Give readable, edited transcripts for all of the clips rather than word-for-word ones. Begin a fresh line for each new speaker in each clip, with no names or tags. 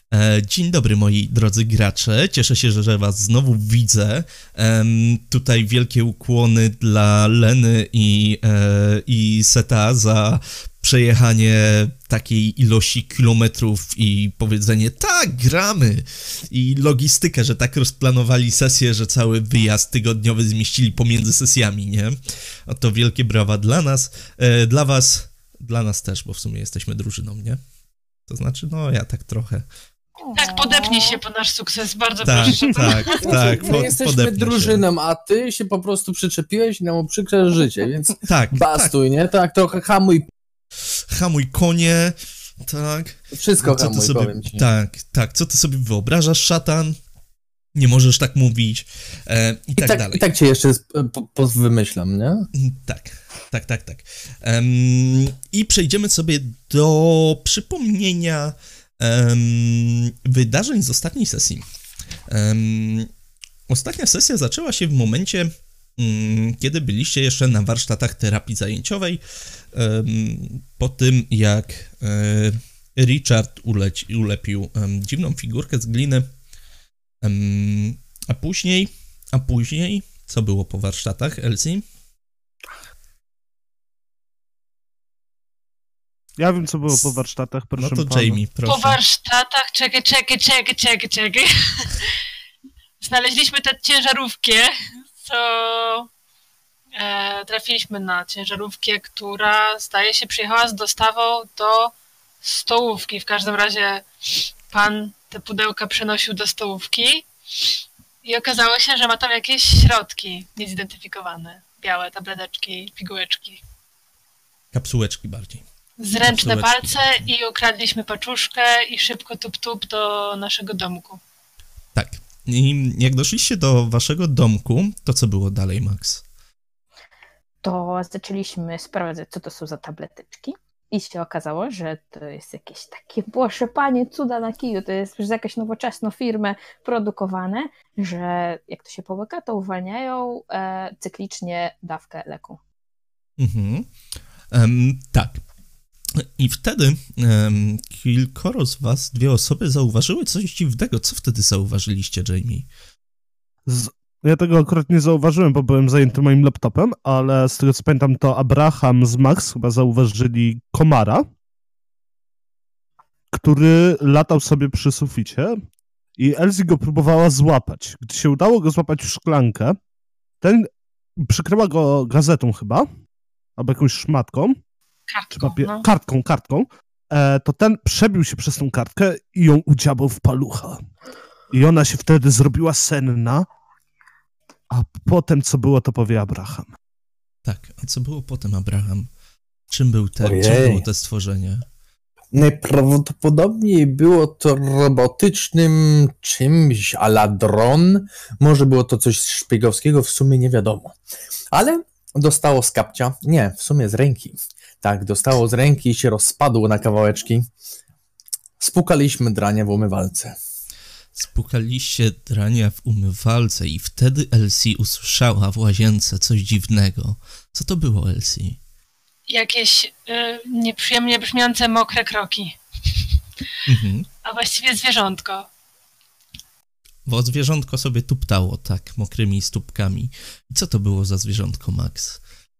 Dzień dobry, moi drodzy gracze. Cieszę się, że was znowu widzę. Tutaj wielkie ukłony dla Leny i Seta za przejechanie takiej ilości kilometrów i powiedzenie tak, gramy. I logistykę, że tak rozplanowali sesję, że cały wyjazd tygodniowy zmieścili pomiędzy sesjami, nie? Oto wielkie brawa dla nas, dla was, dla nas też, bo w sumie jesteśmy drużyną, nie? To znaczy, no ja tak trochę...
Tak, podepnij się po nasz sukces, bardzo
tak,
proszę.
Tak,
My jesteśmy drużyną, a ty się po prostu przyczepiłeś i nam uprzykrzasz życie, więc bastuj, nie? Tak, trochę
hamuj konie, tak.
Wszystko hamuj, powiem ci.
Tak, co ty sobie wyobrażasz, szatan? Nie możesz tak mówić i tak dalej.
I tak cię jeszcze wymyślam, nie?
Tak. I przejdziemy sobie do przypomnienia wydarzeń z ostatniej sesji. Ostatnia sesja zaczęła się w momencie, kiedy byliście jeszcze na warsztatach terapii zajęciowej, po tym jak Richard ulepił dziwną figurkę z gliny, a później, co było po warsztatach, Elsie?
Ja wiem, co było po warsztatach, proszę
pana. No to
pana.
Jamie, proszę.
Po warsztatach, czekaj. Znaleźliśmy tę ciężarówkę, co trafiliśmy na ciężarówkę, która zdaje się przyjechała z dostawą do stołówki. W każdym razie pan te pudełka przenosił do stołówki i okazało się, że ma tam jakieś środki niezidentyfikowane. Białe tableteczki, pigułeczki.
Kapsułeczki bardziej.
Zręczne palce i ukradliśmy paczuszkę i szybko tup do naszego domku.
Tak. I jak doszliście do waszego domku, to co było dalej, Max?
To zaczęliśmy sprawdzać, co to są za tableteczki i się okazało, że to jest jakieś takie, Boże Panie, cuda na kiju, to jest przez jakąś nowoczesną firmę produkowane, że jak to się połyka, to uwalniają cyklicznie dawkę leku.
Tak. I wtedy kilkoro z was, dwie osoby zauważyły coś dziwnego. Co wtedy zauważyliście, Jamie?
Ja tego akurat nie zauważyłem, bo byłem zajęty moim laptopem, ale z tego co pamiętam, to Abraham z Max chyba zauważyli komara, który latał sobie przy suficie i Elsie go próbowała złapać. Gdy się udało go złapać w szklankę, ten przykryła go gazetą chyba, albo jakąś szmatką, kartką, to ten przebił się przez tą kartkę i ją udziabał w palucha. I ona się wtedy zrobiła senna, a potem co było, to powie Abraham.
Tak, a co było potem, Abraham? Czym było to stworzenie?
Najprawdopodobniej było to robotycznym czymś a la dron. Może było to coś szpiegowskiego, w sumie nie wiadomo. Ale dostało z kapcia, nie, w sumie z ręki. Tak, dostało z ręki i się rozpadło na kawałeczki. Spukaliśmy drania w umywalce.
Spukaliście drania w umywalce i wtedy Elsie usłyszała w łazience coś dziwnego. Co to było, Elsie?
Jakieś nieprzyjemnie brzmiące mokre kroki. A właściwie zwierzątko.
Bo zwierzątko sobie tuptało, tak, mokrymi stópkami. I co to było za zwierzątko, Max?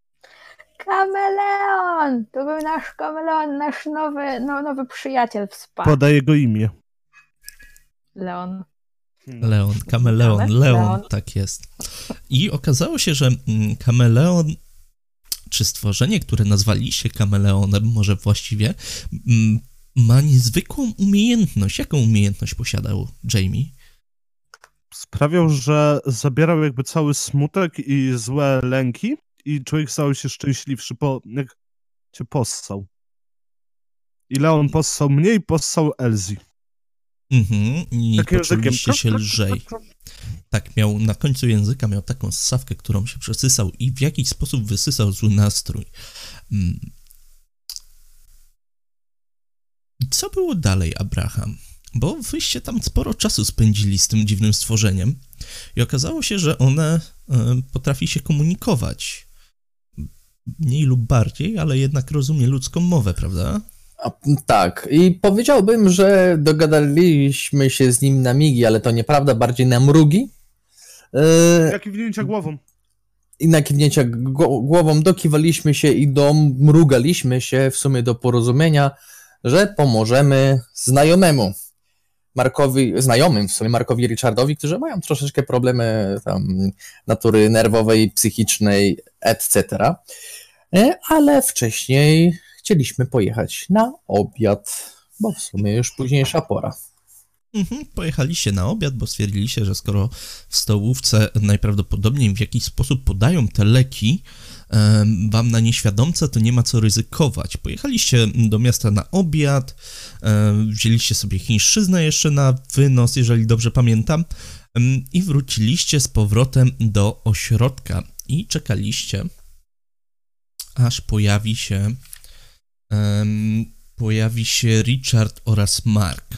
Kameleon! To był nasz kameleon, nasz nowy przyjaciel w spa.
Podaję jego imię.
Leon,
kameleon, Leon, tak jest. I okazało się, że kameleon, czy stworzenie, które nazwaliście kameleonem, może właściwie, ma niezwykłą umiejętność. Jaką umiejętność posiadał Jamie?
Sprawiał, że zabierał jakby cały smutek i złe lęki i człowiek stał się szczęśliwszy, jak cię possał. I Leon possał mnie i possał Elsie.
I poczuliście się lżej. Tak, miał na końcu języka miał taką ssawkę, którą się przesysał i w jakiś sposób wysysał zły nastrój. I co było dalej, Abraham? Bo wyście tam sporo czasu spędzili z tym dziwnym stworzeniem i okazało się, że one potrafi się komunikować. Mniej lub bardziej, ale jednak rozumie ludzką mowę, prawda?
Tak, i powiedziałbym, że dogadaliśmy się z nim na migi, ale to nieprawda, bardziej na mrugi.
Jak kiwnięcia głową.
I na kiwnięcia głową dokiwaliśmy się i domrugaliśmy się w sumie do porozumienia, że pomożemy znajomemu. Znajomym w sumie Markowi Richardowi, którzy mają troszeczkę problemy tam natury nerwowej, psychicznej, etc. Ale wcześniej chcieliśmy pojechać na obiad, bo w sumie już późniejsza pora.
Pojechaliście na obiad, bo stwierdziliście, że skoro w stołówce najprawdopodobniej w jakiś sposób podają te leki wam na nieświadomce, to nie ma co ryzykować. Pojechaliście do miasta na obiad, wzięliście sobie chińszczyznę jeszcze na wynos, jeżeli dobrze pamiętam, i wróciliście z powrotem do ośrodka i czekaliście, aż pojawi się Richard oraz Mark.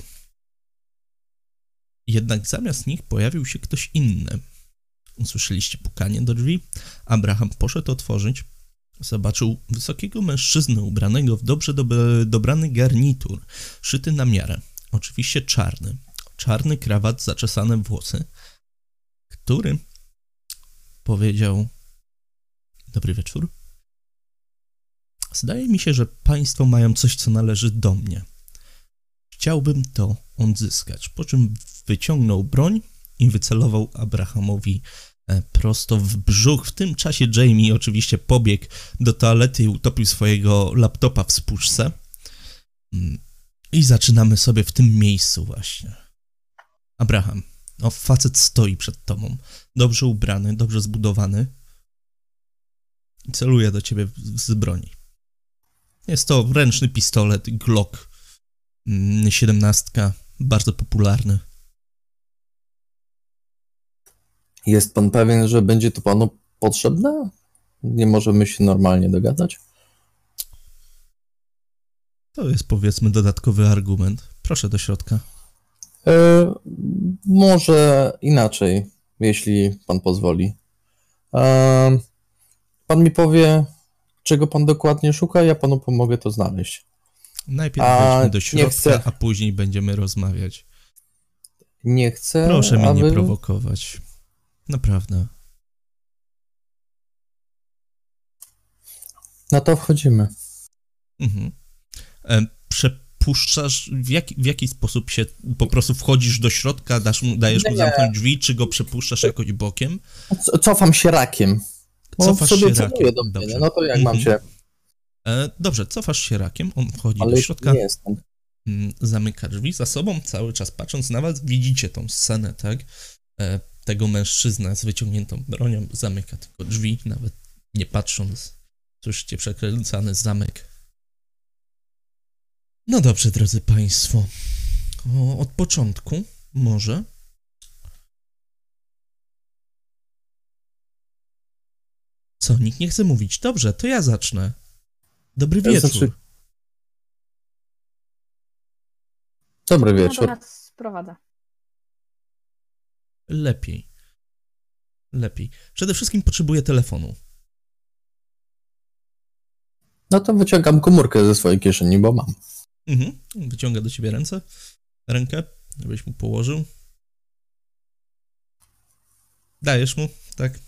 Jednak zamiast nich pojawił się ktoś inny. Usłyszeliście pukanie do drzwi. Abraham poszedł otworzyć. Zobaczył wysokiego mężczyznę ubranego w dobrze dobrany garnitur, szyty na miarę. Oczywiście czarny. Czarny krawat, zaczesane włosy, który powiedział: dobry wieczór. Zdaje mi się, że państwo mają coś, co należy do mnie. Chciałbym to odzyskać. Po czym wyciągnął broń i wycelował Abrahamowi prosto w brzuch. W tym czasie Jamie oczywiście pobiegł do toalety i utopił swojego laptopa w spuszce. I zaczynamy sobie w tym miejscu właśnie. Abraham, facet stoi przed tobą. Dobrze ubrany, dobrze zbudowany. I celuje do ciebie z broni. Jest to ręczny pistolet Glock 17, bardzo popularny.
Jest pan pewien, że będzie to panu potrzebne? Nie możemy się normalnie dogadać?
To jest, powiedzmy, dodatkowy argument. Proszę do środka.
Może inaczej, jeśli pan pozwoli. Pan mi powie, czego pan dokładnie szuka, ja panu pomogę to znaleźć.
Najpierw wejdźmy do środka, a później będziemy rozmawiać.
Nie chcę,
proszę mnie nie prowokować. Naprawdę.
No to wchodzimy.
Przepuszczasz, w jaki sposób się po prostu wchodzisz do środka, dajesz mu zamknąć drzwi, czy go przepuszczasz jakoś bokiem?
Cofam się rakiem.
Cofasz się rakiem.
Dobrze. No to jak mam się...
Dobrze, cofasz się rakiem, on wchodzi
ale
do środka,
nie jestem.
Zamyka drzwi za sobą, cały czas patrząc na was, widzicie tą scenę, tak? Tego mężczyzna z wyciągniętą bronią zamyka tylko drzwi, nawet nie patrząc. Słyszycie przekręcany zamek. No dobrze, drodzy państwo. Od początku może. Co, nikt nie chce mówić? Dobrze, to ja zacznę. Dobry wieczór.
Dobry wieczór.
No to nas sprowadza.
Lepiej. Przede wszystkim potrzebuję telefonu.
No to wyciągam komórkę ze swojej kieszeni, bo mam.
Wyciąga do ciebie rękę, żebyś mu położył. Dajesz mu, tak?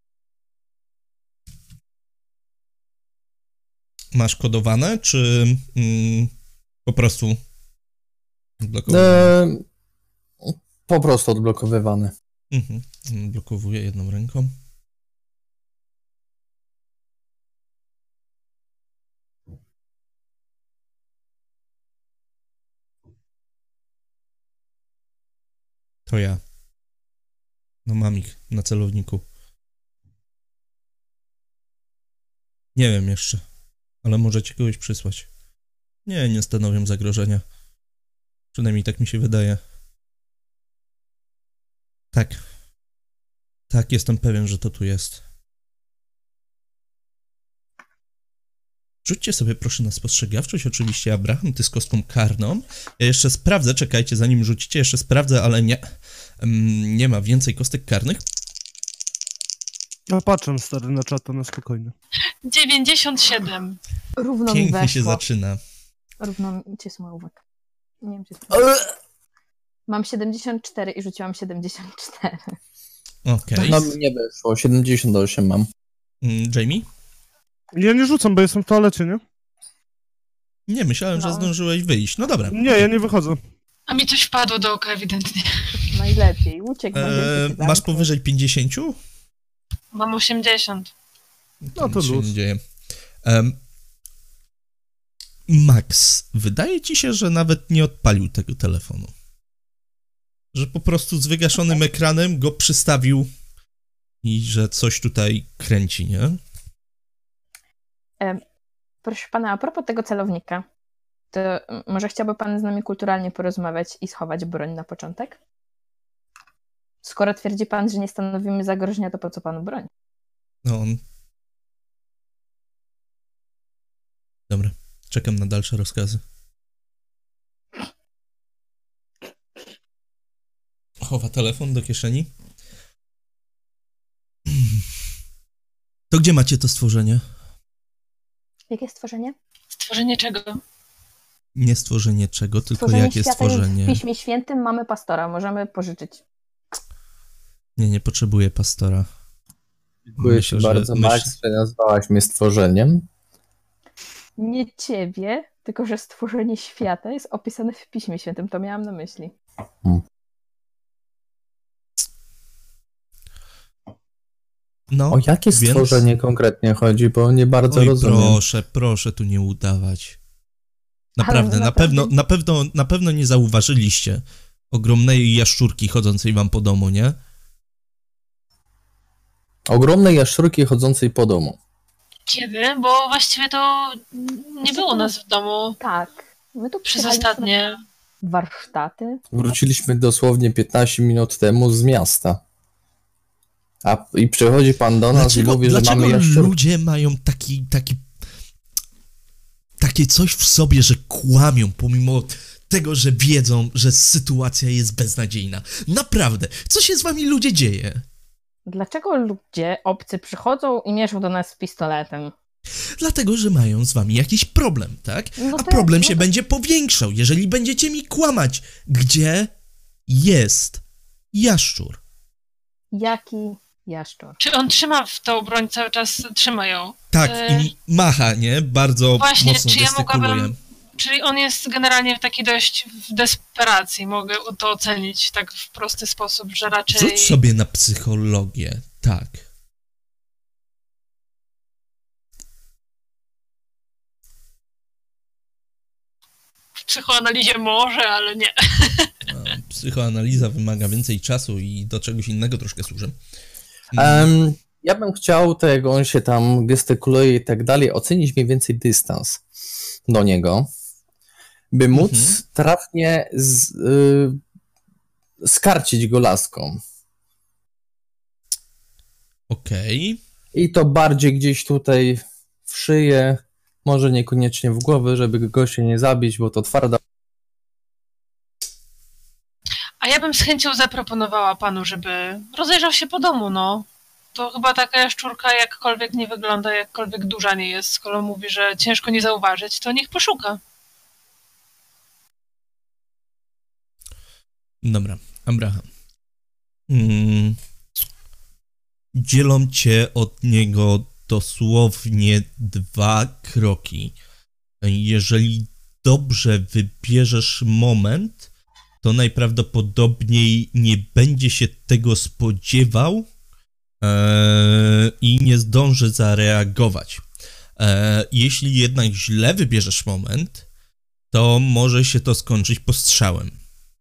Masz kodowane, czy po prostu odblokowane?
Po prostu odblokowywane.
Blokowuję jedną ręką. To ja. No mam ich na celowniku. Nie wiem jeszcze, ale możecie kogoś przysłać. Nie stanowią zagrożenia. Przynajmniej tak mi się wydaje. Tak, jestem pewien, że to tu jest. Rzućcie sobie proszę na spostrzegawczość, oczywiście Abraham, ty z kostką karną. Ja jeszcze sprawdzę, czekajcie, zanim rzucicie, jeszcze sprawdzę, ale nie ma więcej kostek karnych.
Ja patrzę, stary, na czata, na spokojnie.
97.
Równo mi
Pięknie
weszło.
się zaczyna.
Równo cię smołówek. Nie wiem, czy mam 74 i rzuciłam 74.
Okej.
No mi nie wyszło, 78 mam.
Jamie?
Ja nie rzucam, bo jestem w toalecie, nie?
Nie, myślałem, że
No.
zdążyłeś wyjść. No dobra.
Nie, ja nie wychodzę.
A mi coś wpadło do oka ewidentnie.
Najlepiej. Uciekł na wielkie
Masz
zamki.
powyżej 50?
Mam 80.
No to
Nic się
luz.
nie dzieje. Max, wydaje ci się, że nawet nie odpalił tego telefonu. Że po prostu z wygaszonym ekranem go przystawił i że coś tutaj kręci, nie?
Proszę pana, a propos tego celownika, to może chciałby pan z nami kulturalnie porozmawiać i schować broń na początek? Skoro twierdzi pan, że nie stanowimy zagrożenia, to po co panu broń?
No on... Dobra, czekam na dalsze rozkazy. Chowa telefon do kieszeni. To gdzie macie to stworzenie?
Jakie stworzenie?
Stworzenie czego?
Nie stworzenie czego, tylko
Stworzenie
jakie
świata
stworzenie.
W Piśmie Świętym mamy pastora, możemy pożyczyć.
Nie potrzebuję pastora.
Dziękuję ci bardzo, Max, że nazwałaś mnie stworzeniem.
Nie ciebie, tylko że stworzenie świata jest opisane w Piśmie Świętym, to miałam na myśli.
No,
O jakie
więc...
stworzenie konkretnie chodzi, bo nie bardzo
Oj,
rozumiem.
proszę tu nie udawać. Naprawdę,
Ale
na pewno nie zauważyliście ogromnej jaszczurki chodzącej wam po domu, nie?
Ogromnej jaszczurki chodzącej po domu.
Kiedy? Bo właściwie to nie było nas w domu
Tak. My tu
przez
przyjechaliśmy
ostatnie...
na warsztaty.
Wróciliśmy dosłownie 15 minut temu z miasta. I przychodzi pan do nas i mówi, że mamy jaszczurkę.
Ludzie mają takie coś w sobie, że kłamią, pomimo tego, że wiedzą, że sytuacja jest beznadziejna. Naprawdę, co się z wami ludzie dzieje?
Dlaczego ludzie obcy przychodzą i mieszą do nas z pistoletem?
Dlatego, że mają z wami jakiś problem, tak?
No
A
to-
problem
no
się
to-
będzie powiększał, jeżeli będziecie mi kłamać. Gdzie jest jaszczur?
Jaki jaszczur?
Czy on trzyma w tą broń cały czas? Trzyma ją.
Tak, i macha, nie? Bardzo
Właśnie,
mocno
czy ja
gestykuluje.
mogłabym... Czyli on jest generalnie taki dość w desperacji, mogę to ocenić tak w prosty sposób, że raczej...
Rzuć sobie na psychologię, tak.
W psychoanalizie może, ale nie.
No, psychoanaliza wymaga więcej czasu i do czegoś innego troszkę służy.
Ja bym chciał, to jak on się tam gestykuluje i tak dalej, ocenić mniej więcej dystans do niego, by móc trafnie skarcić go laską.
Okej.
I to bardziej gdzieś tutaj w szyję, może niekoniecznie w głowę, żeby go się nie zabić, bo to twarda.
A ja bym z chęcią zaproponowała panu, żeby rozejrzał się po domu, no. To chyba taka jaszczurka jakkolwiek nie wygląda, jakkolwiek duża nie jest, skoro mówi, że ciężko nie zauważyć, to niech poszuka.
Dobra, Abraham. Dzielą cię od niego dosłownie 2 kroki. Jeżeli dobrze wybierzesz moment, to najprawdopodobniej nie będzie się tego spodziewał i nie zdąży zareagować. Jeśli jednak źle wybierzesz moment, to może się to skończyć postrzałem.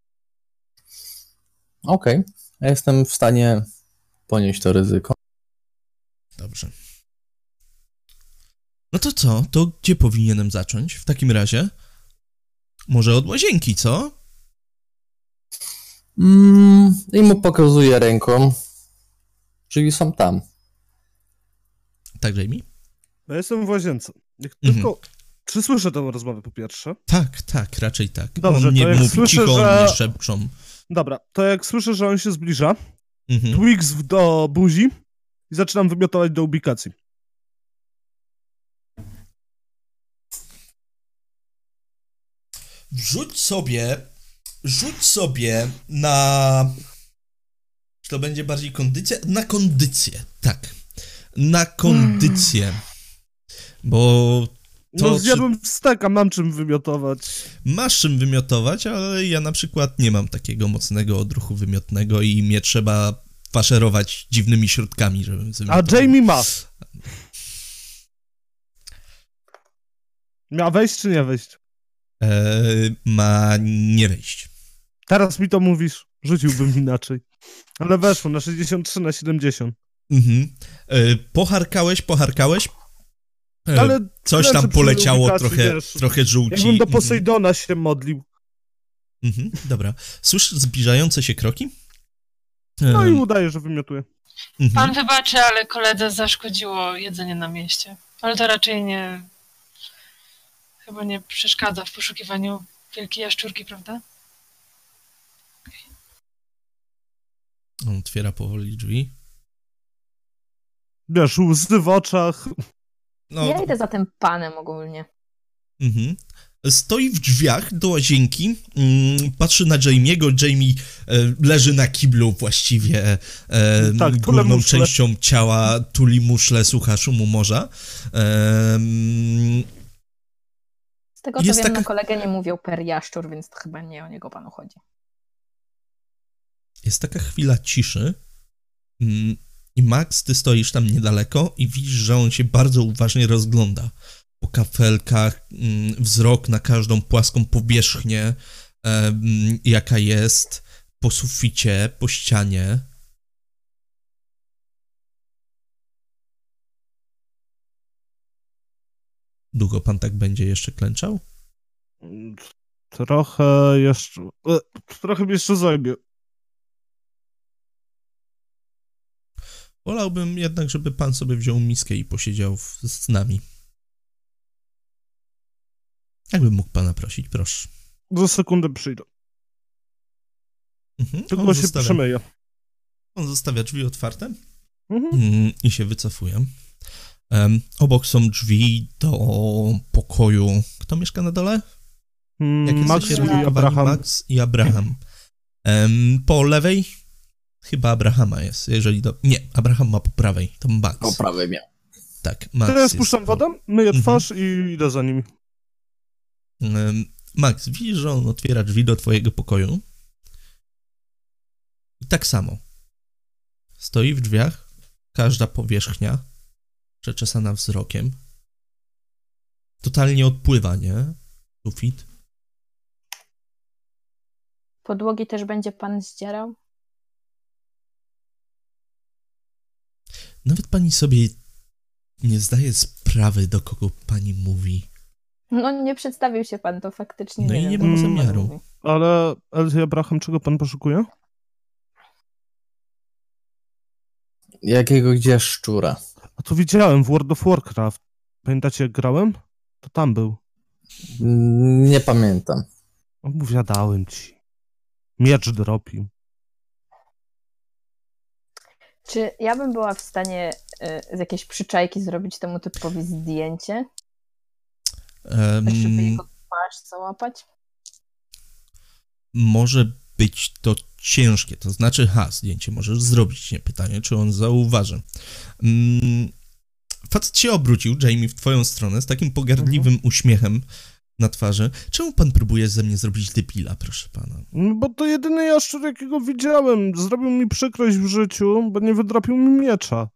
Okej, ja jestem w stanie ponieść to ryzyko.
Dobrze. No to co? To gdzie powinienem zacząć w takim razie? Może od łazienki, co?
I mu pokazuję ręką. Czyli są tam.
Tak, Jamie?
Ja jestem w łazience. Jak
Mhm.
tylko... Czy słyszę tę rozmowę po pierwsze?
Tak, raczej tak.
Dobrze,
On nie
to jak
mówi
słyszę,
cicho,
że-
nie szepczą.
Dobra, to jak słyszę, że on się zbliża,
Mhm.
Twix do buzi i zaczynam wymiotować do ubikacji.
Rzuć sobie na... Czy to będzie bardziej kondycja? Na kondycję, tak. Na kondycję. Bo...
No zjadłem steka, mam czym wymiotować.
Masz czym wymiotować, ale ja na przykład nie mam takiego mocnego odruchu wymiotnego i mnie trzeba faszerować dziwnymi środkami, żebym wymiotował.
A Jamie ma. Miała wejść czy nie wejść?
Ma nie wejść.
Teraz mi to mówisz. Rzuciłbym inaczej. Ale weszło na 63 na 70.
Mhm. Poharkałeś.
Ale
Coś tam poleciało, trochę żółci.
Jakbym do Posejdona się modlił.
Dobra. Słyszysz zbliżające się kroki?
No i udaje, że wymiotuję.
Pan wybaczy, ale koledze zaszkodziło jedzenie na mieście. Ale to raczej nie... Chyba nie przeszkadza w poszukiwaniu wielkiej jaszczurki, prawda?
On otwiera powoli drzwi.
Wiesz, łzy w oczach.
No,
Ja idę za tym panem ogólnie.
Stoi w drzwiach do łazienki, patrzy na Jamie'ego. Jamie leży na kiblu właściwie,
tak,
górną częścią ciała tuli muszle, słucha szumu morza.
Z tego co wiem, na kolegę nie mówią per jaszczur, więc to chyba nie o niego panu chodzi.
Jest taka chwila ciszy i Max, ty stoisz tam niedaleko i widzisz, że on się bardzo uważnie rozgląda po kafelkach, wzrok na każdą płaską powierzchnię, jaka jest, po suficie, po ścianie. Długo pan tak będzie jeszcze klęczał?
Trochę mi jeszcze zajmie.
Wolałbym jednak, żeby pan sobie wziął miskę i posiedział z nami. Jakbym mógł pana prosić, proszę.
Za sekundę przyjdę. Tylko się przemyję.
On zostawia drzwi otwarte i się wycofuje. Obok są drzwi do pokoju. Kto mieszka na dole?
Max i Abraham.
Max i Abraham. Po lewej? Chyba Abrahama jest, jeżeli to... Nie, Abraham ma po prawej, to Max.
Po prawej miał.
Tak, Max.
Teraz spuszczam wodę, myję twarz i idę za nimi.
Max, widzisz, że on otwiera drzwi do twojego pokoju. I tak samo. Stoi w drzwiach, każda powierzchnia przeczesana wzrokiem. Totalnie odpływa, nie? Sufit.
Podłogi też będzie pan zdzierał?
Nawet pani sobie nie zdaje sprawy, do kogo pani mówi.
No nie przedstawił się pan, to faktycznie
No
nie
i
wiem,
nie mam zamiaru.
mówi.
Ale Elzy Abraham, czego pan poszukuje?
Jakiego gdzie szczura?
A to widziałem w World of Warcraft. Pamiętacie, jak grałem? To tam był.
Nie pamiętam.
Opowiadałem ci. Miecz dropił.
Czy ja bym była w stanie z jakiejś przyczajki zrobić temu typowi zdjęcie? Tak, żeby jego twarz załapać?
Może być to ciężkie, to znaczy, zdjęcie możesz zrobić, nie pytanie, czy on zauważy. Facet się obrócił, Jamie, w twoją stronę, z takim pogardliwym uśmiechem na twarzy. Czemu pan próbuje ze mnie zrobić debila, proszę pana?
No bo to jedyny jaszczur, jakiego widziałem. Zrobił mi przykrość w życiu, bo nie wydropił mi miecza.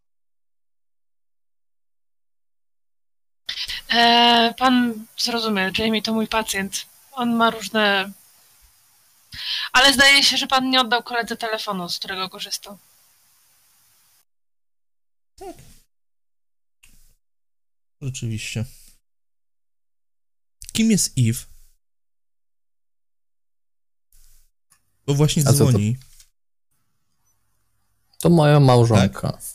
Pan zrozumie, Jamie to mój pacjent. On ma różne... Ale zdaje się, że pan nie oddał koledze telefonu, z którego korzystał.
Tak. Rzeczywiście. Kim jest Eve? Bo właśnie dzwoni.
To moja małżonka.
Tak?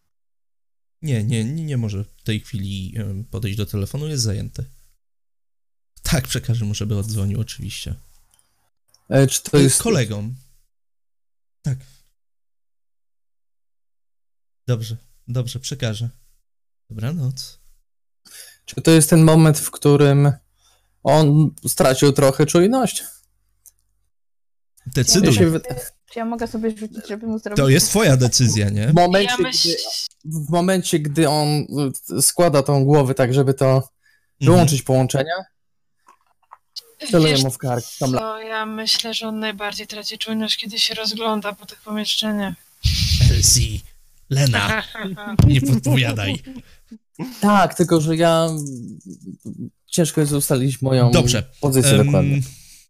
Nie może w tej chwili podejść do telefonu, jest zajęty. Tak, przekażę mu, żeby odzwonił, oczywiście.
Czy to jest...
Kolegą. Tak. Dobrze, przekażę. Dobranoc.
Czy to jest ten moment, w którym On stracił trochę czujność.
Decyduj.
Czy ja mogę sobie rzucić, żeby mu zrobić...
To jest twoja decyzja, nie?
W momencie, gdy on składa tą głowę tak, żeby to wyłączyć połączenia, celuję mu w kark.
Ja myślę, że on najbardziej traci czujność, kiedy się rozgląda po tych pomieszczeniach.
Elsie, Lena, nie podpowiadaj.
Tak, tylko że ciężko jest ustalić moją pozycję dokładnie.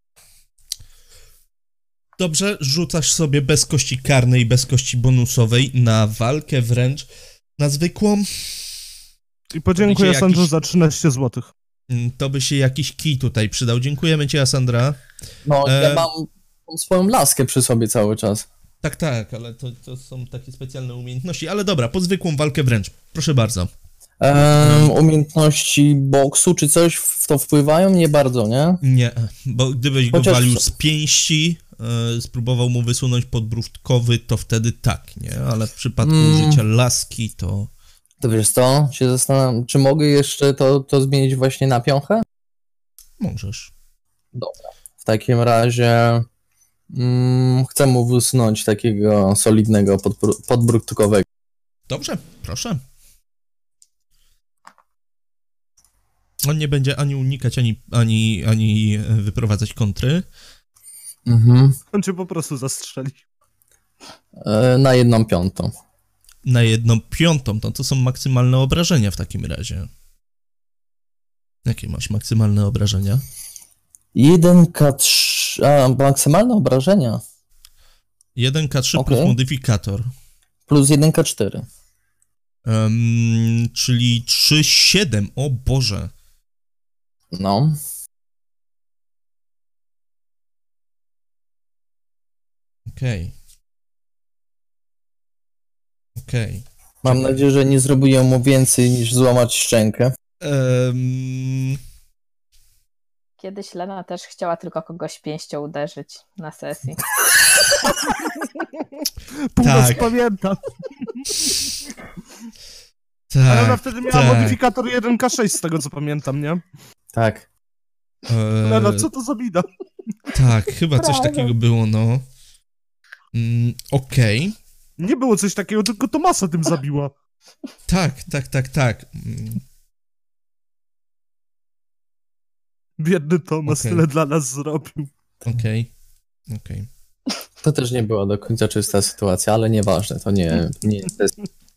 Dobrze, rzucasz sobie bez kości karnej, bez kości bonusowej na walkę wręcz na zwykłą.
I podziękuję Sandrze za 13 zł.
To by się jakiś kij tutaj przydał. Dziękujemy ci, Sandra.
No, ja mam swoją laskę przy sobie cały czas.
Tak, ale to są takie specjalne umiejętności. Ale dobra, po zwykłą walkę wręcz. Proszę bardzo.
Umiejętności boksu czy coś w to wpływają? Nie bardzo, nie?
Nie, bo gdybyś go walił z pięści, spróbował mu wysunąć podbródkowy, to wtedy tak, nie? Ale w przypadku użycia laski to...
To wiesz co? Się zastanawiam, czy mogę jeszcze to zmienić właśnie na piąchę?
Możesz.
Dobra. W takim razie chcę mu wysunąć takiego solidnego podbródkowego.
Dobrze, proszę. On nie będzie ani unikać, ani wyprowadzać kontry.
On cię po prostu zastrzeli.
Na 1/5.
Na 1/5, to są maksymalne obrażenia w takim razie. Jakie masz maksymalne obrażenia?
1K3... maksymalne obrażenia?
1K3 plus modyfikator.
Plus 1K4.
Czyli 3,7. O Boże.
No.
Okej.
Mam nadzieję, że nie zrobiłem mu więcej niż złamać szczękę.
Kiedyś Lena też chciała tylko kogoś pięścią uderzyć na sesji.
Tak.
Pamiętam.
Tak.
Ale ona wtedy miała modyfikator 1K6 z tego co pamiętam, nie?
Tak.
Lena, co to za bida?
Tak, chyba coś takiego było, no. Okej.
Nie było coś takiego, tylko Tomasa tym zabiła.
Tak.
Biedny Tomas tyle dla nas zrobił.
Okej.
To też nie była do końca czysta sytuacja, ale nieważne, to nie jest...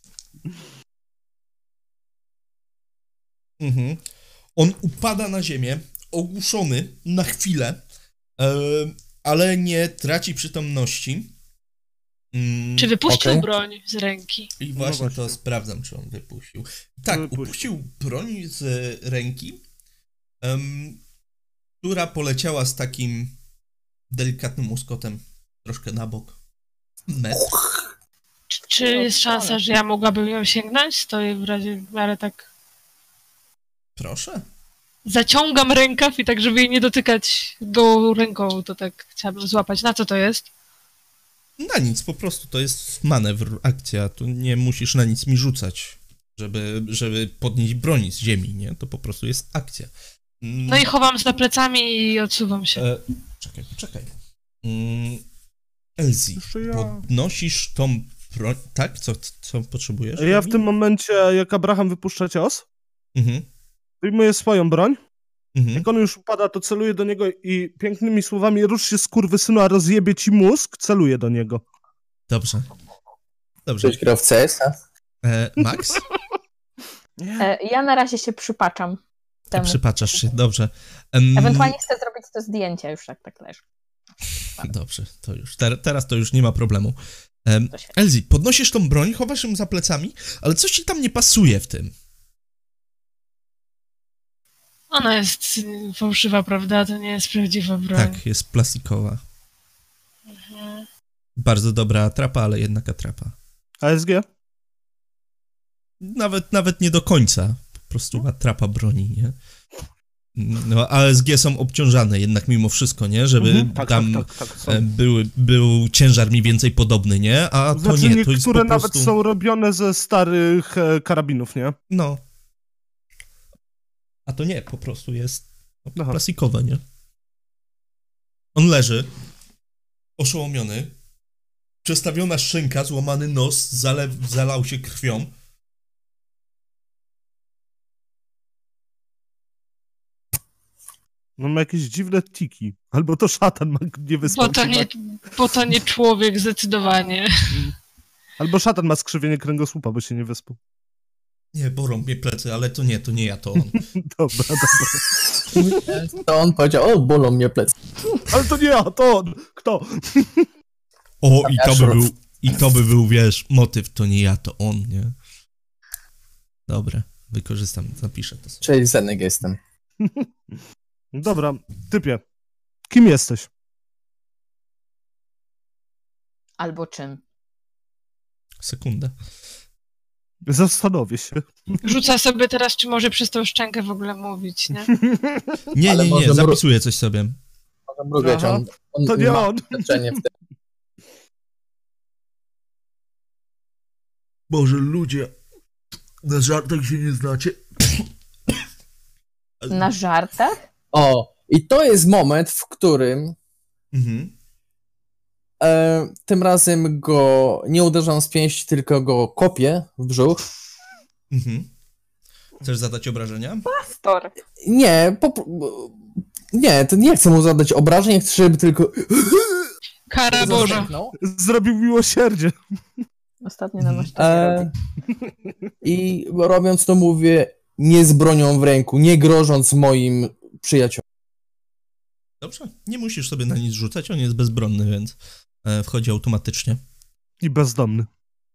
On upada na ziemię, ogłuszony na chwilę, ale nie traci przytomności.
Czy wypuścił broń z ręki?
I właśnie to sprawdzam, czy on wypuścił. Tak, upuścił broń z ręki, która poleciała z takim delikatnym łoskotem troszkę na bok.
Czy jest szansa, że ja mogłabym ją sięgnąć? Stoję w razie, ale tak...
Proszę.
Zaciągam rękaw i tak, żeby jej nie dotykać go ręką, to tak chciałabym złapać. Na co to jest?
Na nic, po prostu to jest manewr, akcja. Tu nie musisz na nic mi rzucać, żeby podnieść broń z ziemi, nie? To po prostu jest akcja.
No i chowam za plecami i odsuwam się.
Poczekaj. Elsie, podnosisz tą broń... Tak? Co potrzebujesz?
Ja w tym momencie, jak Abraham wypuszcza cios, wyjmuję swoją broń. Jak on już upada, to celuję do niego i pięknymi słowami rusz się skurwysynu, a rozjebie ci mózg, celuję do niego.
Dobrze.
Ktoś grał w CS-a?
Max?
Ja na razie się przypaczam.
Przypaczasz się, dobrze.
Ewentualnie chcę zrobić to zdjęcie, już tak leży.
Dobrze, to już. Teraz to już nie ma problemu. Elsie, podnosisz tą broń, chowasz ją za plecami, ale coś ci tam nie pasuje w tym.
Ona jest fałszywa, prawda? To nie jest prawdziwa broń.
Tak, jest plastikowa. Bardzo dobra atrapa, ale jednak atrapa.
ASG?
Nawet nie do końca. Po prostu atrapa broni, nie? No, ASG są obciążane jednak mimo wszystko, nie? Żeby tam był ciężar mniej więcej podobny, nie? A to nie, to jest po prostu...
nawet są robione ze starych karabinów, nie?
No. A to nie, po prostu jest
Aha.
Plastikowe, nie? On leży, oszołomiony, przestawiona szynka, złamany nos, zalał się krwią.
On ma jakieś dziwne tiki. Albo to szatan ma nie
Bo to nie człowiek, zdecydowanie.
Albo szatan ma skrzywienie kręgosłupa, bo się nie wyspał.
Nie, bolą mnie plecy, ale to nie ja, to on.
Dobra.
To on powiedział, o, bolą mnie plecy.
Ale to nie ja, to on. Kto?
O, i to by był, wiesz, motyw, to nie ja, to on, nie? Dobra, wykorzystam, zapiszę to sobie.
Cześć, Zenek jestem.
Dobra, typie. Kim jesteś?
Albo czym?
Sekundę.
Zastanowię się.
Rzucę sobie teraz, czy może przez tą szczękę w ogóle mówić, nie?
Ale
Nie,
może
zapisuję coś sobie.
Może mrugać,
Aha,
on
to nie
ma
on.
doświadczenie w tym.
Boże, ludzie, na żartach się nie znacie?
Na żartach?
O, i to jest moment, w którym
Mhm.
tym razem go nie uderzam z pięści, tylko go kopię w brzuch.
Mhm. Chcesz zadać obrażenia?
Pastor.
Nie, nie, to nie chcę mu zadać obrażeń, chcę, żeby tylko...
Kara Boża.
Zdechnął.
Zrobił miłosierdzie.
Ostatnio na maszczanie robi.
I robiąc to mówię, nie z bronią w ręku, nie grożąc moim przyjaciołom.
Dobrze, nie musisz sobie na nic rzucać, on jest bezbronny, więc wchodzi automatycznie.
I bezdomny.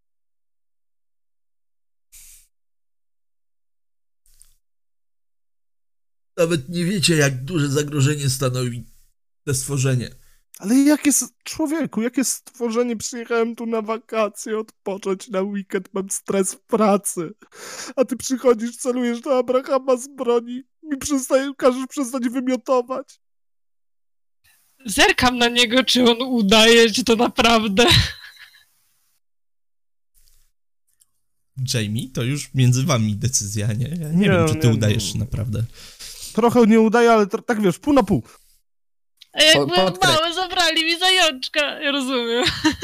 Nawet nie wiecie, jak duże zagrożenie stanowi to stworzenie.
Ale jakie stworzenie? Przyjechałem tu na wakacje, odpocząć na weekend, mam stres w pracy. A ty przychodzisz, celujesz do Abrahama z broni i każesz przestać wymiotować.
Zerkam na niego, czy on udaje, czy to naprawdę.
Jamie, to już między wami decyzja, nie? Ja nie wiem, czy ty udajesz naprawdę.
Trochę nie udaje, ale tak wiesz, pół na pół.
A jak byłem
Podkreśl.
mały, zabrali mi zajączka. Ja rozumiem.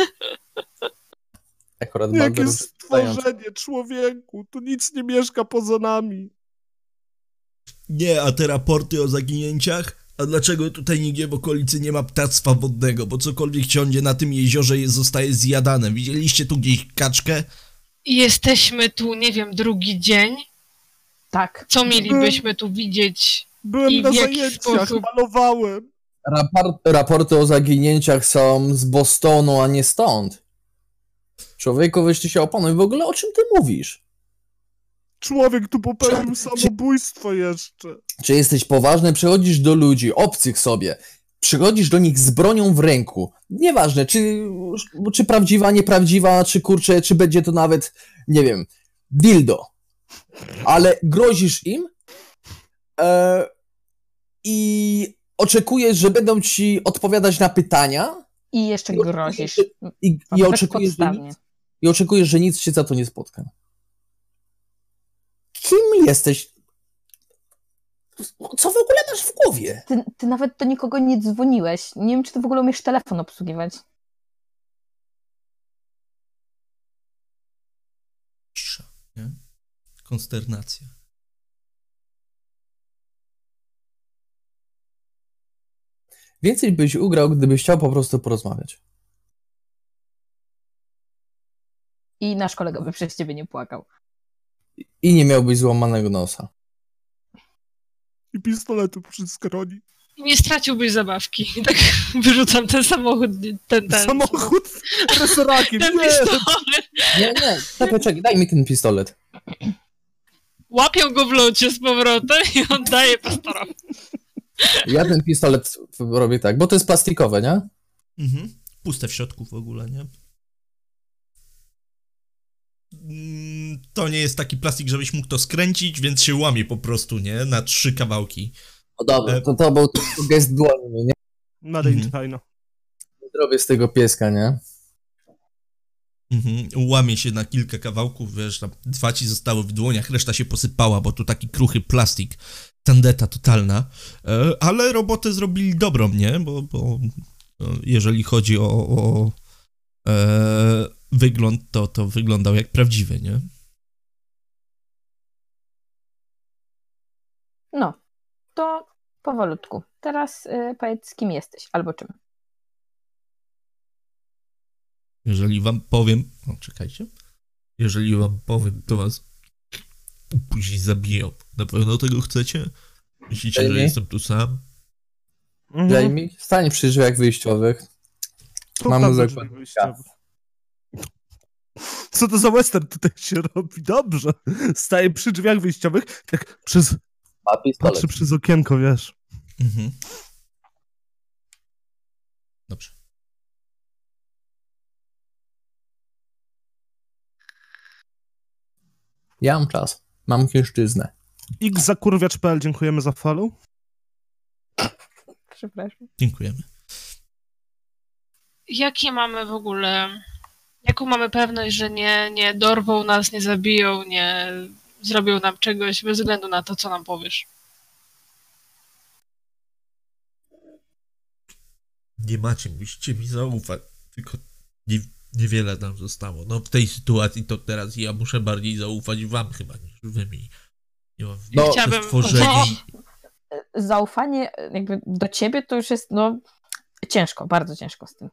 Akurat
Jakie
Baldur
stworzenie, człowieku, tu nic nie mieszka poza nami.
Nie, a te raporty o zaginięciach? A dlaczego tutaj nigdzie w okolicy nie ma ptactwa wodnego? Bo cokolwiek ciągnie na tym jeziorze zostaje zjadane. Widzieliście tu gdzieś kaczkę?
Jesteśmy tu, nie wiem, drugi dzień.
Tak.
Co mielibyśmy tu widzieć?
Byłem
I
na
w jaki
zajęciach,
sposób?
malowałem.
Raporty o zaginięciach są z Bostonu, a nie stąd. Człowieku, weźcie się opanuj. W ogóle o czym ty mówisz?
Człowiek tu popełnił samobójstwo jeszcze.
Czy jesteś poważny? Przychodzisz do ludzi, obcych sobie. Przychodzisz do nich z bronią w ręku. Nieważne, czy prawdziwa, nieprawdziwa, czy kurczę, czy będzie to nawet, nie wiem, dildo. Ale grozisz im i oczekujesz, że będą ci odpowiadać na pytania
I jeszcze grozisz.
i oczekujesz, że nic cię za to nie spotka. Kim jesteś? Co w ogóle masz w głowie?
Ty nawet do nikogo nie dzwoniłeś. Nie wiem, czy ty w ogóle umiesz telefon obsługiwać.
Cisza, nie? Konsternacja.
Więcej byś ugrał, gdybyś chciał po prostu porozmawiać.
I nasz kolega by przez ciebie nie płakał.
I nie miałbyś złamanego nosa.
I pistoletu przy skroni.
Nie straciłbyś zabawki. Tak wyrzucam ten samochód, ten
Samochód reserakiem.
ten
Nie.
pistolet.
Nie, czekaj, daj mi ten pistolet.
Łapią go w locie z powrotem i oddaję pastorowi.
Ja ten pistolet robię tak, bo to jest plastikowe, nie?
Mhm. Puste w środku w ogóle, nie? To nie jest taki plastik, żebyś mógł to skręcić, więc się łamie po prostu, nie? Na 3 kawałki.
O dobra, to był gest dłoni, nie?
Made in China.
Zrobię z tego pieska, nie?
Mhm. Łamie się na kilka kawałków, wiesz, tam 2 ci zostały w dłoniach, reszta się posypała, bo tu taki kruchy plastik tandeta totalna, ale robotę zrobili dobrą, nie? Bo jeżeli chodzi o wygląd, to wyglądał jak prawdziwy, nie?
No, to powolutku. Teraz powiedz, kim jesteś, albo czym.
Jeżeli wam powiem... O, czekajcie. Jeżeli wam powiem, to was później zabiją. Na pewno tego chcecie? Myślicie, że
Jamie?
jestem tu sam?
Jamie, stań przy drzwiach wyjściowych. Mamy
Mamy
zakład.
Co to za western tutaj się robi? Dobrze. Staję przy drzwiach wyjściowych, tak
Ma pistolet.
patrzę przez okienko, wiesz.
Mhm. Dobrze.
Ja mam czas. Mam chińszczyznę.
Xzakurwiacz.pl, dziękujemy za follow.
Przepraszam.
Dziękujemy.
Jakie mamy w ogóle... Jaką mamy pewność, że nie dorwą nas, nie zabiją, nie zrobią nam czegoś bez względu na to, co nam powiesz?
Nie macie, musicie mi zaufać. Tylko niewiele nam zostało. No w tej sytuacji to teraz ja muszę bardziej zaufać wam chyba niż wy mi. Nie mam
No,
Chciałabym-
stworzeni.
Zaufanie jakby do ciebie to już jest, no, ciężko, bardzo ciężko z tym.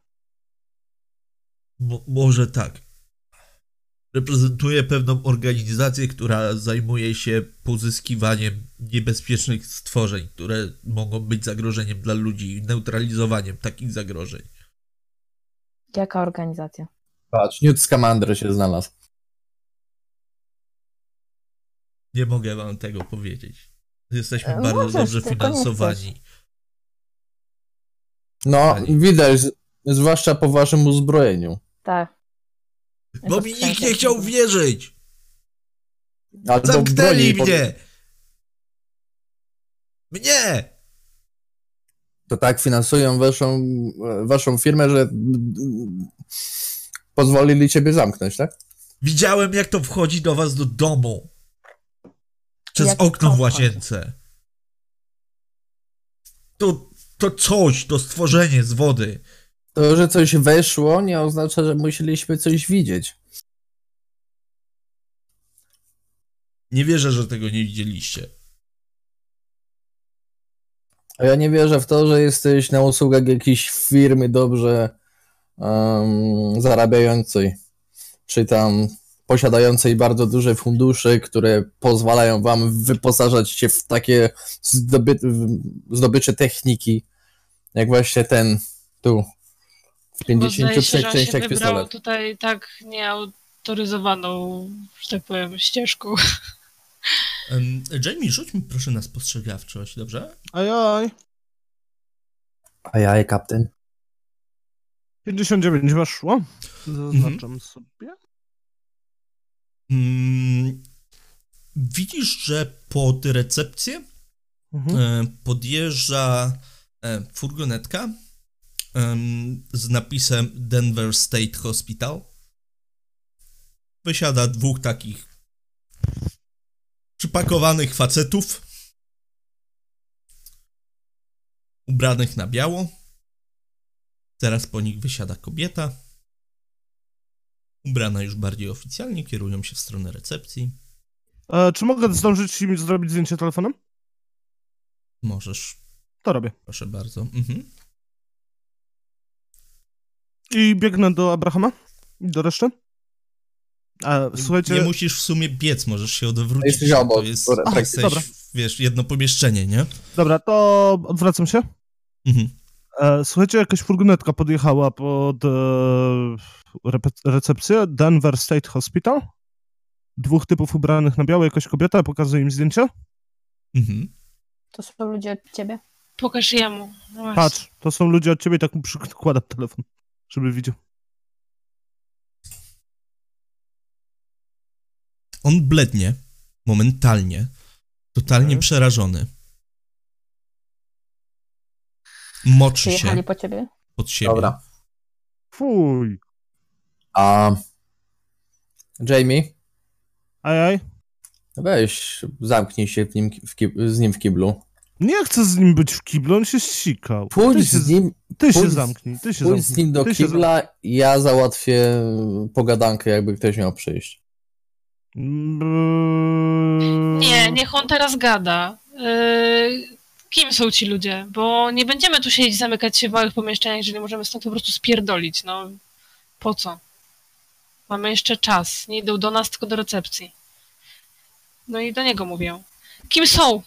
Może tak. Reprezentuję pewną organizację, która zajmuje się pozyskiwaniem niebezpiecznych stworzeń, które mogą być zagrożeniem dla ludzi i neutralizowaniem takich zagrożeń.
Jaka organizacja?
Patrz, Newt Scamander się znalazł.
Nie mogę wam tego powiedzieć. Jesteśmy
Możesz,
bardzo dobrze
tylko nie
finansowani.
No,
Ani.
widać, zwłaszcza po waszym uzbrojeniu.
Tak.
Bo mi nikt nie chciał wierzyć!
Albo
Zamknęli
broni
mnie! Mnie!
To tak finansują waszą firmę, że pozwolili ciebie zamknąć, tak?
Widziałem, jak to wchodzi do was do domu. Przez
Jak
okno w
skąd
łazience. To coś, to stworzenie z wody.
To, że coś weszło, nie oznacza, że musieliśmy coś widzieć.
Nie wierzę, że tego nie widzieliście.
A ja nie wierzę w to, że jesteś na usługach jakiejś firmy dobrze zarabiającej, czy tam posiadającej bardzo duże fundusze, które pozwalają wam wyposażać się w takie zdobycze techniki, jak właśnie ten tu, w
Bo
53
zdaje się, że on się
częściach
wybrał
pistolet.
tutaj tak nieautoryzowaną, że tak powiem, ścieżką.
Jamie, rzuć mi proszę na spostrzegawczość, dobrze?
Ajaj.
Ajaj, kapten.
59 weszło. Zaznaczam sobie.
Widzisz, że pod recepcję podjeżdża furgonetka z napisem Denver State Hospital. Wysiada dwóch takich przypakowanych facetów ubranych na biało. Teraz po nich wysiada kobieta. Ubrana już bardziej oficjalnie, kierują się w stronę recepcji.
Czy mogę zdążyć mi zrobić zdjęcie telefonem?
Możesz,
To robię.
proszę bardzo.
I biegnę do Abrahama i do reszty. Słuchajcie...
Nie musisz w sumie biec, możesz się odwrócić.
Jesteś obok.
To jest,
Dobra,
jesteś,
dobra.
wiesz, jedno pomieszczenie, nie?
Dobra, to odwracam się.
Mhm.
Słuchajcie, jakaś furgonetka podjechała pod recepcję Denver State Hospital. Dwóch typów ubranych na biało, jakaś kobieta, pokazuję im zdjęcie.
Mhm.
To są ludzie od ciebie?
Pokaż jemu. No właśnie.
Patrz, to są ludzie od ciebie i tak mu przykładam telefon, żeby widział.
On blednie, momentalnie, totalnie przerażony. Moczy
Przyjechali
się
po ciebie?
pod siebie.
Dobra.
Fuj.
A Jamie,
Ajaj.
Weź, zamknij się z nim w kiblu.
Nie chcę z nim być w kiblu, on się ścikał.
Pójdź z nim,
Ty się
pójdź-
zamknij, ty się
pójdź
zamknij.
z nim do
ty się
kibla, ja załatwię pogadankę, jakby ktoś miał przyjść.
Nie, niech on teraz gada. Kim są ci ludzie? Bo nie będziemy tu siedzieć, zamykać się w małych pomieszczeniach, jeżeli możemy stąd po prostu spierdolić. No, po co? Mamy jeszcze czas. Nie idą do nas, tylko do recepcji. No i do niego mówię. Kim są?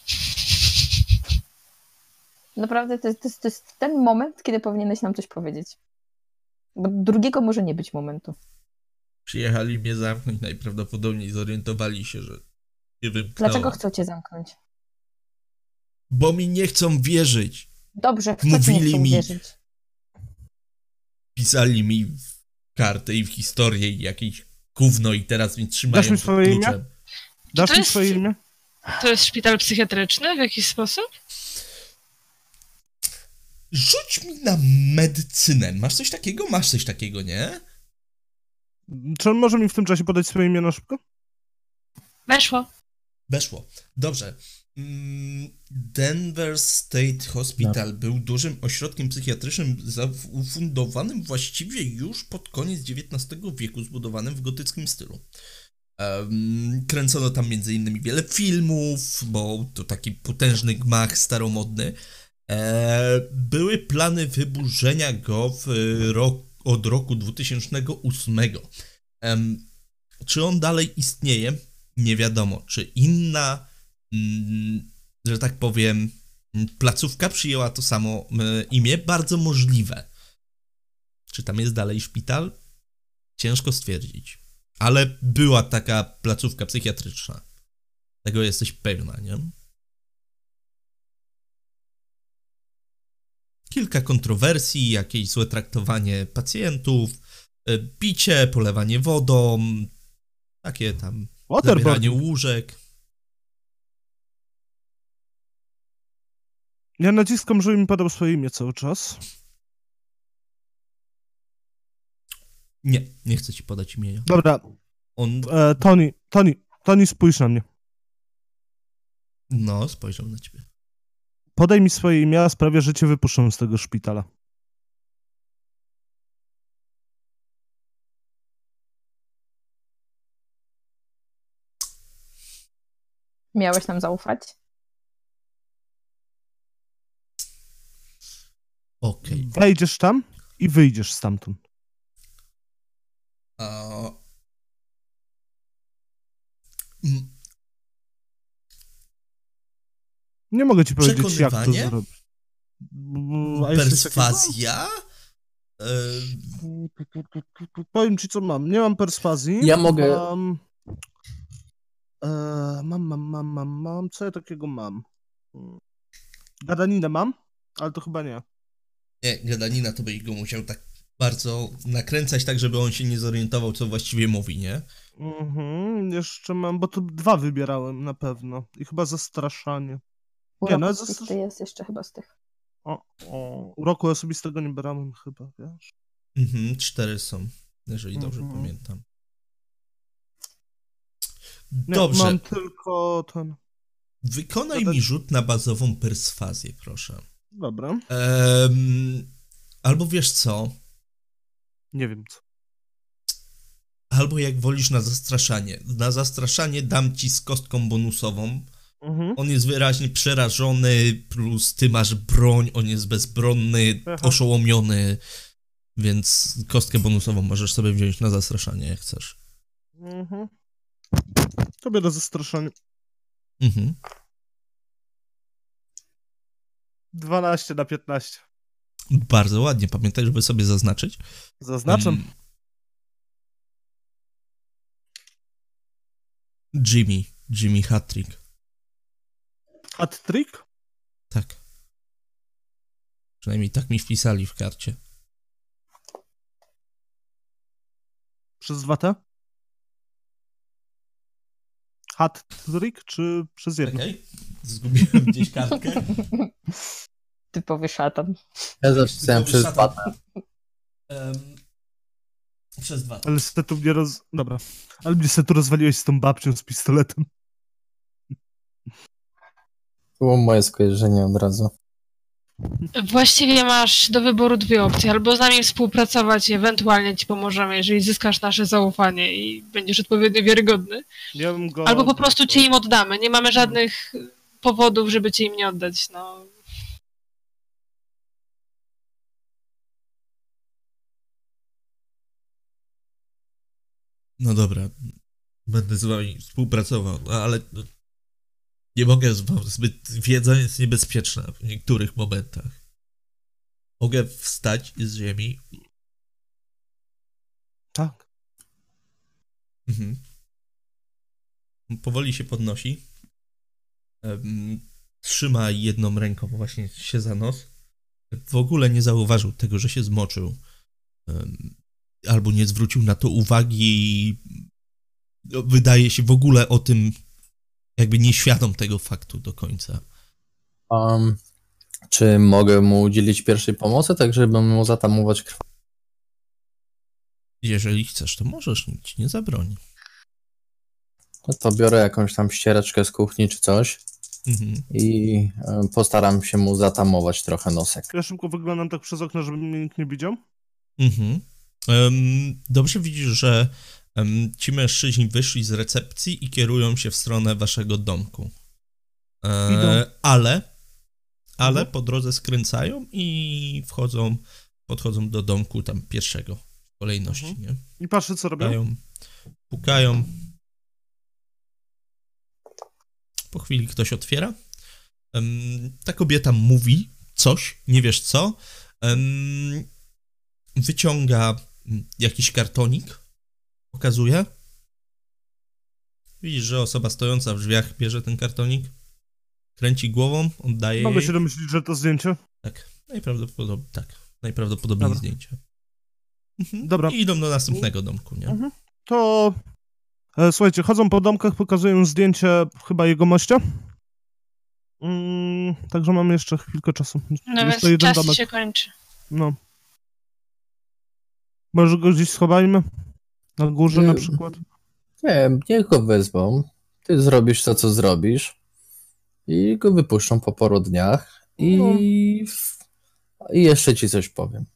Naprawdę to jest ten moment, kiedy powinieneś nam coś powiedzieć. Bo drugiego może nie być momentu.
Przyjechali mnie zamknąć, najprawdopodobniej zorientowali się, że się wymknąłem.
Dlaczego chcą cię zamknąć?
Bo mi nie chcą wierzyć.
Dobrze, w co ci nie
Mówili
chcą
mi.
wierzyć?
Pisali mi w kartę i w historię i jakieś gówno i teraz mi trzymają
Dasz mi
pod
swoje imię?
kluczem.
Dasz
to
mi
jest-
swoje imię?
To jest szpital psychiatryczny w jakiś sposób?
Rzuć mi na medycynę. Masz coś takiego? Masz coś takiego, nie?
Czy on może mi w tym czasie podać swoje imię na szybko?
Weszło.
Weszło. Dobrze. Denver State Hospital był dużym ośrodkiem psychiatrycznym ufundowanym właściwie już pod koniec XIX wieku, zbudowanym w gotyckim stylu. Kręcono tam m.in. wiele filmów, bo to taki potężny gmach staromodny. Były plany wyburzenia go od roku 2008. Czy on dalej istnieje? Nie wiadomo. Czy inna, że tak powiem, placówka przyjęła to samo imię? Bardzo możliwe. Czy tam jest dalej szpital? Ciężko stwierdzić. Ale była taka placówka psychiatryczna. Tego jesteś pewna, nie? Kilka kontrowersji, jakieś złe traktowanie pacjentów, bicie, polewanie wodą, takie tam zabieranie łóżek.
Ja naciskam, żeby mi podał swoje imię cały czas.
Nie chcę ci podać imienia.
Dobra,
On,
Tony, spójrz na mnie.
no, spojrzał na ciebie.
Podaj mi swoje imię, a sprawię, że cię wypuszczą z tego szpitala.
Miałeś nam zaufać?
Okej.
Wejdziesz tam i wyjdziesz stamtąd. Nie mogę ci powiedzieć, jak to
Przekonywanie?
zrobić. A jest coś takiego?
Perswazja?
Powiem ci, co mam. Nie mam perswazji.
Ja mogę-
Mam. Co ja takiego mam? Gadaninę mam, ale to chyba nie.
Nie, gadanina to byś go musiał tak bardzo nakręcać, tak żeby on się nie zorientował, co właściwie mówi, nie?
Jeszcze mam, bo tu 2 wybierałem na pewno. I chyba zastraszanie. Nie, no,
Urok osobisty jest jeszcze chyba z tych.
Uroku osobistego nie brałem chyba, wiesz?
4 są, jeżeli dobrze pamiętam.
Nie,
Dobrze,
mam tylko ten.
wykonaj mi rzut na bazową perswazję, proszę.
Dobra.
Albo wiesz co?
Nie wiem co.
Albo jak wolisz na zastraszanie. Na zastraszanie dam ci z kostką bonusową. On jest wyraźnie przerażony, plus ty masz broń, on jest bezbronny, oszołomiony, więc kostkę bonusową możesz sobie wziąć na zastraszanie, jak chcesz.
Tobie na zastraszanie. 12/15.
Bardzo ładnie, pamiętaj, żeby sobie zaznaczyć.
Zaznaczam.
Jimmy hat-trick.
Hat-trick?
Tak. Przynajmniej tak mi wpisali w karcie.
Przez 2T? Hat-trick czy przez jedno?
Okej, zgubiłem gdzieś kartkę.
Typowy szatan.
Ja zapisałem przez 2.
Przez 2.
Ale se tu mnie Dobra. Ale mnie se tu rozwaliłeś z tą babcią z pistoletem.
Było moje skojarzenie od razu.
Właściwie masz do wyboru dwie opcje. Albo z nami współpracować i ewentualnie ci pomożemy, jeżeli zyskasz nasze zaufanie i będziesz odpowiednio wiarygodny.
Ja bym go...
Albo po prostu ci im oddamy. Nie mamy żadnych powodów, żeby ci im nie oddać. No.
No dobra, będę z wami współpracował, no ale nie mogę wam zbyt... Wiedza jest niebezpieczna w niektórych momentach. Mogę wstać z ziemi.
Tak.
Mhm. Powoli się podnosi. Trzyma jedną ręką właśnie się za nos. W ogóle nie zauważył tego, że się zmoczył. Albo nie zwrócił na to uwagi. Wydaje się w ogóle o tym jakby nieświadom tego faktu do końca.
Czy mogę mu udzielić pierwszej pomocy, tak żeby mu zatamować krw?
Jeżeli chcesz, to możesz, nikt ci nie zabroni.
No to biorę jakąś tam ściereczkę z kuchni czy coś i postaram się mu zatamować trochę nosek.
Ja szybko wyglądam tak przez okno, żeby mnie nikt nie widział.
Dobrze widzisz, że ci mężczyźni wyszli z recepcji i kierują się w stronę waszego domku. Ale po drodze skręcają i podchodzą do domku tam pierwszego w kolejności, nie?
I patrzę, co robią.
Pukają. Po chwili ktoś otwiera. Ta kobieta mówi coś, nie wiesz co. Wyciąga jakiś kartonik, pokazuje. Widzisz, że osoba stojąca w drzwiach bierze ten kartonik, kręci głową, oddaje
Mogę
jej.
się domyślić, że to zdjęcie?
Tak, najprawdopodobniej
Dobra.
zdjęcie.
Dobra.
I idą do następnego domku, nie?
To... słuchajcie, chodzą po domkach, pokazują zdjęcie chyba jego mościa. Także mamy jeszcze chwilkę czasu.
No
Jest to
więc
jeden
czas
domek.
się kończy.
No. Może go gdzieś schowajmy? Na górze na przykład?
Nie, niech go wezmą. Ty zrobisz to, co zrobisz i go wypuszczą po paru dniach i jeszcze ci coś powiem.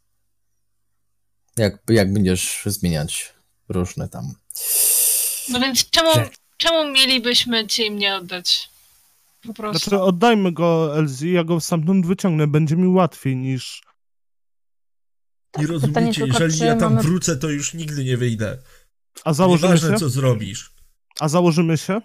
Jak będziesz zmieniać różne tam...
No więc czemu mielibyśmy ci im nie oddać? Po prostu.
Znaczy oddajmy go Elzy, ja go stamtąd wyciągnę. Będzie mi łatwiej niż...
Nie
pytanie
rozumiecie,
tylko,
jeżeli
czy
ja tam
mamy-
wrócę, to już nigdy nie wyjdę.
A założymy
Nieważne,
się?
co zrobisz.
A założymy się?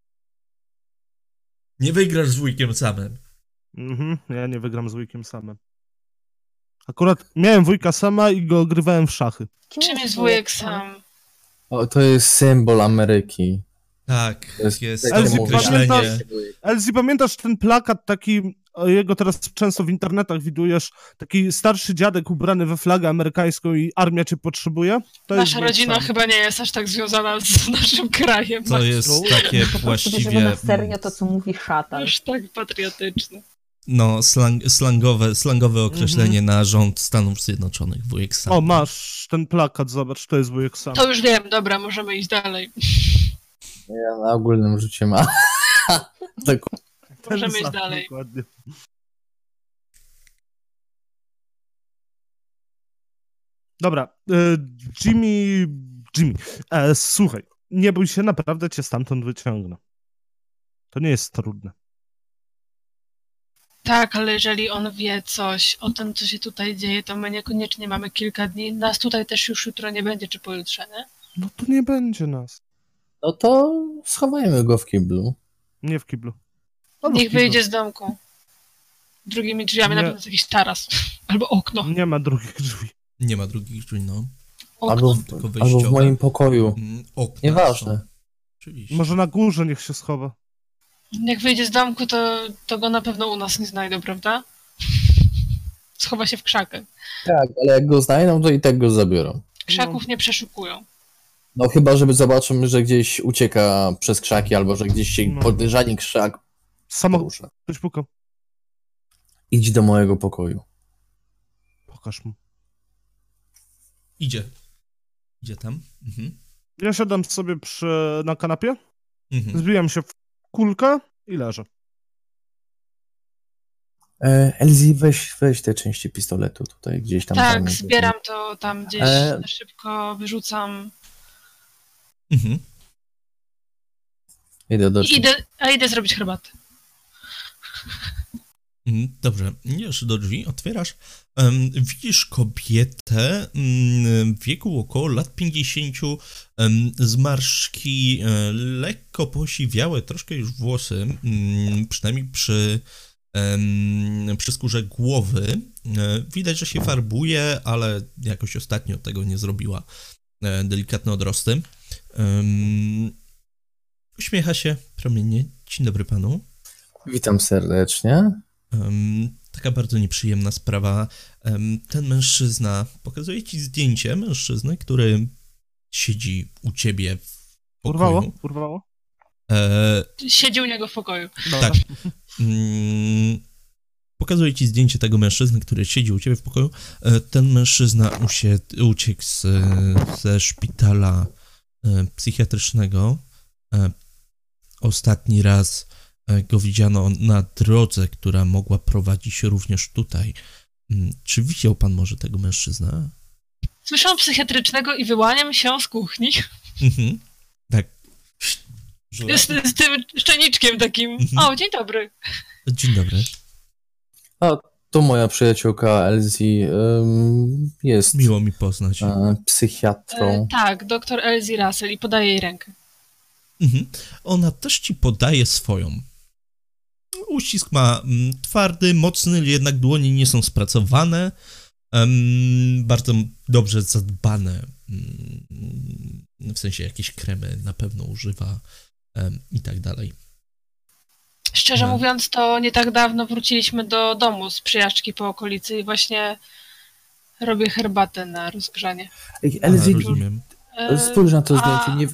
Nie wygrasz z wujkiem samym.
Ja nie wygram z wujkiem samym. Akurat miałem wujka sama i go ogrywałem w szachy.
Czym jest wujek sam?
O, to jest symbol Ameryki.
Tak,
To jest
jest
takie
to
Elzy,
określenie.
pamiętasz? Elzy, pamiętasz ten plakat taki, jego teraz często w internetach widujesz, taki starszy dziadek ubrany we flagę amerykańską i armia cię potrzebuje? To jest
Nasza
wujek
rodzina
sam.
chyba nie jest aż tak związana z naszym krajem.
To jest takie
Po prostu
właściwie...
bierzemy na serio to, co mówi szatan.
Aż tak patriotyczne.
No, slangowe określenie na rząd Stanów Zjednoczonych, wujek sam.
O, masz ten plakat, zobacz, to jest wujek sam.
To już wiem, dobra, możemy iść dalej.
Ja na ogólnym rzucie ma. Tak.
Ten
możemy iść
sam,
dalej.
Dokładnie. Dobra, Jimmy, słuchaj, nie bój się, naprawdę cię stamtąd wyciągnę. To nie jest trudne.
Tak, ale jeżeli on wie coś o tym, co się tutaj dzieje, to my niekoniecznie mamy kilka dni. Nas tutaj też już jutro nie będzie, czy pojutrze, nie?
No to nie będzie nas.
No to schowajmy go w kiblu.
Nie w kiblu. Albo w
Niech
kiblu.
wyjdzie z domku. Drugimi drzwiami,
Nie.
na pewno jest jakiś taras. Albo okno.
Nie ma drugich drzwi.
Nie ma drugich drzwi, no.
Albo
Okno.
Tylko
w moim pokoju.
Okna
Nieważne.
są. Oczywiście.
Może na górze niech się schowa.
Jak wyjdzie z domku, to go na pewno u nas nie znajdą, prawda? Schowa się w krzakach.
Tak, ale jak go znajdą, to i tak go zabiorą.
Krzaków nie przeszukują.
No chyba, żeby zobaczymy, że gdzieś ucieka przez krzaki, albo że gdzieś się
No.
podejrzanie krzak
Samochód.
porusza.
Ktoś puka.
Idź do mojego pokoju.
Pokaż mu.
Idzie tam.
Ja siadam sobie na kanapie,
Mhm.
zbijam się w kulkę I leżę.
Elzi, weź te części pistoletu tutaj, gdzieś tam.
Tak,
tam
zbieram to tam gdzieś, na szybko wyrzucam.
Mhm.
Idę do
Idę zrobić herbatę.
Dobrze, idziesz do drzwi, otwierasz, widzisz kobietę w wieku około lat 50, zmarszczki, lekko posiwiałe, troszkę już włosy, przynajmniej przy skórze głowy. Widać, że się farbuje, ale jakoś ostatnio tego nie zrobiła. Delikatne odrosty. Uśmiecha się promiennie. Dzień dobry panu.
Witam serdecznie.
Taka bardzo nieprzyjemna sprawa. Ten mężczyzna, pokazuje ci zdjęcie mężczyzny, który siedzi u ciebie w pokoju.
Urwało?
Siedzi u niego w pokoju.
Tak. Pokazuję ci zdjęcie tego mężczyzny, który siedzi u ciebie w pokoju. Ten mężczyzna uciekł ze szpitala psychiatrycznego. Ostatni raz go widziano na drodze, która mogła prowadzić również tutaj. Czy widział pan może tego mężczyznę?
Słyszałam psychiatrycznego i wyłaniam się z kuchni.
Tak.
Z tym szczeniczkiem takim. O, dzień dobry.
Dzień dobry.
A to moja przyjaciółka Elzi jest
Miło mi poznać.
Psychiatrą.
Tak, doktor Elsie Russell i podaje jej rękę.
Ona też ci podaje swoją. Uścisk ma twardy, mocny, jednak dłonie nie są spracowane. Bardzo dobrze zadbane. W sensie jakieś kremy na pewno używa i tak dalej.
Szczerze mówiąc, to nie tak dawno wróciliśmy do domu z przejażdżki po okolicy i właśnie robię herbatę na rozgrzanie.
Elzi,
rozumiem.
spójrz na to zdjęcie.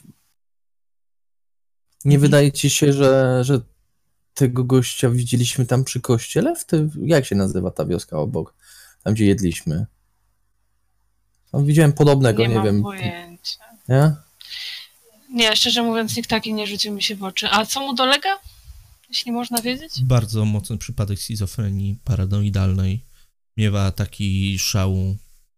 Nie wydaje ci się, że tego gościa widzieliśmy tam przy kościele? Jak się nazywa ta wioska obok? Tam, gdzie jedliśmy. Tam widziałem podobnego, nie
mam
wiem.
Pojęcia.
Nie?
Nie, szczerze mówiąc, nikt taki nie rzucił mi się w oczy. A co mu dolega? Jeśli można wiedzieć?
Bardzo mocny przypadek schizofrenii paranoidalnej. Miewa taki szału.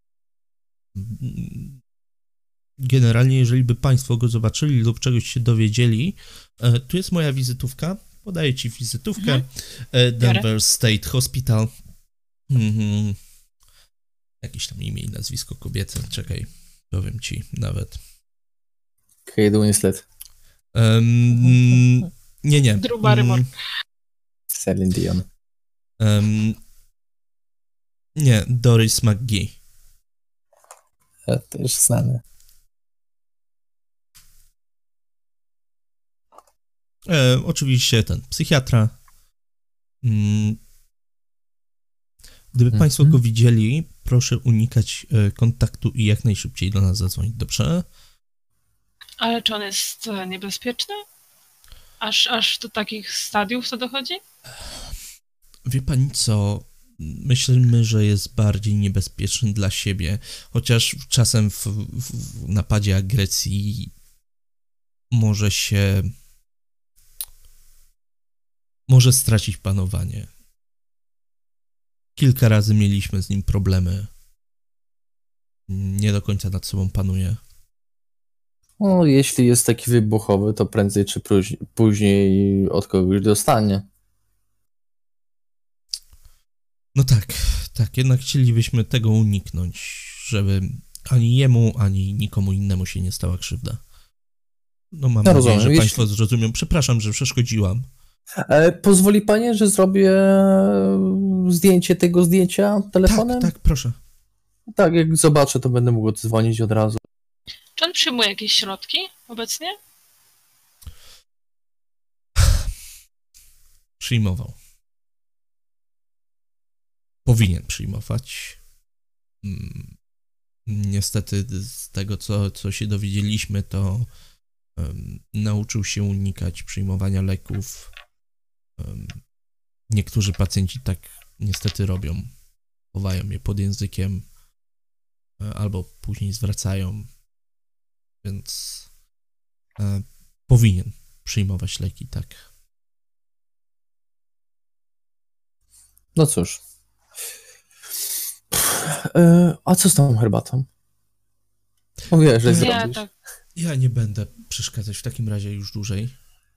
Generalnie, jeżeli by państwo go zobaczyli lub czegoś się dowiedzieli, tu jest moja wizytówka. Podaję ci wizytówkę. Denver State Hospital. Jakieś tam imię i nazwisko kobiety. Czekaj, powiem ci nawet.
Kate Winslet.
Nie.
Drew Barrymore.
Celine Dion.
Nie, Doris McGee.
Też znane.
Oczywiście ten psychiatra. Gdyby państwo go widzieli, proszę unikać kontaktu i jak najszybciej do nas zadzwonić, dobrze?
Ale czy on jest niebezpieczny? Aż do takich stadiów to dochodzi?
Wie pani co? Myślimy, że jest bardziej niebezpieczny dla siebie, chociaż czasem w napadzie agresji może stracić panowanie. Kilka razy mieliśmy z nim problemy. Nie do końca nad sobą panuje.
No, jeśli jest taki wybuchowy, to prędzej czy później od kogoś dostanie.
No tak, jednak chcielibyśmy tego uniknąć, żeby ani jemu, ani nikomu innemu się nie stała krzywda. No mam nadzieję, że państwo zrozumią. Przepraszam, że przeszkodziłam.
Pozwoli panie, że zrobię zdjęcie tego zdjęcia telefonem?
Tak, proszę.
Tak, jak zobaczę, to będę mógł dzwonić od razu.
Czy on przyjmuje jakieś środki obecnie?
Przyjmował. Powinien przyjmować. Niestety z tego, co się dowiedzieliśmy, to nauczył się unikać przyjmowania leków. Niektórzy pacjenci tak niestety robią. Chowają je pod językiem albo później zwracają. Więc powinien przyjmować leki, tak.
No cóż. A co z tą herbatą? Mówię, że
Nie,
zrobisz.
tak.
Ja nie będę przeszkadzać w takim razie już dłużej.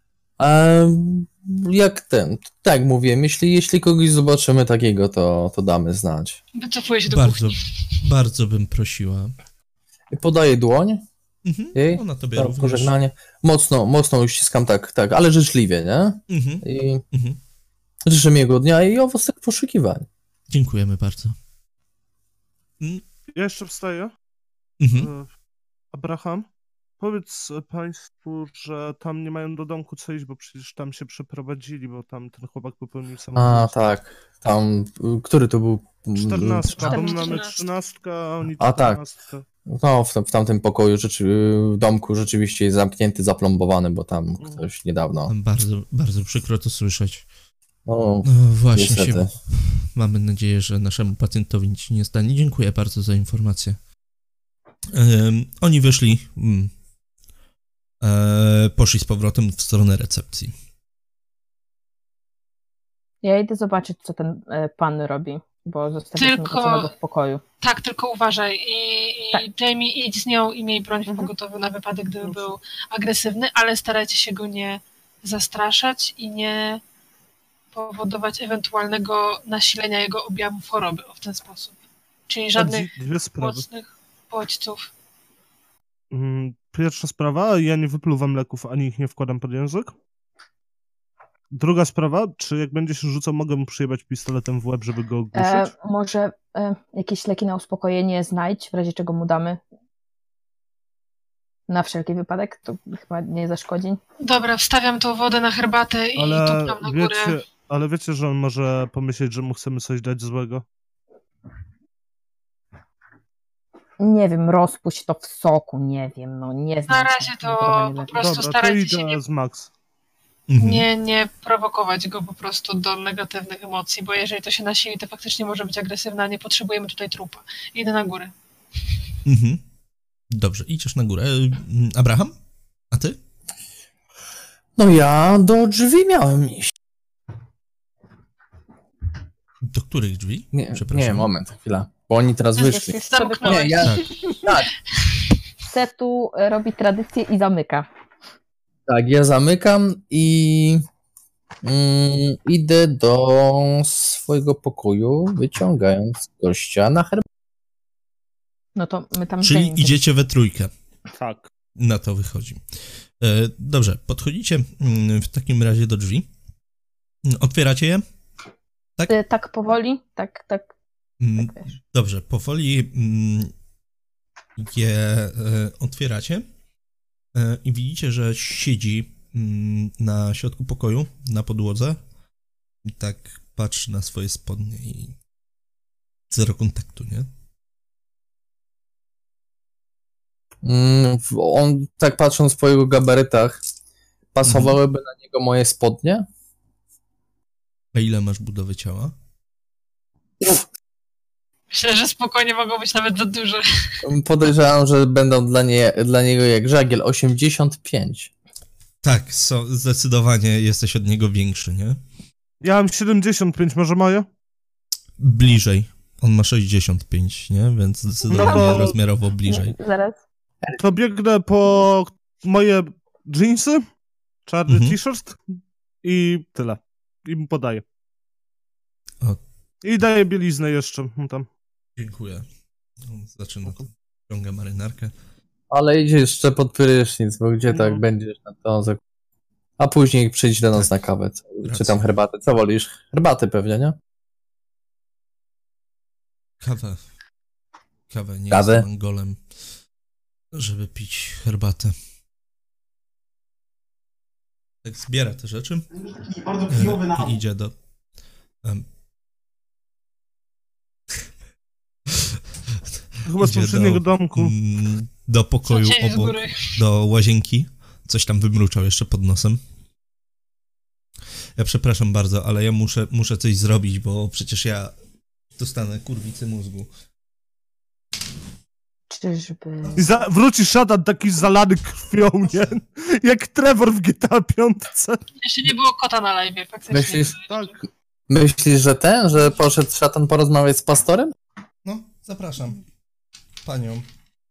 Jak tak mówię, jeśli kogoś zobaczymy takiego, to damy znać.
Wycofuję się do
Bardzo,
kuchni.
bardzo bym prosiła.
Podaję dłoń. Jej?
Ona tobie
Tak,
również.
pożegnanie. Mocno uściskam, tak, ale życzliwie, nie? I życzę miłego dnia i owocnych poszukiwań.
Dziękujemy bardzo.
Ja jeszcze wstaję. Abraham, powiedz państwu, że tam nie mają do domku co iść, bo przecież tam się przeprowadzili, bo tam ten chłopak popełnił samobójstwo.
Tak. Tam, który to był?
14, bo my
14.
mamy 13, a oni
A, tak.
14.
No, w tamtym pokoju, w domku rzeczywiście jest zamknięty, zaplombowany, bo tam ktoś niedawno...
Bardzo, bardzo przykro to słyszeć.
No,
No właśnie,
niestety.
mamy nadzieję, że naszemu pacjentowi nic się nie stanie. Dziękuję bardzo za informację. Oni wyszli, poszli z powrotem w stronę recepcji.
Ja idę zobaczyć, co ten pan robi, bo zostawiliśmy go samego w pokoju.
Tak, tylko uważaj. I
Tak.
Jamie, idź z nią i miej broń w pogotowiu na wypadek, gdyby był agresywny, ale starajcie się go nie zastraszać i nie powodować ewentualnego nasilenia jego objawów choroby w ten sposób. Czyli żadnych
Dwie sprawy.
mocnych bodźców.
Pierwsza sprawa, ja nie wypluwam leków, ani ich nie wkładam pod język. Druga sprawa, czy jak będzie się rzucał, mogę mu przyjebać pistoletem w łeb, żeby go ogłuszyć?
Może jakieś leki na uspokojenie znajdź, w razie czego mu damy. Na wszelki wypadek, to chyba nie zaszkodzi.
Dobra, wstawiam tą wodę na herbatę i tupam na górę.
Ale wiecie, że on może pomyśleć, że mu chcemy coś dać złego?
Nie wiem, rozpuść to w soku, nie wiem, no nie znam.
Na razie to po prostu
Dobra, to
starajcie się
idę z Max.
nie prowokować go po prostu do negatywnych emocji, bo jeżeli to się nasili, to faktycznie może być agresywna, nie potrzebujemy tutaj trupa. Idę na górę.
Dobrze, idziesz na górę. Abraham? A ty?
No ja do drzwi miałem iść.
Do których drzwi?
Nie, moment, chwila. Bo oni teraz wyszli.
Zamknąłeś.
Nie, tak.
Setu robi tradycję i zamyka.
Tak, ja zamykam i idę do swojego pokoju, wyciągając gościa na herbatę.
No to my tam
Czyli idziecie we trójkę.
Tak.
Na to wychodzi. Dobrze, podchodzicie w takim razie do drzwi. Otwieracie je? Tak?
Tak powoli? Tak wiesz.
Dobrze, powoli je otwieracie i widzicie, że siedzi na środku pokoju, na podłodze i tak patrzy na swoje spodnie i zero kontaktu, nie?
On, tak patrząc po jego gabarytach, pasowałyby na niego moje spodnie?
A ile masz budowy ciała?
Myślę, że spokojnie mogą być nawet za duże.
Podejrzewam, że będą dla niego jak żagiel 85.
Tak, zdecydowanie jesteś od niego większy, nie?
Ja mam 75, może moje?
Bliżej. On ma 65, nie? Więc zdecydowanie rozmiarowo bliżej.
Zaraz.
To biegnę po moje dżinsy, czarny t-shirt i tyle. I mu podaję. I daję bieliznę jeszcze tam.
Dziękuję. Zaczyna to. Ciąga marynarkę.
Ale idzie jeszcze pod prysznic, bo gdzie tak będziesz na to. A później przyjdź do nas na kawę. Czy tam herbatę. Co wolisz? Herbatę pewnie, nie?
Kawę. Nie jestem Angolem, żeby pić herbatę. Tak zbiera te rzeczy i idzie do...
Chyba z poprzedniego domku.
Do pokoju obok, do łazienki. Coś tam wymruczał jeszcze pod nosem. Ja przepraszam bardzo, ale ja muszę coś zrobić, bo przecież ja dostanę kurwicy mózgu.
Czyżby...
Wróci szatan taki zalany krwią, nie? Jak Trevor w GTA 5.
Jeszcze nie było kota na live, faktycznie.
Myślisz,
Tak.
Myślisz, że poszedł szatan porozmawiać z pastorem?
No, zapraszam panią.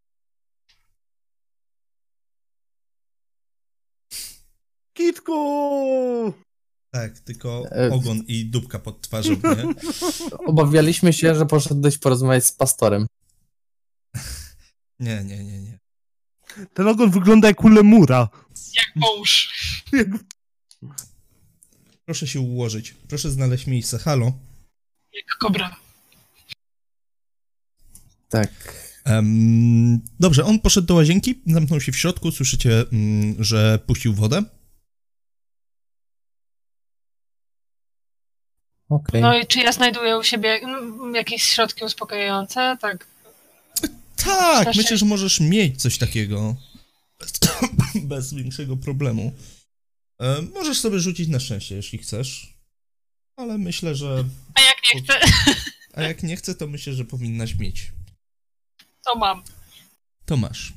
Kitku!
Tak, tylko ogon i dupka pod twarzą, nie?
Obawialiśmy się, że poszedłeś porozmawiać z pastorem.
Nie.
Ten ogon wygląda jak u lemura.
Jak mąż.
Proszę się ułożyć. Proszę znaleźć miejsce. Halo?
Jak kobra.
Tak.
Dobrze, on poszedł do łazienki, zamknął się w środku, słyszycie, że puścił wodę.
Okej.
No i czy ja znajduję u siebie jakieś środki uspokajające? Tak.
Tak,
Proszę.
myślę, że możesz mieć coś takiego. Bez większego problemu. Możesz sobie rzucić na szczęście, jeśli chcesz. Ale myślę, że...
A jak nie chcę,
A jak nie chcę, to myślę, że powinnaś mieć.
to mam.
To masz.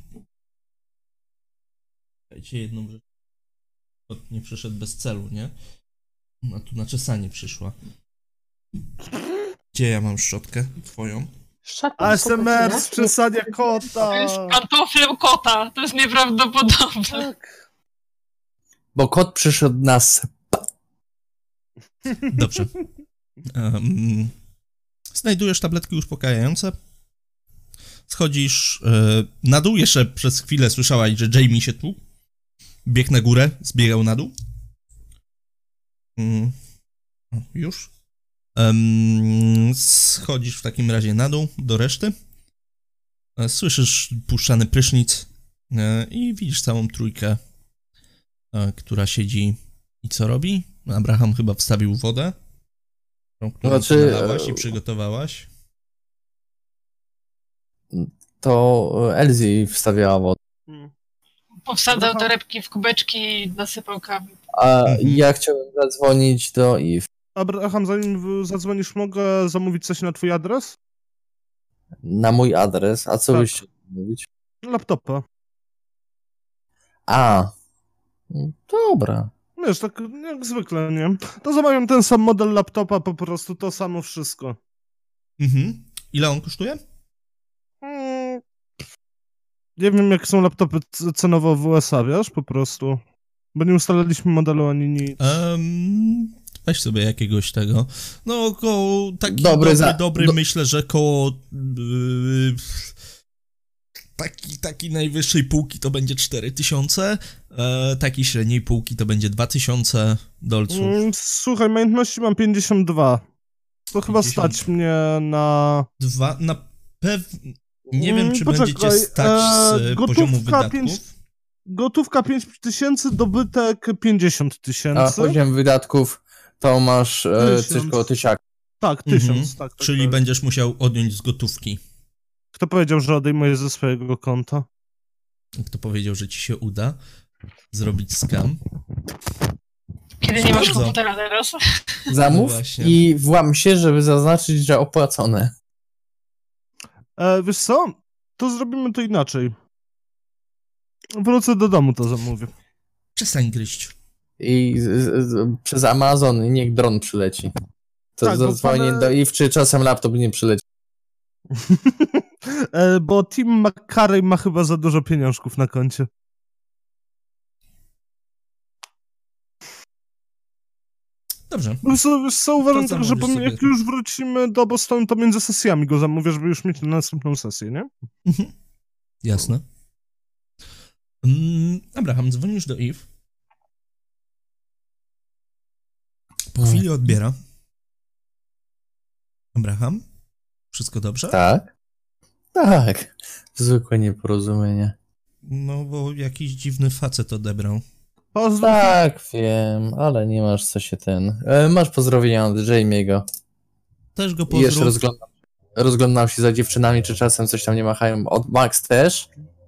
Dajcie jedną rzecz. Kot nie przyszedł bez celu, nie? A tu na czesanie przyszła. Gdzie ja mam szczotkę? Twoją?
ASMR z czesania kota!
To jest pantoflem kota. To jest nieprawdopodobne.
Tak.
Bo kot przyszedł nas.
Dobrze. Znajdujesz tabletki uspokajające. Schodzisz na dół. Jeszcze przez chwilę słyszałaś, że Jamie się tłukł. Biegł na górę, zbiegał na dół. Już. Schodzisz w takim razie na dół, do reszty. Słyszysz puszczany prysznic i widzisz całą trójkę, która siedzi i co robi? Abraham chyba wstawił wodę, którą nalałaś i przygotowałaś.
To Elsie wstawiała wodę.
Powsadzał torebki w kubeczki i nasypał kawę.
A ja chciałem zadzwonić do Eve.
Abraham, zanim zadzwonisz, mogę zamówić coś na twój adres?
Na mój adres. A co
Tak.
byś chciał mówić?
Laptopa.
A. Dobra.
Wiesz, tak jak zwykle, nie? To zamawiam ten sam model laptopa, po prostu to samo wszystko.
Ile on kosztuje?
Nie wiem, jak są laptopy cenowo w USA, wiesz, po prostu. Bo nie ustaliliśmy modelu ani nic.
Weź sobie jakiegoś tego. No, około taki dobry, myślę, że koło taki najwyższej półki to będzie 4000, taki średniej półki to będzie 2000 dolców.
Słuchaj, majątności mam 52. To chyba
50.
stać mnie na...
Nie wiem, czy będziecie stać z poziomu wydatków.
Gotówka 5000, dobytek 50 000.
A poziom wydatków to masz coś koło 1000.
Tak, 1000. Tak,
czyli
tak.
będziesz musiał odjąć z gotówki.
Kto powiedział, że odejmuję ze swojego konta?
Kto powiedział, że ci się uda zrobić scam?
Kiedy nie masz komputera teraz.
Zamów i włam się, żeby zaznaczyć, że opłacone.
Wiesz co? To zrobimy to inaczej. Wrócę do domu, to zamówię.
Przestań gryźć.
I przez Amazon i niech dron przyleci. To
tak,
zadzwonię do Eve, czy czasem laptop nie przyleci.
Bo Tim McCarey ma chyba za dużo pieniążków na koncie.
Dobrze.
Wiesz co, uważam tak, że
sobie.
Jak już wrócimy do Bostonu, to między sesjami go zamówię, żeby już mieć na następną sesję, nie?
Jasne. Abraham, dzwonisz do Eve. Po chwili odbiera. Abraham? Wszystko dobrze?
Tak. Tak. Zwykłe nieporozumienie.
No, bo jakiś dziwny facet odebrał.
Tak, wiem, ale nie masz co się masz pozdrowienia od Jamie'ego.
Też go
I
pozdrów.
jeszcze rozglądam się za dziewczynami, czy czasem coś tam nie machają. Od Max też?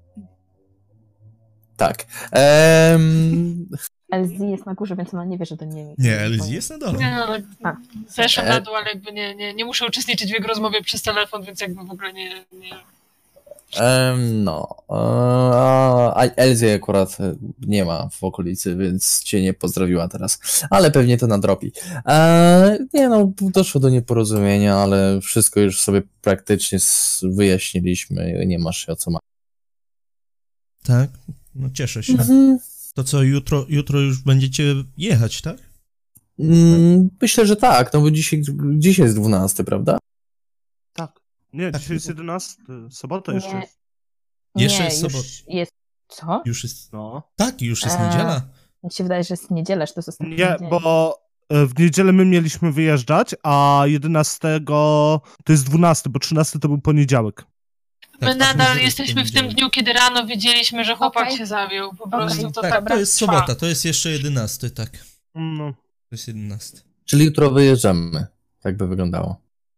Tak.
Elsie jest na górze, więc ona nie wie, że do niej...
Nie, Elsie jest na dole.
Nie, no, zeszłam na dół, ale jakby nie muszę uczestniczyć w jego rozmowie przez telefon, więc jakby w ogóle nie...
A Elzy akurat nie ma w okolicy, więc cię nie pozdrowiła teraz. Ale pewnie to nadrobi. Nie no, doszło do nieporozumienia, ale wszystko już sobie praktycznie wyjaśniliśmy. Nie masz się o co ma.
Tak? No cieszę się.
Mhm.
To co, jutro już będziecie jechać, tak?
Myślę, że tak, no bo dzisiaj jest 12, prawda?
Tak. Nie, dzisiaj jest 11. Sobota jeszcze jest.
Jeszcze
nie,
jest sobota.
już jest... Co?
Już jest...
No.
Tak, już jest niedziela.
Mi się wydaje, że jest niedziela, że to jest ostatni
Nie,
dzień.
bo w niedzielę my mieliśmy wyjeżdżać, a 11 to jest 12, bo 13 to był poniedziałek.
My
Tak,
nadal
tak,
jesteśmy w tym
poniedziałek.
dniu, kiedy rano wiedzieliśmy, że chłopak
Okej.
się zawił. Po
Okej.
prostu to
Tak, to jest
trwa.
sobota, to jest jeszcze 11, tak.
No.
To jest 11.
Czyli jutro wyjeżdżamy. Tak by wyglądało.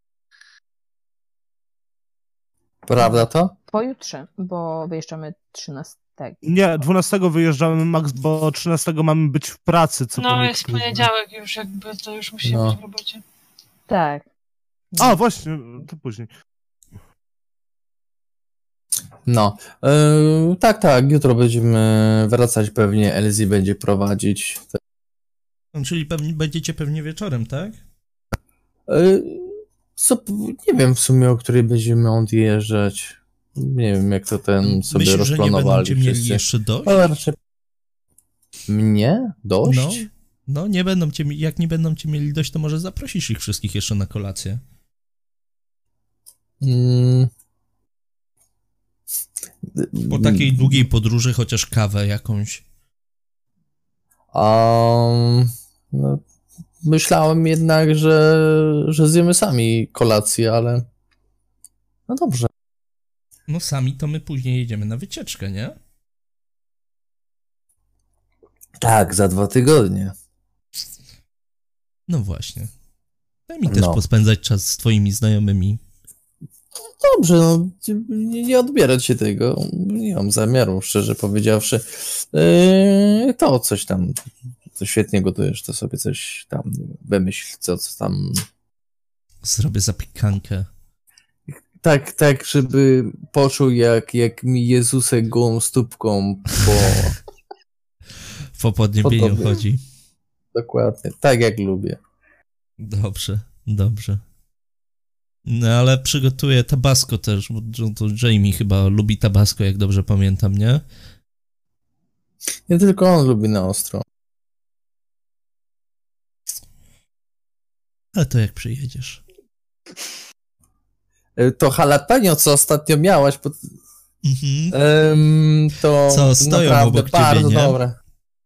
Prawda to?
Pojutrze, bo wyjeżdżamy 13.
Nie, 12 wyjeżdżamy max, bo 13 mamy być w pracy. Co
No
po
jest
niektórych.
poniedziałek już, jakby to już musimy
No.
być w robocie.
Tak.
A, właśnie, to później.
No. Tak, jutro będziemy wracać pewnie. Elzy będzie prowadzić.
No, czyli będziecie pewnie wieczorem, tak?
Nie wiem w sumie, o której będziemy odjeżdżać. Nie wiem, jak to sobie
Myślisz, że nie będą
rozplanowali
cię mieli
wszyscy.
jeszcze dość?
Ale raczej... Mnie? Dość?
No, nie będą cię, jak nie będą cię mieli dość, to może zaprosisz ich wszystkich jeszcze na kolację. Po takiej długiej podróży chociaż kawę jakąś.
No, myślałem jednak, że zjemy sami kolację, ale no dobrze.
No sami to my później jedziemy na wycieczkę, nie?
Tak, za 2 tygodnie.
No właśnie. Daj mi też
No.
pospędzać czas z twoimi znajomymi.
Dobrze, no, nie odbierać się tego. Nie mam zamiaru, szczerze powiedziawszy. To coś tam, to świetnie gotujesz, to sobie coś tam wymyśl, co tam...
Zrobię zapiekankę.
Tak, żeby poczuł, jak mi Jezusek gołą stópką
Po podniebieniu
Podobnie.
chodzi.
Dokładnie, tak jak lubię.
Dobrze. No ale przygotuję tabasco też, bo to Jamie chyba lubi tabasco, jak dobrze pamiętam, nie?
Nie tylko on lubi na ostro.
Ale to jak przyjedziesz.
To jalapeno, co ostatnio miałaś,
Mhm.
to
Co, stoją
naprawdę
obok ciebie,
bardzo
nie?
dobre.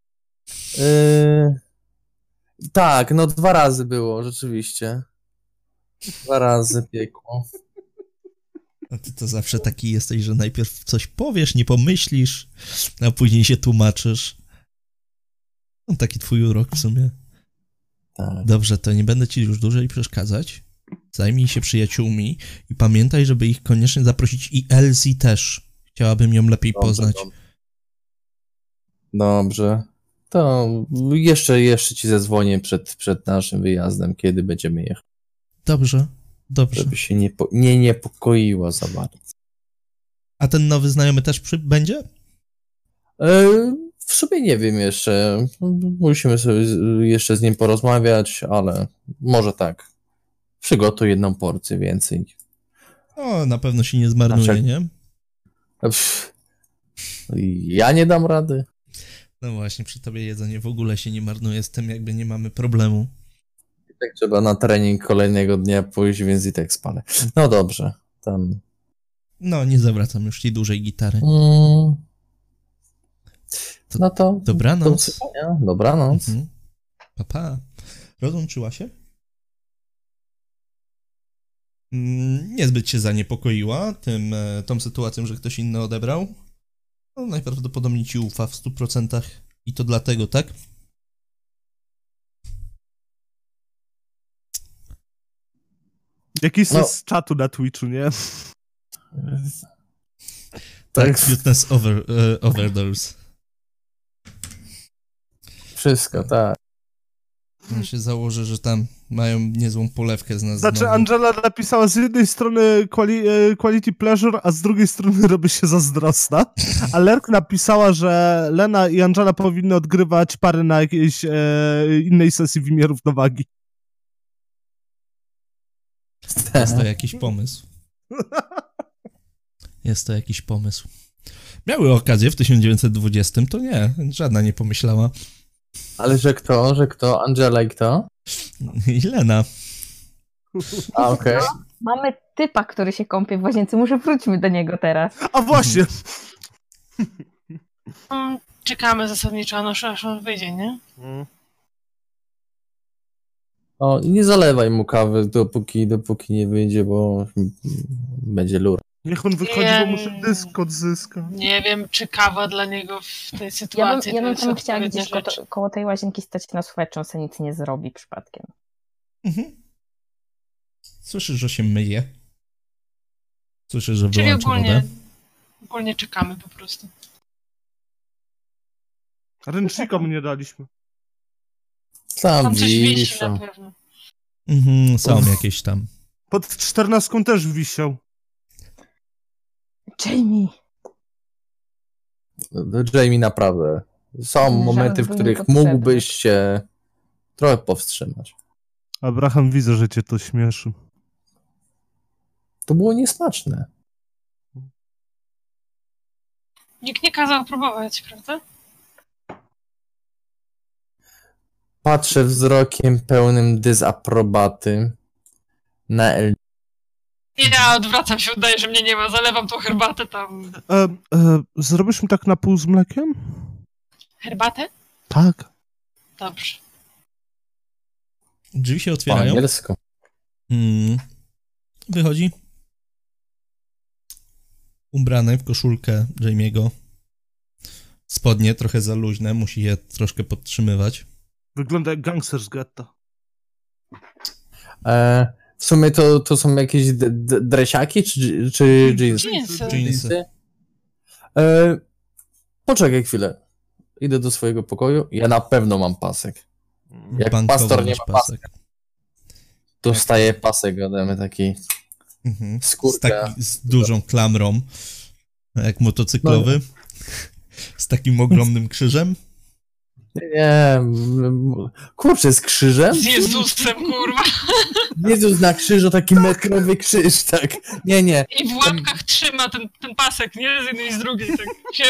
Tak, no 2 razy było, rzeczywiście. 2 razy piekło.
A ty to zawsze taki jesteś, że najpierw coś powiesz, nie pomyślisz, a później się tłumaczysz. No taki twój urok w sumie.
Tak.
Dobrze, to nie będę ci już dłużej przeszkadzać. Zajmij się przyjaciółmi i pamiętaj, żeby ich koniecznie zaprosić i Elsie też. Chciałabym ją lepiej poznać.
Dobrze. To jeszcze ci zadzwonię przed naszym wyjazdem, kiedy będziemy jechać.
Dobrze.
Żeby się nie niepokoiła za bardzo.
A ten nowy znajomy też będzie?
W sumie nie wiem jeszcze. Musimy sobie jeszcze z nim porozmawiać, ale może tak. Przygotuj 1 porcję więcej.
O, na pewno się nie zmarnuje,
Znaczy-
nie?
Pff, ja nie dam rady.
No właśnie, przy tobie jedzenie w ogóle się nie marnuje, z tym jakby nie mamy problemu.
I tak trzeba na trening kolejnego dnia pójść, więc i tak spalę. No dobrze. Tam.
No, nie zawracam już ci dłużej gitary.
No to.
Dobranoc.
Do usłyszenia. Dobranoc.
Mhm. Pa. Rozłączyła się? Niezbyt się zaniepokoiła tą sytuacją, że ktoś inny odebrał. No, najprawdopodobniej ci ufa w 100% i to dlatego, tak?
Jakiś
No.
z czatu na Twitchu, nie?
Tak, cuteness overdose.
Wszystko, tak.
Ja się założę, że tam mają niezłą polewkę z nas.
Znaczy,
znowu.
Angela napisała z jednej strony quality pleasure, a z drugiej strony robi się zazdrosna. A Lerk napisała, że Lena i Angela powinny odgrywać pary na jakiejś innej sesji w imię równowagi.
Jest to jakiś pomysł. Jest to jakiś pomysł. Miały okazję w 1920, to nie, żadna nie pomyślała.
Ale że kto? Angela i kto?
I Lena.
A, okej.
Mamy typa, który się kąpie w łazience, może wróćmy do niego teraz.
A właśnie!
Czekamy zasadniczo, aż on wyjdzie, nie?
O, nie zalewaj mu kawy, dopóki nie wyjdzie, bo będzie lura.
Niech on wychodzi, bo muszę dysk odzyskać.
Nie wiem, czy kawa dla niego w tej sytuacji
Ja bym
to
tam
jest
chciała
odpowiednia
gdzieś
rzecz.
koło tej łazienki stać na słuchać, czy on sobie nic nie zrobi przypadkiem.
Słyszysz, że się myje. Słyszysz, że
Czyli
wyłącza wodę.
ogólnie czekamy po prostu.
Ręcznika mu nie daliśmy.
Tam
Tam coś wisi
wiszą.
na pewno.
Są jakieś tam.
Pod 14 też wisiał.
Jamie!
Jamie, naprawdę. Są
Żal
momenty, w
był
których
niepotrzebny.
mógłbyś się trochę powstrzymać.
Abraham, widzę, że cię to śmieszy.
To było niesmaczne.
Nikt nie kazał próbować, prawda?
Patrzę wzrokiem pełnym dezaprobaty na El.
Ja odwracam się, udaję, że mnie nie ma, zalewam tą herbatę tam.
Zrobisz mi tak na pół z mlekiem?
Herbatę?
Tak.
Dobrze.
Drzwi się
po
otwierają.
angielsku.
Wychodzi. Ubrany w koszulkę Jamie'ego. Spodnie trochę za luźne, musi je troszkę podtrzymywać.
Wygląda jak gangster z getta.
W sumie to są jakieś dresiaki czy jeansy?
Jeansy.
Poczekaj chwilę. Idę do swojego pokoju. Ja na pewno mam pasek. Jak
Bankowy
pastor nie
masz
ma pasek, dostaje pasek ode mnie taki skórka.
Z dużą klamrą, jak motocyklowy. Z takim ogromnym krzyżem.
Nie, kurczę, z krzyżem?
Z Jezusem, kurwa.
Jezus na krzyżu, taki metrowy krzyż, tak. Nie.
I w łapkach trzyma ten pasek, nie? Z jednej i z drugiej. Tak się...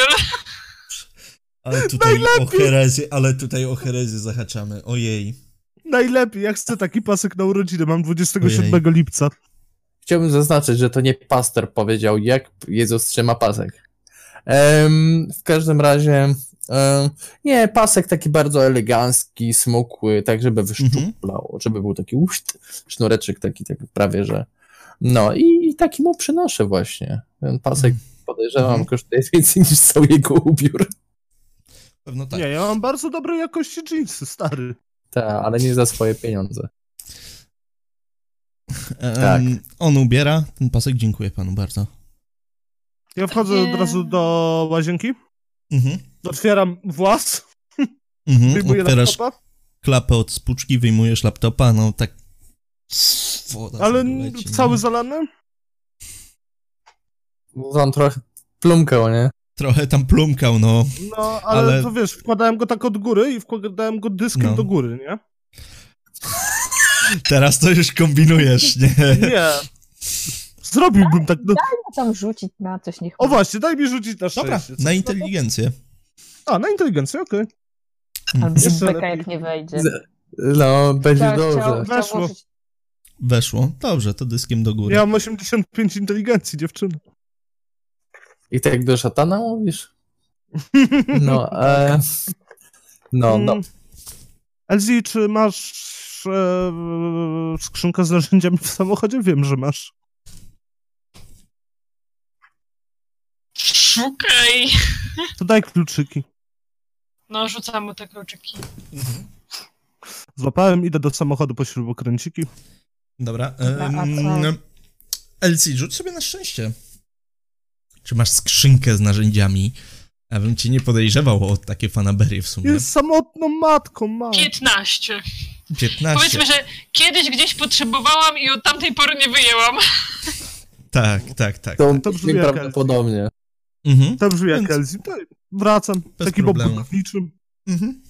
Ale tutaj o herezję zahaczamy. Ojej.
Najlepiej, ja chcę taki pasek na urodziny. Mam 27 lipca.
Chciałbym zaznaczyć, że to nie pastor powiedział, jak Jezus trzyma pasek. W każdym razie nie, pasek taki bardzo elegancki, smukły, tak żeby wyszczuplał, żeby był taki sznureczek taki prawie, że no i taki mu przynoszę właśnie. Ten pasek, podejrzewam, kosztuje więcej niż cały jego ubiór.
Pewno tak.
Nie, ja mam bardzo dobrej jakości dżinsy, stary.
Tak, ale nie za swoje pieniądze.
Tak. On ubiera ten pasek, dziękuję panu bardzo.
Ja wchodzę od razu do łazienki, otwieram włas, wyjmuję
Otwierasz
laptopa.
klapę od spuczki, wyjmujesz laptopa, no tak... Woda
Ale
leci,
cały
nie?
zalany?
On trochę plumkał, nie?
Trochę tam plumkał, no.
No, ale to wiesz, wkładałem go tak od góry i wkładałem go dyskiem do góry, nie?
Teraz to już kombinujesz, nie?
Nie. Zrobiłbym tak. No.
Daj mu tam rzucić na coś, niech...
O właśnie, daj mi rzucić na
Dobra,
szczęście.
na inteligencję.
A, na inteligencję, okej.
Albo
Jeszcze
beka
lepiej.
jak nie wejdzie.
No, będzie dobrze.
Weszło.
włożyć-
Weszło. Dobrze, to dyskiem do góry.
Ja mam 85 inteligencji, dziewczyny.
I tak do szatana mówisz? No, no.
Elzi, czy masz skrzynkę z narzędziami w samochodzie? Wiem, że masz.
Szukaj!
To daj kluczyki.
No, rzucam mu te kluczyki.
Złapałem, idę do samochodu po śrubokręciki.
Dobra.
A co?
Elsie, rzuć sobie na szczęście. Czy masz skrzynkę z narzędziami? Ja bym cię nie podejrzewał o takie fanaberie w sumie.
Jest samotną matką, ma.
15.
15.
Powiedzmy, że kiedyś gdzieś potrzebowałam i od tamtej pory nie wyjęłam.
Tak.
To
brzmi
brzmi
jak
prawdopodobnie.
Mhm.
To brzmi jak
Więc-
Elzi. Wracam. Taki
problemu.
budowniczym.
Mhm.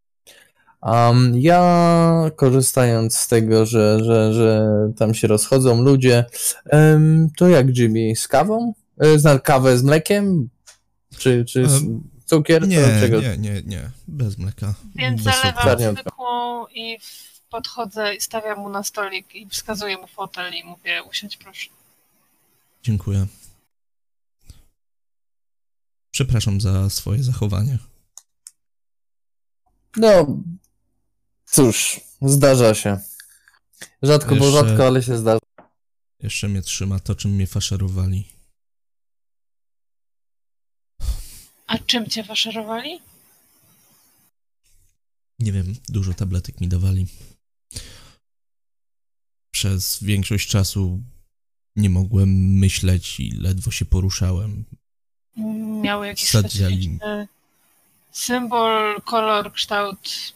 Ja korzystając z tego, że tam się rozchodzą ludzie, to jak Jimmy? Z kawą? Zna kawę z mlekiem? Czy cukier? Czego?
Nie. Bez mleka.
Więc
Bez
zalewam
cukru.
zwykłą i podchodzę i stawiam mu na stolik i wskazuję mu fotel i mówię, usiądź proszę.
Dziękuję. Przepraszam za swoje zachowanie.
No, cóż, zdarza się. Rzadko, bo
Jeszcze-
rzadko, ale się zdarza.
Jeszcze mnie trzyma to, czym mnie faszerowali.
A czym cię faszerowali?
Nie wiem, dużo tabletek mi dawali. Przez większość czasu nie mogłem myśleć i ledwo się poruszałem.
Miały jakiś
Wsadzali.
specyficzny symbol, kolor, kształt.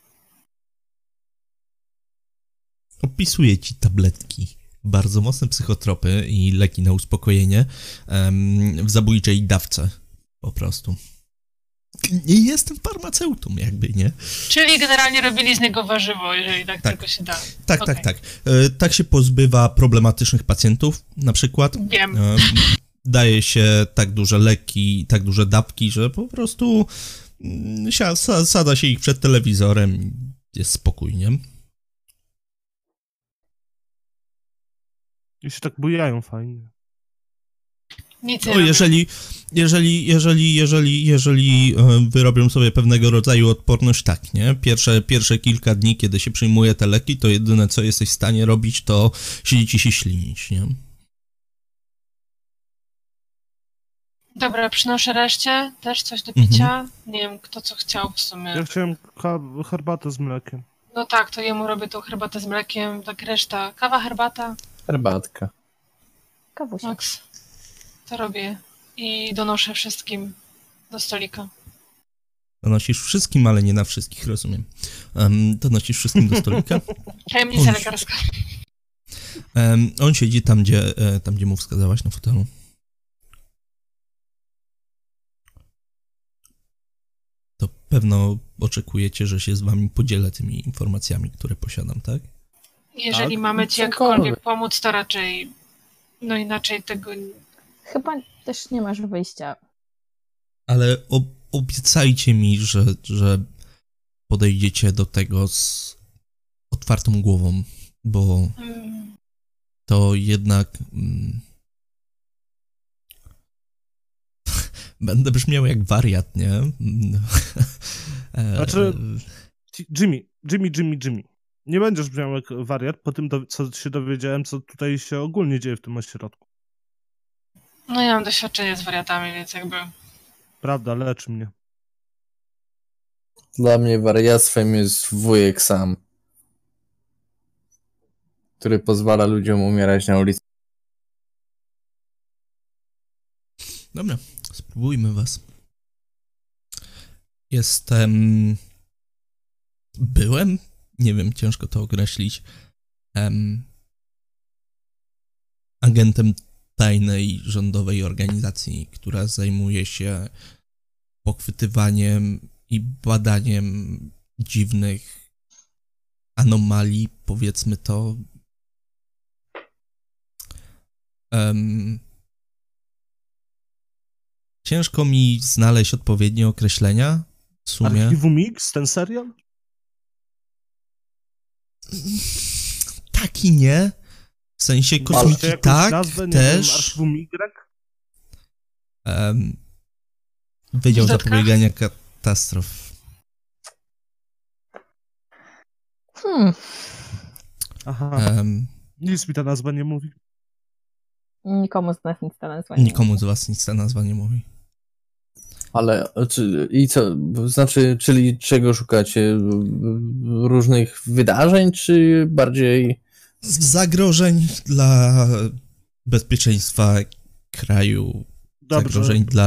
Opisuję ci tabletki. Bardzo mocne psychotropy i leki na uspokojenie w zabójczej dawce. Po prostu. Nie jestem farmaceutą, jakby, nie?
Czyli generalnie robili z niego warzywo, jeżeli tak,
Tak.
tylko się da.
Tak,
Okej.
tak. Tak się pozbywa problematycznych pacjentów, na przykład.
Wiem.
Daje się tak duże leki, tak duże dawki, że po prostu sada się ich przed telewizorem i jest spokój, nie?
I się tak bujają fajnie.
Nic nie
O,
robią.
jeżeli wyrobią sobie pewnego rodzaju odporność, tak, nie? Pierwsze kilka dni, kiedy się przyjmuje te leki, to jedyne, co jesteś w stanie robić, to siedzieć i się ślinić, nie?
Dobra, przynoszę reszcie, też coś do picia. Nie wiem, kto co chciał w sumie.
Ja chciałem herbatę z mlekiem.
No tak, to jemu robię tą herbatę z mlekiem, tak reszta. Kawa, herbata,
Herbatka.
Kawusia.
Max. To robię i donoszę wszystkim do stolika.
Donosisz wszystkim, ale nie na wszystkich, rozumiem. Donosisz wszystkim do stolika.
Tajemnica
Bądź.
lekarska.
On siedzi tam, gdzie mu wskazałaś, na fotelu. To pewno oczekujecie, że się z wami podzielę tymi informacjami, które posiadam, tak?
Jeżeli
Tak,
mamy ci
cokolwiek.
jakkolwiek pomóc, to raczej, no inaczej tego...
Chyba też nie masz wyjścia.
Ale obiecajcie mi, że podejdziecie do tego z otwartą głową, bo to jednak będę brzmiał jak wariat, nie?
Znaczy, Jimmy. Nie będziesz brzmiał jak wariat po tym, co się dowiedziałem, co tutaj się ogólnie dzieje w tym ośrodku.
No ja mam doświadczenie z wariatami, więc jakby...
Prawda, lecz mnie.
Dla mnie wariactwem jest wujek sam, który pozwala ludziom umierać na ulicy.
Dobra, spróbujmy was. Byłem? Nie wiem, ciężko to określić. Agentem tajnej rządowej organizacji, która zajmuje się pochwytywaniem i badaniem dziwnych anomalii, powiedzmy to. Ciężko mi znaleźć odpowiednie określenia w sumie.
Archiwum Mix, ten serial?
Tak i nie. W sensie
Macie
kosmiki
jakąś
tak,
nazwę, nie
też.
wiem, Archiwum Y?
Wydział
Dodatka?
Zapobiegania Katastrof.
Aha, nic mi ta nazwa nie mówi.
Nikomu z nas nic ta nazwa nie
Nikomu z was nic ta nazwa nie mówi.
Ale i co? Znaczy, czyli czego szukacie? Różnych wydarzeń, czy bardziej...
Zagrożeń dla bezpieczeństwa kraju,
Dobrze.
zagrożeń dla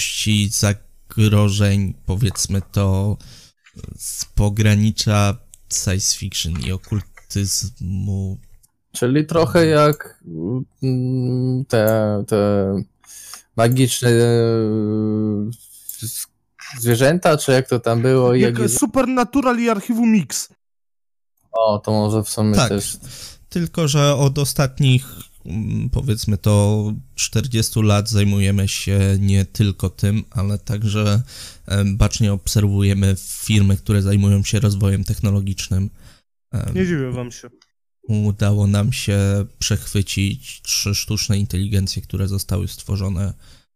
ludzkości, zagrożeń, powiedzmy to, z pogranicza science fiction i okultyzmu.
Czyli trochę jak te magiczne zwierzęta, czy jak to tam było?
Jak Supernatural i Archiwum Mix.
O, to może w sumie
Tak,
też.
tylko że od ostatnich, powiedzmy to 40 lat zajmujemy się nie tylko tym, ale także bacznie obserwujemy firmy, które zajmują się rozwojem technologicznym.
Nie dziwię wam się.
Udało nam się przechwycić 3 sztuczne inteligencje, które zostały stworzone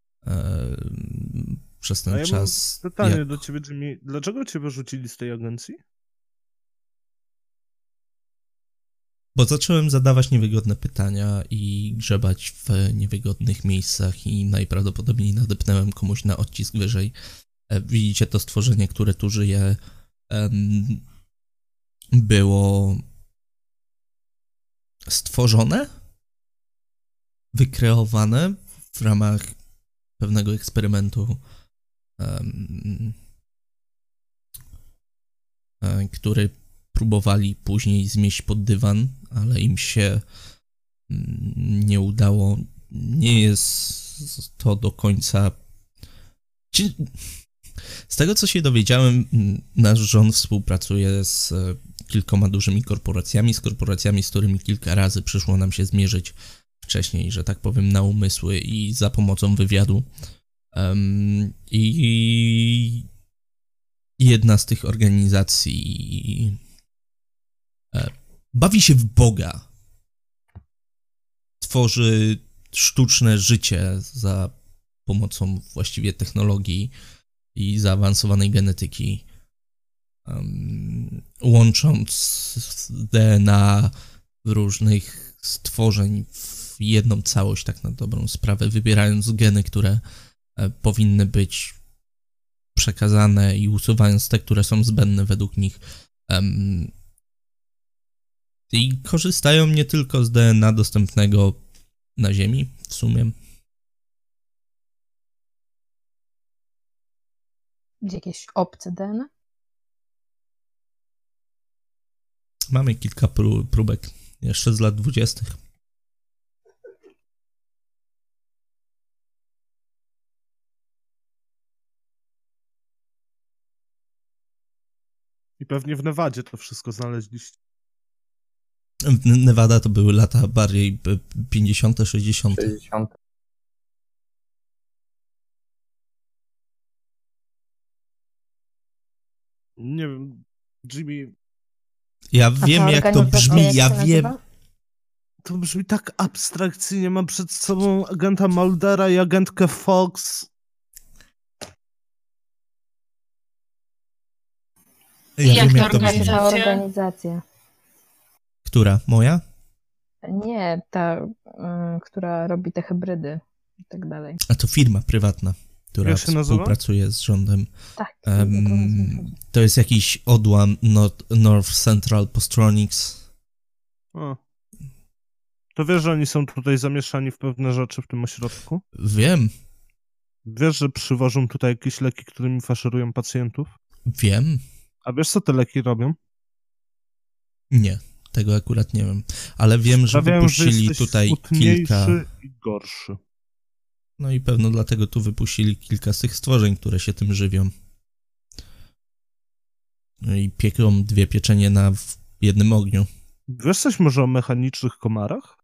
przez ten
A ja
czas.
mam pytanie do ciebie, Jimmy. Dlaczego cię wyrzucili z tej agencji?
Bo zacząłem zadawać niewygodne pytania i grzebać w niewygodnych miejscach i najprawdopodobniej nadepnąłem komuś na odcisk wyżej. Widzicie to stworzenie, które tu żyje, było stworzone, wykreowane w ramach pewnego eksperymentu, który próbowali później zmieść pod dywan, ale im się nie udało. Nie jest to do końca... Z tego, co się dowiedziałem, nasz rząd współpracuje z kilkoma dużymi korporacjami, z którymi kilka razy przyszło nam się zmierzyć wcześniej, że tak powiem, na umysły i za pomocą wywiadu. I jedna z tych organizacji bawi się w Boga. Tworzy sztuczne życie za pomocą właściwie technologii i zaawansowanej genetyki, łącząc DNA różnych stworzeń w jedną całość, tak na dobrą sprawę, wybierając geny, które powinny być przekazane i usuwając te, które są zbędne według nich. I korzystają nie tylko z DNA dostępnego na Ziemi, w sumie.
Jakieś obce DNA?
Mamy kilka próbek, jeszcze z lat 20.
I pewnie w Nevadzie to wszystko znaleźliście.
Nevada to były lata bardziej 50., 60.
60.
Nie wiem, Jimmy,
Ja
A
wiem,
ta
jak to
organizacja
brzmi,
jak
ja
się
wiem.
nazywa?
to brzmi tak abstrakcyjnie. Mam przed sobą agenta Muldera i agentkę Fox.
Ja
Jak
wiem,
ta
jak to brzmi.
organizacja?
Ta organizacja.
Która? Moja?
Nie, ta, która robi te hybrydy i tak dalej.
A to firma prywatna, która
Jak się nazywa?
współpracuje z rządem.
Tak.
To jest jakiś odłam North Central Postronics.
O. To wiesz, że oni są tutaj zamieszani w pewne rzeczy w tym ośrodku?
Wiem,
Wiesz, że przywożą tutaj jakieś leki, którymi faszerują pacjentów?
wiem.
A wiesz, co te leki robią?
Nie, tego akurat nie wiem. Ale wiem, że
Sprawiają,
wypuścili
jesteś
tutaj
smutniejszy
kilka...
i gorszy.
No i pewno dlatego tu wypuścili kilka z tych stworzeń, które się tym żywią. No i pieką 2 pieczenie na jednym ogniu.
Wiesz coś może o mechanicznych komarach?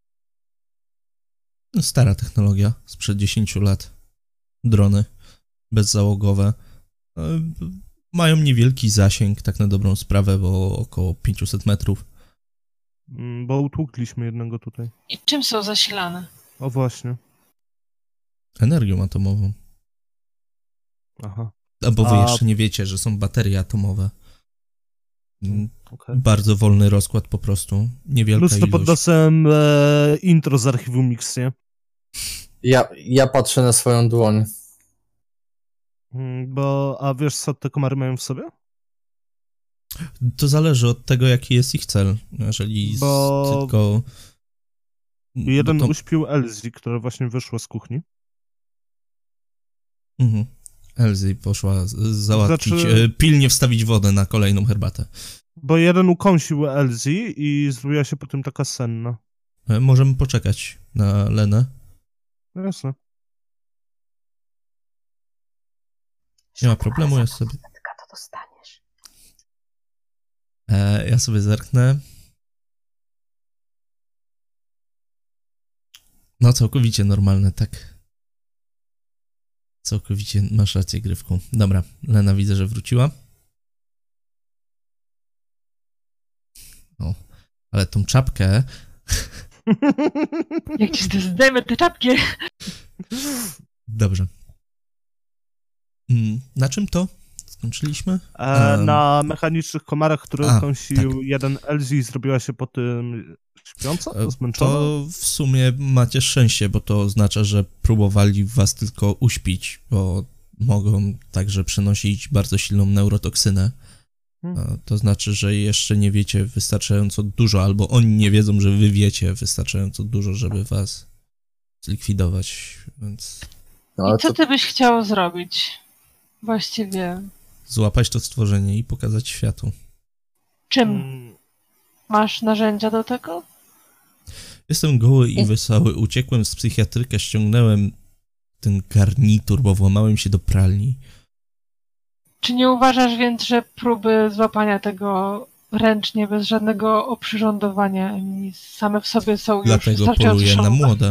No, stara technologia, sprzed 10 lat. Drony bezzałogowe. Mają niewielki zasięg, tak na dobrą sprawę, bo około 500 metrów.
Bo utłukliśmy jednego tutaj.
I czym są zasilane?
O właśnie.
Energią atomową.
Aha.
Bo wy jeszcze nie wiecie, że są baterie atomowe.
Okay.
Bardzo wolny rozkład po prostu. Niewielka
Plus to
ilość.
pod nosem intro z archiwum Mix, nie?
Ja patrzę na swoją dłoń.
A wiesz, co te komary mają w sobie?
To zależy od tego, jaki jest ich cel. Jeżeli tylko...
Jeden
to...
uśpił Elsie, która właśnie wyszła z kuchni.
Mhm. Elzy poszła załatwić,
Znaczy-
pilnie wstawić wodę na kolejną herbatę.
Bo jeden ukąsił Elzy i zrobiła się potem taka senna.
Możemy poczekać na Lenę.
No jasne.
Nie ma problemu, ja sobie...
To dostaniesz.
Ja sobie zerknę. No, całkowicie normalne, tak. Całkowicie masz rację, Grywku. Dobra, Lena widzę, że wróciła. O, ale tą czapkę...
Jak ci zdejmę tę czapkę?
Dobrze. Na czym to skończyliśmy?
Na mechanicznych komarach, które kąsił
tak.
jeden Elzy i zrobiła się po tym śpiąca, zmęczona.
To w sumie macie szczęście, bo to oznacza, że próbowali was tylko uśpić, bo mogą także przenosić bardzo silną neurotoksynę. To znaczy, że jeszcze nie wiecie wystarczająco dużo, albo oni nie wiedzą, że wy wiecie wystarczająco dużo, żeby was zlikwidować, więc...
No,
I co ty byś chciał zrobić? Właściwie.
Złapać to stworzenie i pokazać światu.
Czym? Masz narzędzia do tego?
Jestem goły i wesoły. Uciekłem z psychiatryka, ściągnąłem ten garnitur, bo włamałem się do pralni.
Czy nie uważasz więc, że próby złapania tego ręcznie, bez żadnego oprzyrządowania, ani same w sobie są już
Dlatego
wystarczająco
poluję na
szalone?
młode,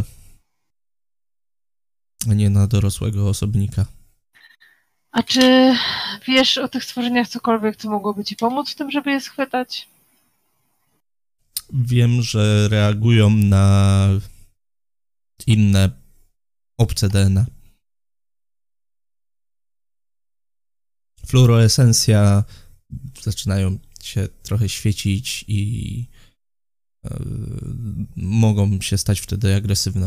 a nie na dorosłego osobnika.
A czy wiesz o tych stworzeniach cokolwiek, co mogłoby ci pomóc w tym, żeby je schwytać?
Wiem, że reagują na inne obce DNA. Fluorescencja zaczynają się trochę świecić i mogą się stać wtedy agresywne.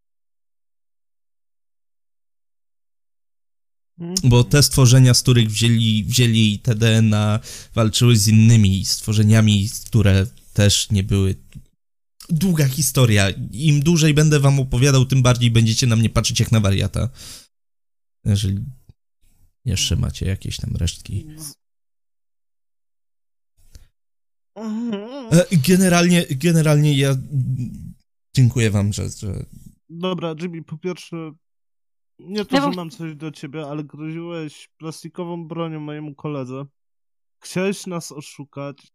Bo te stworzenia, z których wzięli te DNA, walczyły z innymi stworzeniami, które też nie były... Długa historia. Im dłużej będę wam opowiadał, tym bardziej będziecie na mnie patrzeć jak na wariata. Jeżeli jeszcze macie jakieś tam resztki. Generalnie ja dziękuję wam, że...
Dobra, Jimmy, po pierwsze, nie to, że mam coś do ciebie, ale groziłeś plastikową bronią mojemu koledze. Chciałeś nas oszukać.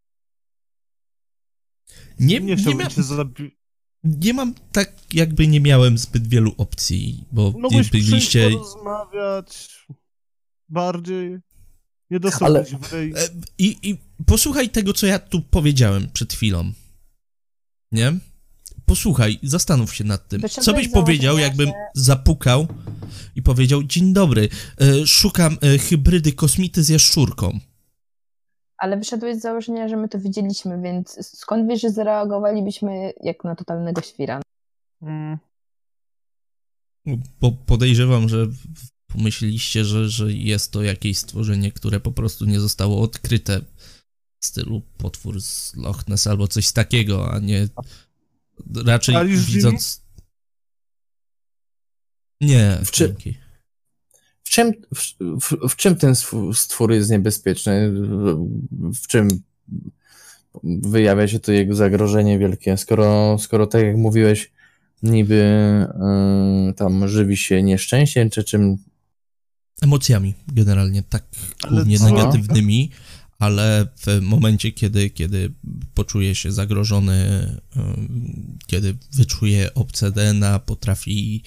Nie mam tak, jakby nie miałem zbyt wielu opcji, bo
Mogłeś
byliście...
porozmawiać bardziej. Nie dostałeś w ryj.
I posłuchaj tego, co ja tu powiedziałem przed chwilą. Nie? Posłuchaj, zastanów się nad tym. Co byś powiedział, jakbym zapukał i powiedział: dzień dobry, szukam hybrydy kosmity z jaszczurką.
Ale wyszedłeś z założenia, że my to widzieliśmy, więc skąd wiesz, że zareagowalibyśmy jak na totalnego świra?
Bo podejrzewam, że pomyśleliście, że jest to jakieś stworzenie, które po prostu nie zostało odkryte w stylu potwór z Loch Ness albo coś takiego, a nie raczej widząc... Nie,
w czym ten stwór jest niebezpieczny? W czym wyjawia się to jego zagrożenie wielkie? Skoro tak jak mówiłeś, niby tam żywi się nieszczęściem, czy czym?
Emocjami generalnie, tak głównie negatywnymi, ale w momencie, kiedy poczuje się zagrożony, kiedy wyczuje obce DNA, potrafi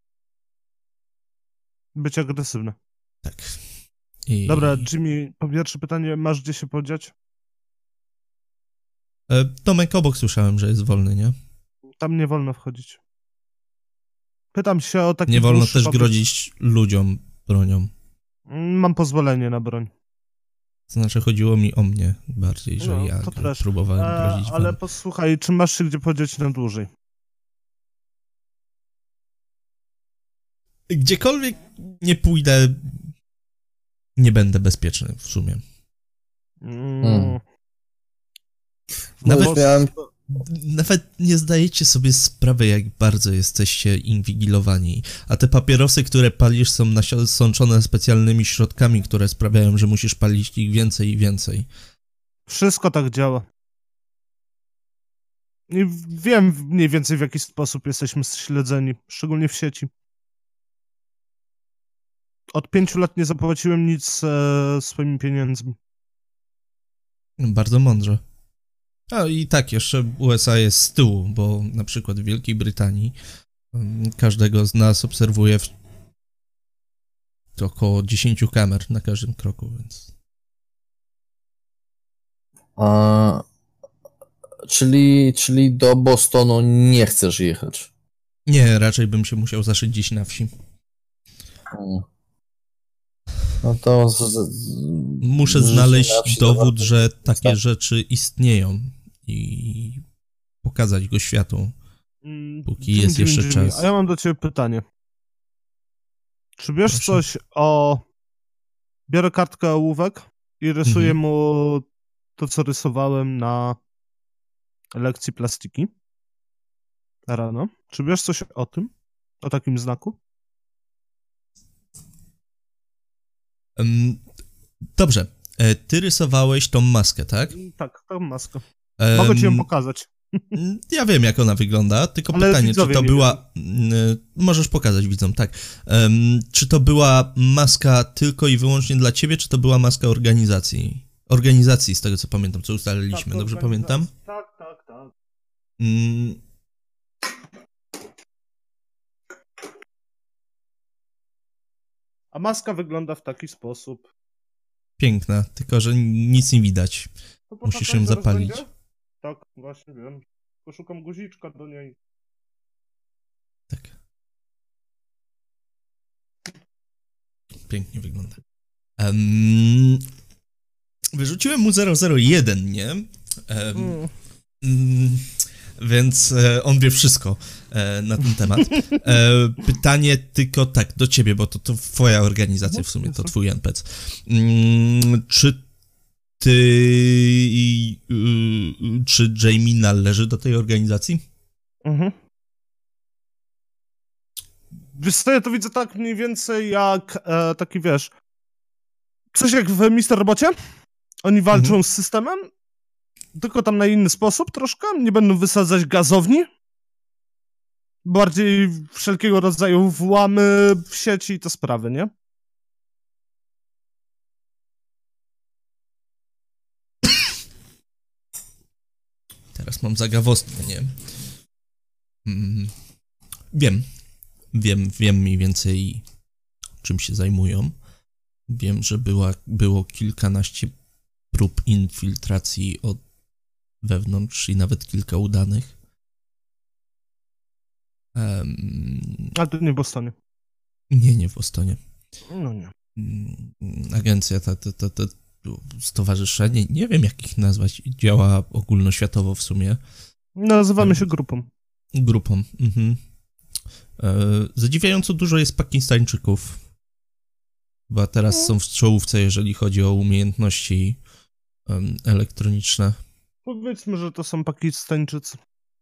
być agresywny.
Tak.
Dobra, Jimmy, po pierwsze pytanie, masz gdzie się podziać?
Domek obok słyszałem, że jest wolny, nie?
Tam nie wolno wchodzić. Pytam się o taki...
Nie wolno też grozić ludziom bronią.
Mam pozwolenie na broń.
To znaczy chodziło mi o mnie bardziej, że ja próbowałem grozić
ale
wam.
Posłuchaj, czy masz się gdzie podziać na dłużej?
Gdziekolwiek nie pójdę, nie będę bezpieczny w sumie. Nawet... Nawet nie zdajecie sobie sprawy, jak bardzo jesteście inwigilowani. A te papierosy, które palisz, są nasączone specjalnymi środkami, które sprawiają, że musisz palić ich więcej i więcej.
Wszystko tak działa. I wiem mniej więcej, w jaki sposób jesteśmy śledzeni, szczególnie w sieci. Od 5 lat nie zapłaciłem nic swoimi pieniędzmi.
Bardzo mądrze. A i tak, jeszcze USA jest z tyłu, bo na przykład w Wielkiej Brytanii każdego z nas obserwuje około 10 kamer na każdym kroku, więc...
Czyli do Bostonu nie chcesz jechać?
Nie, raczej bym się musiał zaszyć gdzieś na wsi.
No to...
Muszę znaleźć dowód, że takie rzeczy istnieją i pokazać go światu, póki jest jeszcze czas.
A ja mam do ciebie pytanie. Czy wiesz
Proszę.
coś o... Biorę kartkę ołówek i rysuję mu to, co rysowałem na lekcji plastiki rano. Czy wiesz coś o tym? O takim znaku?
Dobrze. Ty rysowałeś tą maskę, tak?
Tak, tą maskę. Mogę ci ją pokazać.
Ja wiem, jak ona wygląda, tylko
Ale
pytanie, czy to
nie
była... Możesz pokazać widzom, tak. Czy to była maska tylko i wyłącznie dla ciebie, czy to była maska organizacji? Organizacji, z tego co pamiętam, co ustaliliśmy,
Tak,
dobrze pamiętam?
Tak. A maska wygląda w taki sposób.
Piękna, tylko że nic nie widać.
To
Musisz
poczekaj,
ją
zaraz
zapalić.
będzie? Tak, właśnie wiem. Poszukam guziczka do niej.
Tak. Pięknie wygląda. Wyrzuciłem mu 001, nie? Więc on wie wszystko na ten temat. Pytanie tylko tak, do ciebie, bo to twoja organizacja w sumie, to twój NPC. Czy czy Jamie należy do tej organizacji?
Wiesz co, ja to widzę tak mniej więcej jak taki, wiesz, coś jak w Mister Robocie. Oni walczą z systemem, tylko tam na inny sposób troszkę. Nie będą wysadzać gazowni. Bardziej wszelkiego rodzaju włamy w sieci i te sprawy, nie?
Teraz mam zagawostkę, nie? Wiem mniej więcej, czym się zajmują. Wiem, że było kilkanaście prób infiltracji od wewnątrz i nawet kilka udanych.
Ale to nie w Bostonie.
Nie w Bostonie.
No nie.
Agencja, stowarzyszenie, nie wiem jak ich nazwać, działa ogólnoświatowo w sumie.
Nazywamy się grupą.
Zadziwiająco dużo jest Pakistańczyków. Chyba teraz są w czołówce, jeżeli chodzi o umiejętności elektroniczne.
Powiedzmy, że to są Pakistańczycy.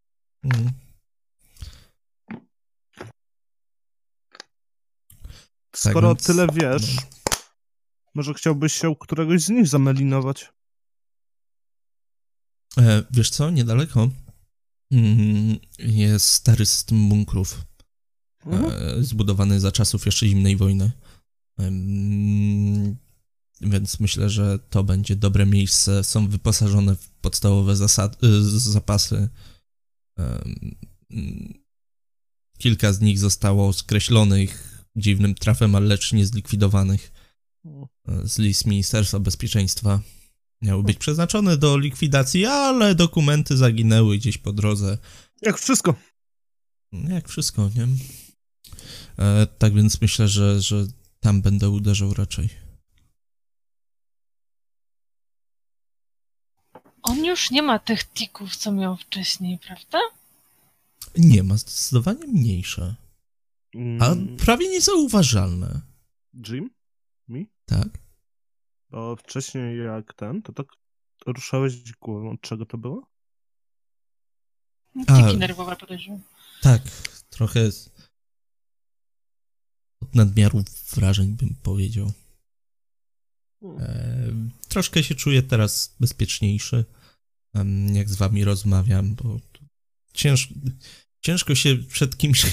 Skoro
więc,
tyle wiesz, może chciałbyś się u któregoś z nich zamelinować?
Wiesz co, niedaleko jest stary system bunkrów, zbudowany za czasów jeszcze zimnej wojny. Więc myślę, że to będzie dobre miejsce. Są wyposażone w podstawowe zapasy. Kilka z nich zostało skreślonych dziwnym trafem, ale lecz nie zlikwidowanych z list Ministerstwa Bezpieczeństwa. Miały być przeznaczone do likwidacji, ale dokumenty zaginęły gdzieś po drodze.
Jak wszystko.
Jak wszystko, nie? Tak więc myślę, że tam będę uderzał raczej.
On już nie ma tych tików, co miał wcześniej, prawda?
Nie, ma zdecydowanie mniejsze. A prawie niezauważalne.
Jim? Mi?
Tak.
Bo wcześniej jak to tak ruszałeś głową. Od czego to było?
Tiki nerwowe podejrzewam.
Tak, trochę od nadmiaru wrażeń bym powiedział. Troszkę się czuję teraz bezpieczniejszy, jak z wami rozmawiam, bo ciężko się przed kimś...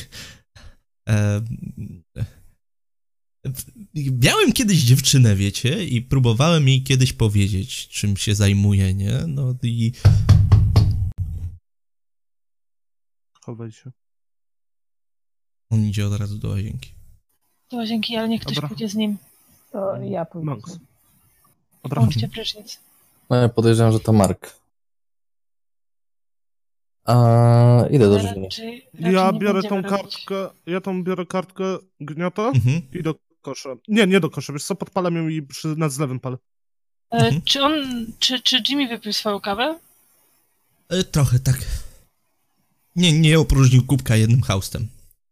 Miałem kiedyś dziewczynę, wiecie, i próbowałem jej kiedyś powiedzieć, czym się zajmuję, nie? No i...
Chowaj się.
On idzie od razu do łazienki.
Do łazienki, ale niech ktoś
Dobra.
pójdzie z nim.
To ja pójdę.
Max. Abraham.
Pójdźcie prysznic.
No, ja podejrzewam, że to Mark. Idę do drzwi.
Ja biorę tą kartkę, biorę kartkę gniota
Mhm.
i do kosza. Nie do kosza, wiesz co, podpalam ją i nad zlewem palę.
Czy Jimmy wypił swoją kawę?
Trochę tak. Nie opróżnił kubka jednym haustem.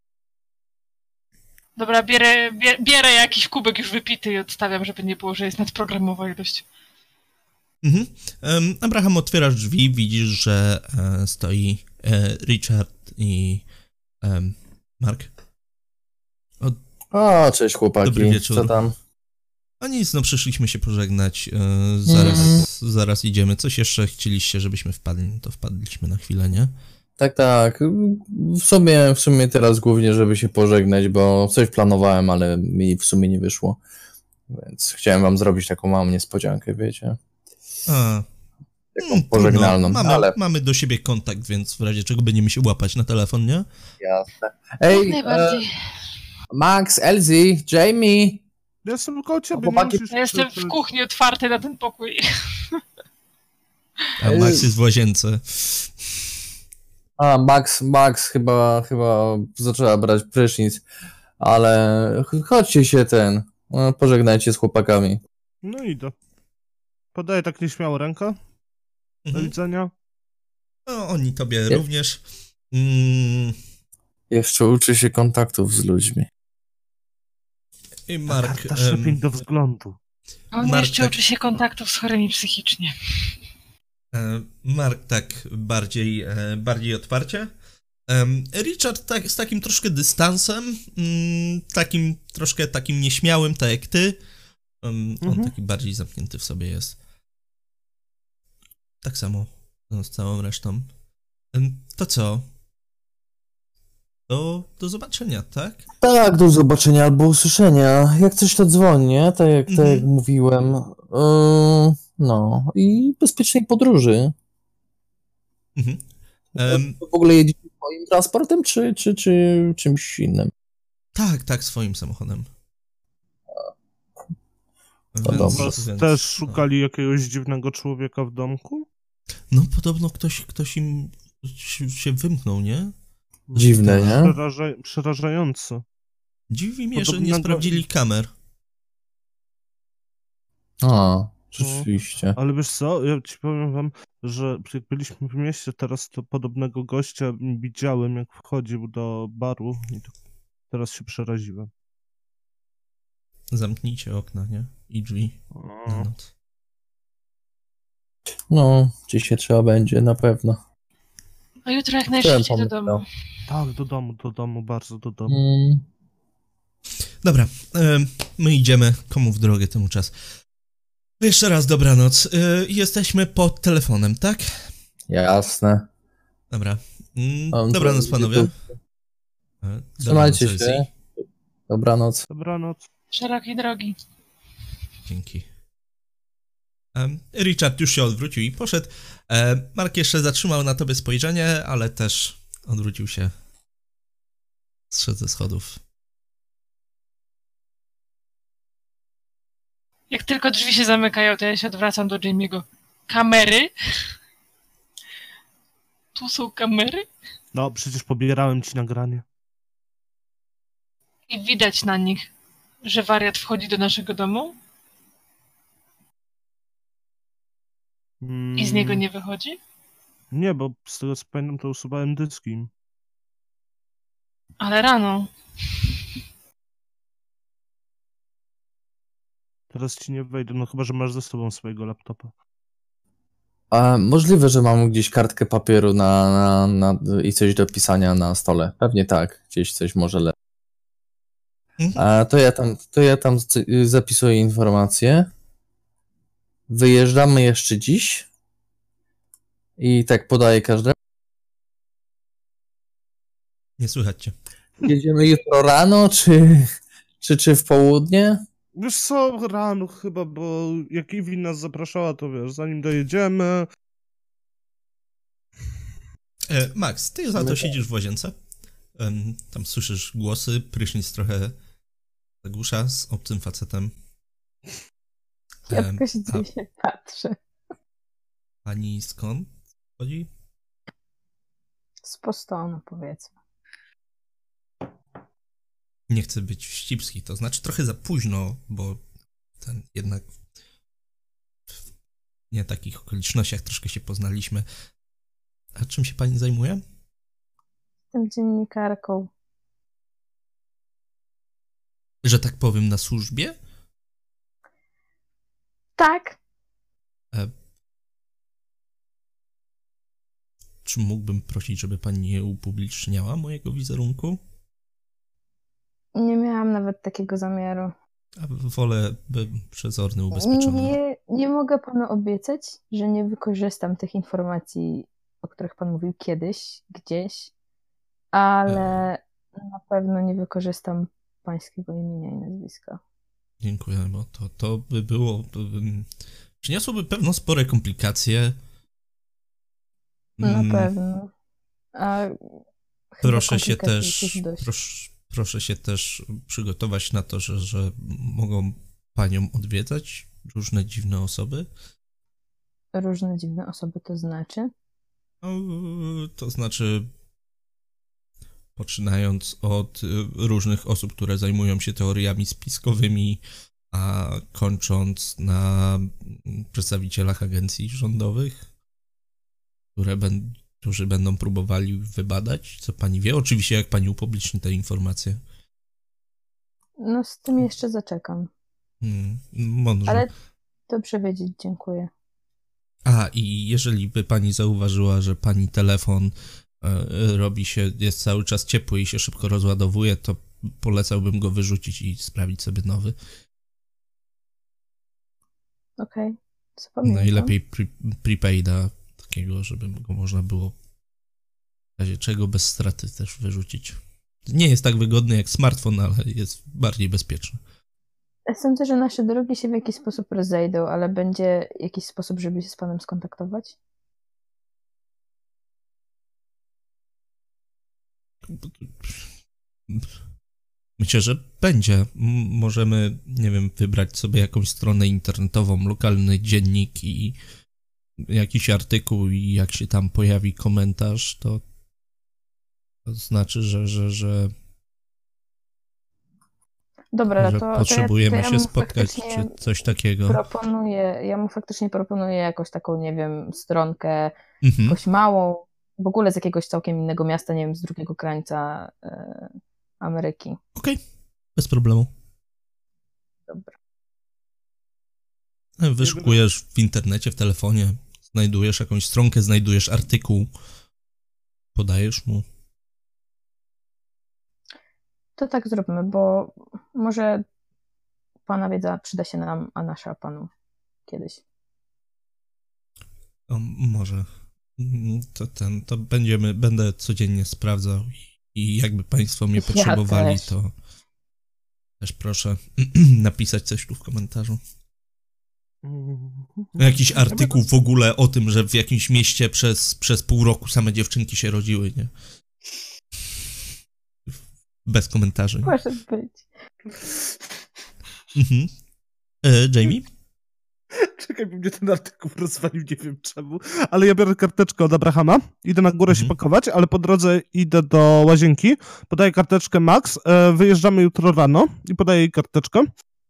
Dobra, bierę jakiś kubek już wypity i odstawiam, żeby nie było, że jest nadprogramowa ilość.
Mhm. Abraham, otwierasz drzwi, widzisz, że stoi Richard i Mark.
Cześć chłopaki,
Dobry wieczór.
co tam?
A nic, no przyszliśmy się pożegnać, zaraz idziemy. Coś jeszcze chcieliście, żebyśmy wpadli, no to wpadliśmy na chwilę, nie?
Tak. W sumie teraz głównie, żeby się pożegnać, bo coś planowałem, ale mi w sumie nie wyszło. Więc chciałem wam zrobić taką małą niespodziankę, wiecie? Taką pożegnalną,
mamy do siebie kontakt, więc w razie czego będziemy się łapać na telefon, nie?
Jasne. Ej,
Najbardziej.
Max, Elsie, Jamie.
Ja jestem koło ciebie,
Chłopaki-
nie musisz
Ja jestem w
krzyczeć.
kuchni otwarty na ten pokój.
A Max jest w łazience.
Max chyba zaczęła brać prysznic, ale chodźcie się pożegnajcie z chłopakami.
No idę. Podaję tak nieśmiało rękę. Do
Mhm.
widzenia.
No, oni tobie
Nie.
również.
Jeszcze uczy się kontaktów z ludźmi.
I Mark...
Karta szczepień do wzglądu.
On
Mark,
jeszcze
tak.
uczy się kontaktów z chorymi psychicznie.
Mark tak bardziej otwarcie. Richard tak, z takim troszkę dystansem, takim nieśmiałym, tak jak ty. On taki bardziej zamknięty w sobie jest. Tak samo z całą resztą. To co? Do zobaczenia, tak?
Tak, do zobaczenia albo usłyszenia. Jak coś to dzwoń, nie? Tak jak mówiłem. No i bezpiecznej podróży.
Mhm.
W ogóle jedziecie swoim transportem, czy czymś innym?
Tak, swoim samochodem.
To dobrze.
Też szukali jakiegoś dziwnego człowieka w domku?
No podobno ktoś im się wymknął, nie?
Dziwne, nie?
Przerażające.
Dziwi mnie, że nie
Podobnego-
sprawdzili kamer.
Rzeczywiście.
Ale wiesz co, ja ci powiem wam, że jak byliśmy w mieście teraz, to podobnego gościa widziałem, jak wchodził do baru i teraz się przeraziłem.
Zamknijcie okna, nie? I drzwi na noc.
No, dzisiaj trzeba będzie, na pewno.
A jutro jak najszybciej do domu.
Tak, do domu, bardzo do domu.
Dobra, my idziemy. Komu w drogę, temu czas. Jeszcze raz dobranoc. Jesteśmy pod telefonem, tak?
Jasne.
Dobra. Dobranoc, panowie.
Trzymajcie
Dobranoc,
się.
Elsie.
Dobranoc.
Dobranoc.
Szerokiej drogi.
Dzięki. Richard już się odwrócił i poszedł. Mark jeszcze zatrzymał na tobie spojrzenie, ale też odwrócił się. Zszedł ze schodów.
Jak tylko drzwi się zamykają, to ja się odwracam do Jamie'ego. Kamery? Tu są kamery?
No, przecież pobierałem ci nagranie.
I widać na nich, że wariat wchodzi do naszego domu i z niego nie wychodzi?
Nie, bo z tego co pamiętam, to usuwałem dyski.
Ale rano.
Teraz ci nie wejdę, no chyba, że masz ze sobą swojego laptopa.
A możliwe, że mam gdzieś kartkę papieru i coś do pisania na stole. Pewnie tak. Gdzieś coś może leży. A to ja tam zapisuję informacje. Wyjeżdżamy jeszcze dziś. I tak podaję każdemu.
Nie słychać cię.
Jedziemy jutro rano, czy w południe?
Wiesz co, rano chyba, bo jak Iwi nas zapraszała, to wiesz, zanim dojedziemy...
Max, ty za to siedzisz w łazience. Tam słyszysz głosy, prysznic trochę zagłusza z obcym facetem.
Jakoś gdzieś się patrzę.
Pani skąd chodzi?
Z Postonu, powiedzmy.
Nie chcę być wścibski, to znaczy trochę za późno, bo ten jednak w nie takich okolicznościach troszkę się poznaliśmy. A czym się pani zajmuje?
Jestem dziennikarką.
Że tak powiem, na służbie?
Tak.
Czy mógłbym prosić, żeby pani nie upubliczniała mojego wizerunku?
Nie miałam nawet takiego zamiaru.
A wolę przezorny, ubezpieczony.
Nie mogę panu obiecać, że nie wykorzystam tych informacji, o których pan mówił kiedyś, gdzieś, ale na pewno nie wykorzystam pańskiego imienia i nazwiska.
Dziękuję, bo to by było... przyniosłoby pewno spore komplikacje.
Na pewno. A
proszę się też przygotować na to, że mogą panią odwiedzać różne dziwne osoby.
Różne dziwne osoby to znaczy?
To znaczy, poczynając od różnych osób, które zajmują się teoriami spiskowymi, a kończąc na przedstawicielach agencji rządowych, którzy będą próbowali wybadać, co pani wie. Oczywiście, jak pani upubliczni te informacje.
No, z tym jeszcze zaczekam.
Mądrze.
Ale dobrze wiedzieć, dziękuję.
A, i jeżeli by pani zauważyła, że pani telefon jest cały czas ciepły i się szybko rozładowuje, to polecałbym go wyrzucić i sprawić sobie nowy.
Okej, zapamiętam.
Najlepiej prepaida takiego, żeby go można było w razie czego bez straty też wyrzucić. Nie jest tak wygodny jak smartfon, ale jest bardziej bezpieczny.
Sądzę, że nasze drogi się w jakiś sposób rozejdą, ale będzie jakiś sposób, żeby się z panem skontaktować?
Myślę, że będzie. Możemy, nie wiem, wybrać sobie jakąś stronę internetową, lokalny dziennik i jakiś artykuł i jak się tam pojawi komentarz, to znaczy, że
Dobra,
że
to
potrzebujemy
ja
się spotkać, czy coś takiego.
Ja mu faktycznie proponuję jakąś taką, nie wiem, stronkę, jakąś małą, w ogóle z jakiegoś całkiem innego miasta, nie wiem, z drugiego krańca Ameryki.
Okej, bez problemu.
Dobra.
Wyszukujesz w internecie, w telefonie, znajdujesz jakąś stronkę, znajdujesz artykuł, podajesz mu.
To tak zróbmy, bo może pana wiedza przyda się nam, a nasza panu kiedyś.
Może. Będę codziennie sprawdzał i jakby państwo mnie potrzebowali, to też proszę napisać coś tu w komentarzu. Jakiś artykuł w ogóle o tym, że w jakimś mieście przez pół roku same dziewczynki się rodziły, nie? Bez komentarzy. Nie?
Może być.
Jamie?
Czekaj, bo mnie ten artykuł rozwalił, nie wiem czemu. Ale ja biorę karteczkę od Abrahama, idę na górę się pakować, ale po drodze idę do łazienki, podaję karteczkę Max, wyjeżdżamy jutro rano i podaję jej karteczkę.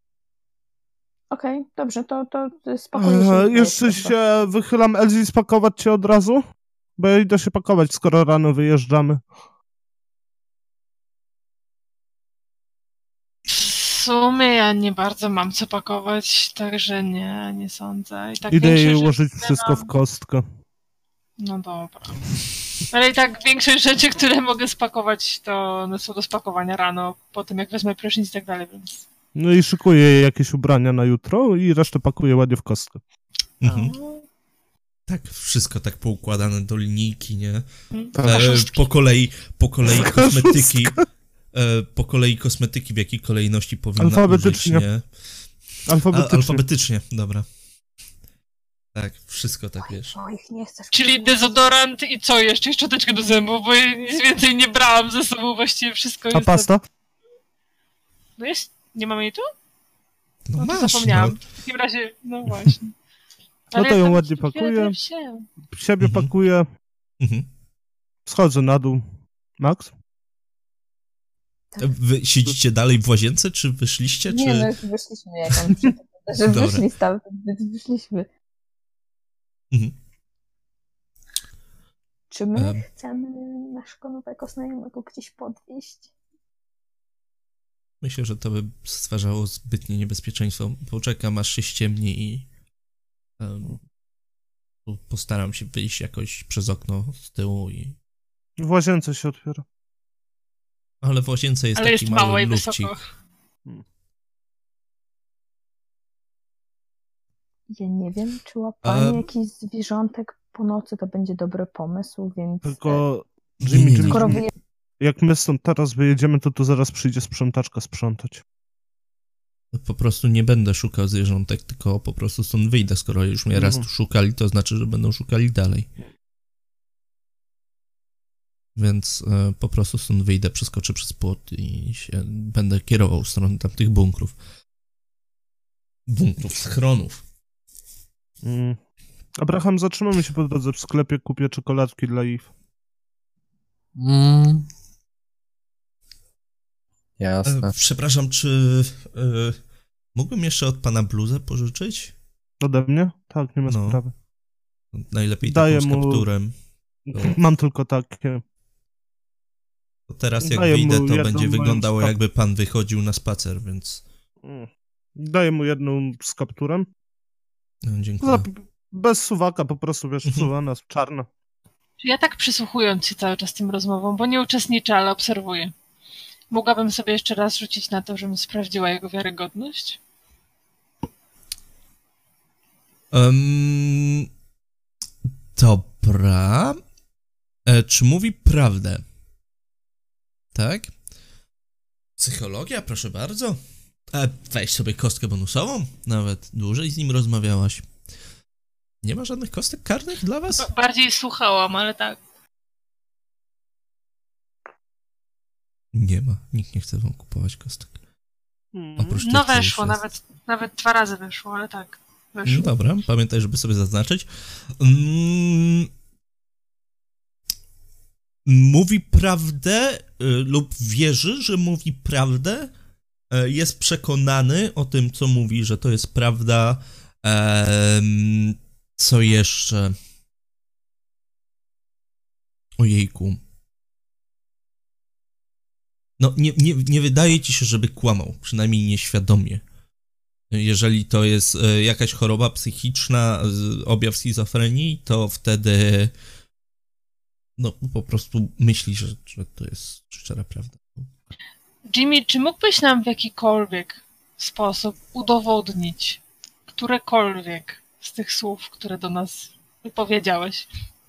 Okej, dobrze, to spokojnie.
Jeszcze się wychylam, Elzi, spakować cię od razu? Bo ja idę się pakować, skoro rano wyjeżdżamy.
sumie ja nie bardzo mam co pakować, także nie sądzę. I tak
Idę jej
większość
ułożyć
rzeczy
wszystko w kostkę.
No dobra. Ale i tak większość rzeczy, które mogę spakować, to one są do spakowania rano, po tym jak wezmę prysznic i tak dalej, więc...
No i szykuję jej jakieś ubrania na jutro i resztę pakuję ładnie w kostkę.
Mhm. Tak, wszystko tak poukładane do linijki, nie?
Szóstki.
Po kolei kosmetyki. Po kolei kosmetyki w jakiej kolejności powinna
Alfabetycznie.
użyć, nie?
Alfabetycznie.
Alfabetycznie, dobra. Tak, wszystko tak wiesz.
Moich nie chcesz.
Czyli dezodorant i co jeszcze? I szczoteczkę do zębów, bo ja nic więcej nie brałam ze sobą, właściwie wszystko
A
jest...
pasta?
No jest... Nie mamy jej tu?
No
No to
masz,
zapomniałam.
no.
W takim razie, no właśnie.
No to ją
tam
ładnie
wiele
pakuję.
teraz wzięłam.
Siebie
Mhm.
pakuję,
Mhm.
schodzę na dół. Max?
Wy siedzicie dalej w łazience, czy wyszliście,
Nie,
czy...
no już wyszliśmy, jak on przyszedł, że
Dobra.
wyszli stamtąd, więc wyszliśmy.
Mhm.
Czy my
Em.
chcemy naszego nowego znajomego gdzieś podwieźć?
Myślę, że to by stwarzało zbytnie niebezpieczeństwo. Poczekam, aż się ściemni i postaram się wyjść jakoś przez okno z tyłu i...
W łazience się otwiera.
Ale w łazience jest
Ale
taki
jest mało
mały
i
lufcik.
wysoko.
Ja nie wiem, czy łapanie jakichś zwierzątek po nocy to będzie dobry pomysł, więc...
Tylko
Nie,
Jimmy,
nie,
Jimmy,
Skoro
nie.
jak my stąd teraz wyjedziemy, to zaraz przyjdzie sprzątaczka sprzątać.
Po prostu nie będę szukał zwierzątek, tylko po prostu stąd wyjdę. Skoro już mnie raz tu szukali, to znaczy, że będą szukali dalej. Więc po prostu stąd wyjdę, przeskoczę przez płot i się będę kierował w stronę tamtych bunkrów. Schronów.
Abraham, zatrzymamy się po drodze w sklepie, kupię czekoladki dla Eve.
Jasne.
Przepraszam, czy mógłbym jeszcze od pana bluzę pożyczyć?
Ode mnie? Tak, nie ma
No.
sprawy.
Najlepiej
Daję
taką z
mu-
kapturem.
Mam tylko takie.
To teraz jak
Daję mu
wyjdę, to
jedną
będzie
moją
wyglądało,
skap-
jakby pan wychodził na spacer, więc
Daję mu jedną z kapturem.
dziękuję.
Bez suwaka, po prostu, wiesz, suwana, czarna.
Ja tak przysłuchując się cały czas tym rozmowom, bo nie uczestniczę, ale obserwuję. Mogłabym sobie jeszcze raz rzucić na to, żebym sprawdziła jego wiarygodność?
Dobra. Czy mówi prawdę? Tak? Psychologia, proszę bardzo. Weź sobie kostkę bonusową. Nawet dłużej z nim rozmawiałaś. Nie ma żadnych kostek karnych dla was?
Bardziej słuchałam, ale tak.
Nie ma. Nikt nie chce wam kupować kostek. Oprócz tych,
No
co już
weszło,
jest.
nawet 2 razy weszło, ale tak.
No
Weszło.
dobra, pamiętaj, żeby sobie zaznaczyć. Mówi prawdę lub wierzy, że mówi prawdę. Jest przekonany o tym, co mówi, że to jest prawda. Co jeszcze? Ojejku. No, nie wydaje ci się, żeby kłamał, przynajmniej nieświadomie. Jeżeli to jest jakaś choroba psychiczna, objaw schizofrenii, to wtedy no po prostu myśli, że to jest szczera prawda.
Jimmy, czy mógłbyś nam w jakikolwiek sposób udowodnić którekolwiek z tych słów, które do nas wypowiedziałeś?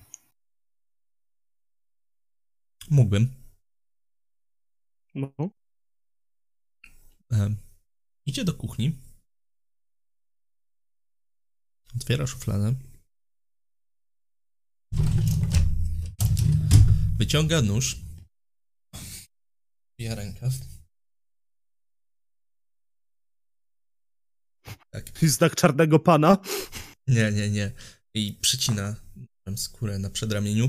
Mógłbym.
No.
Idzie do kuchni. Otwiera szufladę. Wyciąga nóż. Wbija rękaw. Tak.
I znak czarnego pana.
Nie. I przycina skórę na przedramieniu.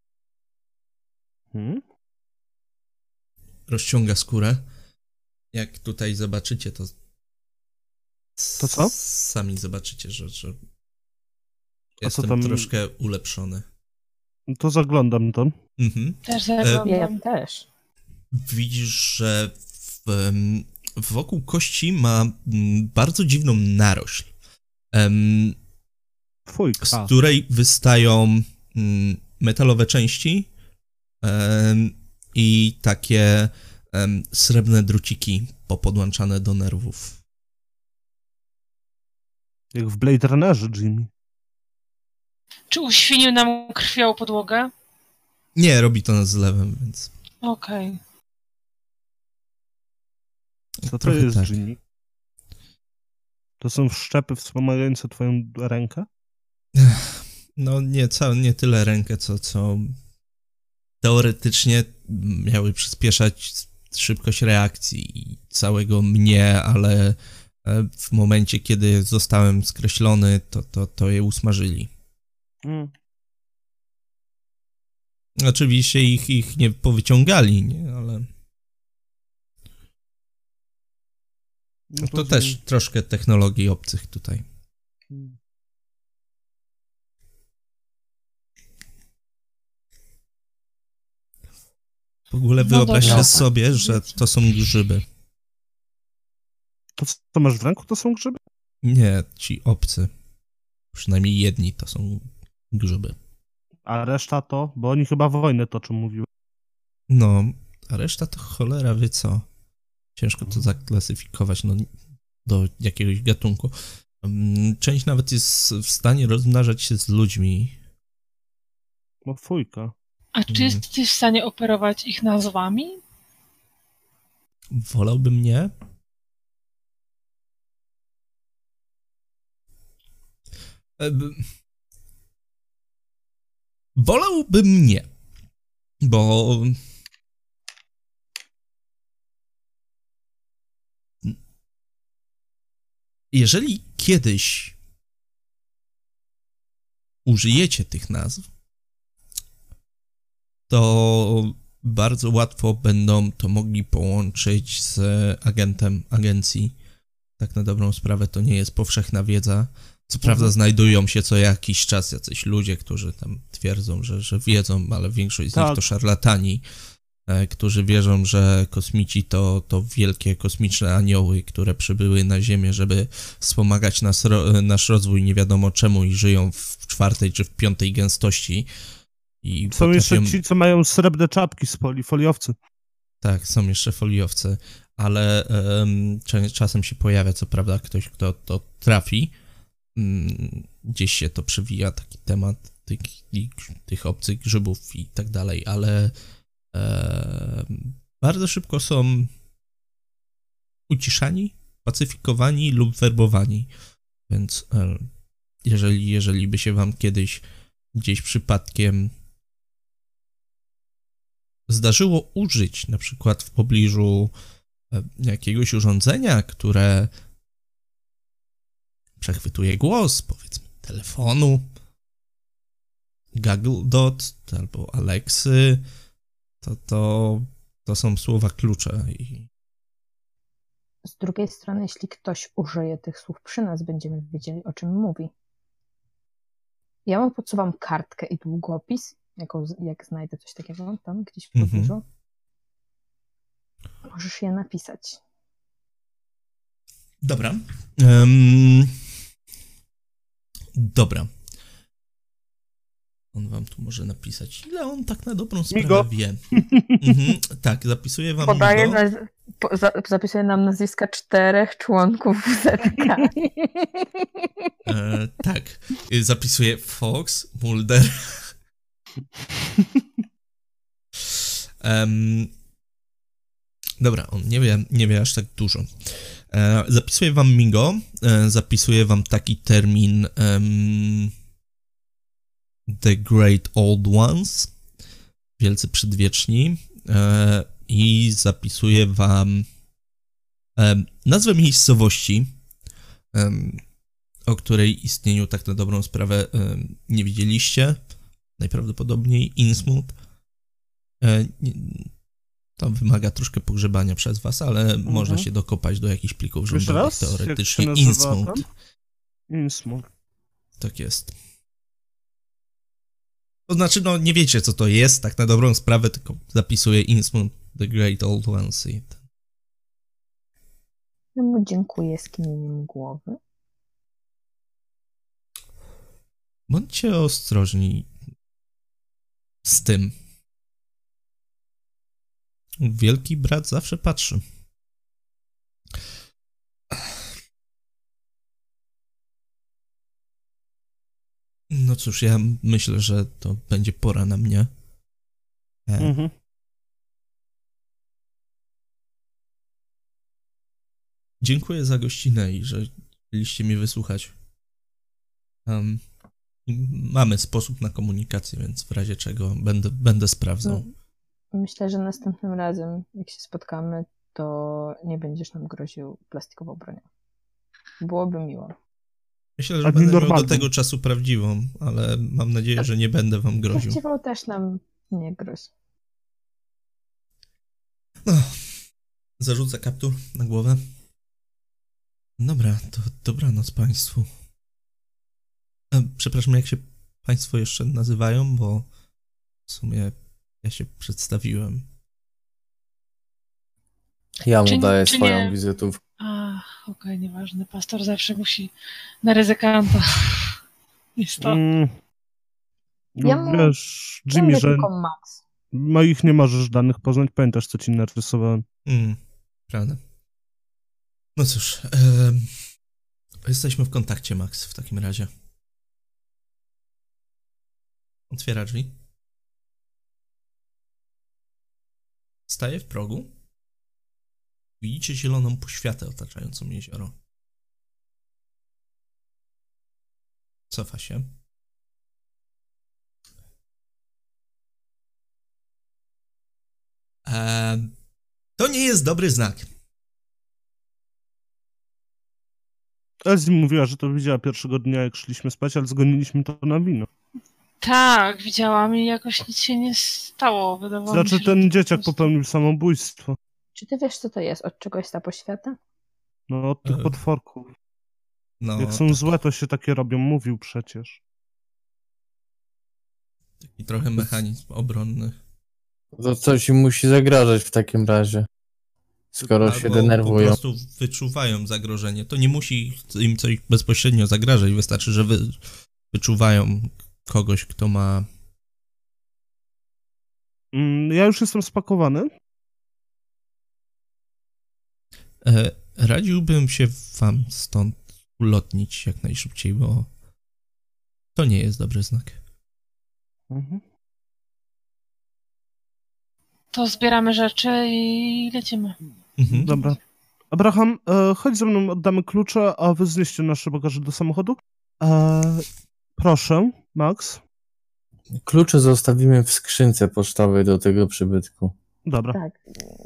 Rozciąga skórę. Jak tutaj zobaczycie, to...
To co?
Sami zobaczycie, że
A co
jestem
tam?
troszkę ulepszony.
To zaglądam to.
Mhm.
Też zaglądam.
Ja też.
Widzisz, że wokół kości ma bardzo dziwną narośl,
Fujka.
z której wystają metalowe części i takie srebrne druciki popodłączane do nerwów.
Jak w Blade Runnerze, Jimmy.
Czy uświnił nam krwią podłogę?
Nie, robi to z zlewem, więc...
Okej.
Co to
trochę
jest,
tak.
Jimmy? To są wszczepy wspomagające twoją rękę?
No nie tyle rękę, co teoretycznie miały przyspieszać szybkość reakcji całego mnie, ale w momencie, kiedy zostałem skreślony, to je usmażyli. Oczywiście ich nie powyciągali, nie? Ale
No
to też troszkę technologii obcych tutaj. W ogóle
No
wyobraźcie
dobra.
sobie, że to są grzyby.
To, co masz w ręku, to są grzyby?
Nie, ci obcy. Przynajmniej jedni to są grzyby.
A reszta to? Bo oni chyba wojnę toczą, mówiły.
No, a reszta to cholera wie co. Ciężko to zaklasyfikować do jakiegoś gatunku. Część nawet jest w stanie rozmnażać się z ludźmi.
No fujka.
A czy jesteś w stanie operować ich nazwami?
Wolałbym nie. Wolałbym nie. Bo jeżeli kiedyś użyjecie tych nazw, to bardzo łatwo będą to mogli połączyć z agentem agencji. Tak na dobrą sprawę to nie jest powszechna wiedza. Co prawda znajdują się co jakiś czas jacyś ludzie, którzy tam twierdzą, że wiedzą, ale większość z nich to szarlatani, którzy wierzą, że kosmici to wielkie kosmiczne anioły, które przybyły na Ziemię, żeby wspomagać nasz rozwój nie wiadomo czemu i żyją w 4. czy w 5. gęstości. I
Są jeszcze ci, co mają srebrne czapki z foliowcy.
Tak, są jeszcze foliowce, ale czasem się pojawia, co prawda, ktoś, kto to trafi. Gdzieś się to przewija, taki temat tych obcych grzybów i tak dalej, ale bardzo szybko są uciszani, pacyfikowani lub werbowani. Więc jeżeli by się wam kiedyś gdzieś przypadkiem zdarzyło użyć na przykład w pobliżu jakiegoś urządzenia, które przechwytuje głos, powiedzmy telefonu, Google Dot albo Alexy, to są słowa klucze.
Z drugiej strony, jeśli ktoś użyje tych słów przy nas, będziemy wiedzieli, o czym mówi. Ja mu podsuwam kartkę i długopis, jak znajdę coś takiego tam gdzieś w pobliżu. Możesz je napisać.
Dobra. Dobra. On wam tu może napisać, ile on tak na dobrą sprawę
Migo.
wie. Tak, zapisuję wam
Zapisuje nam nazwiska 4 członków WZK.
Tak, zapisuję Fox, Mulder. Dobra, on nie wie aż tak dużo. Zapisuję wam Migo, zapisuję wam taki termin The Great Old Ones, wielcy przedwieczni, i zapisuję wam nazwę miejscowości, o której istnieniu tak na dobrą sprawę nie widzieliście. Najprawdopodobniej Innsmouth. To wymaga troszkę pogrzebania przez was, ale można się dokopać do jakichś plików rządowych teoretycznie. Innsmouth.
Innsmouth.
Tak jest. To znaczy, nie wiecie, co to jest, tak na dobrą sprawę, tylko zapisuję Innsmouth, The Great Old Ones.
Ja mu dziękuję skinieniem głowy.
Bądźcie ostrożni z tym. Wielki brat zawsze patrzy. No cóż, ja myślę, że to będzie pora na mnie. Dziękuję za gościnę i że chcieliście mnie wysłuchać. Mamy sposób na komunikację, więc w razie czego będę sprawdzał.
Myślę, że następnym razem, jak się spotkamy, to nie będziesz nam groził plastikową bronią. Byłoby miło.
Myślę, że będę miał do tego czasu prawdziwą, ale mam nadzieję, że nie będę wam groził.
Prawdziwą też nam nie grozi.
No, zarzucę kaptur na głowę. Dobra, to dobranoc państwu. Przepraszam, jak się państwo jeszcze nazywają, bo w sumie ja się przedstawiłem.
Ja mu daję swoją wizytówkę.
Okej, nieważne. Pastor zawsze musi na ryzykanta. Jest to.
Wiesz, Jimmy, że
Max.
moich nie możesz danych poznać. Pamiętasz, co ci narysowałem?
Prawda. No cóż, jesteśmy w kontakcie, Max, w takim razie. Otwiera drzwi. Staje w progu. Widzicie zieloną poświatę otaczającą jezioro. Cofa się. To nie jest dobry znak.
Elsie mówiła, że to widziała pierwszego dnia, jak szliśmy spać, ale zgoniliśmy to na wino.
Tak, widziałam i jakoś nic się nie stało. Wydawało mi się,
Znaczy,
że
ten
to
dzieciak
po prostu...
popełnił samobójstwo.
Czy ty wiesz, co to jest? Od czego jest ta poświata?
No, od tych potworków.
No,
jak są złe, to się takie robią, mówił przecież.
Taki trochę mechanizm obronny.
To coś im musi zagrażać w takim razie. Skoro się denerwują.
Po prostu wyczuwają zagrożenie. To nie musi im coś bezpośrednio zagrażać. Wystarczy, że wyczuwają kogoś, kto ma...
Ja już jestem spakowany.
Radziłbym się wam stąd ulotnić jak najszybciej, bo to nie jest dobry znak.
To zbieramy rzeczy i lecimy.
Dobra. Abraham, chodź ze mną, oddamy klucze, a wy znieście nasze bagaże do samochodu. Proszę, Max.
Klucze zostawimy w skrzynce pocztowej do tego przybytku.
Dobra.
Tak.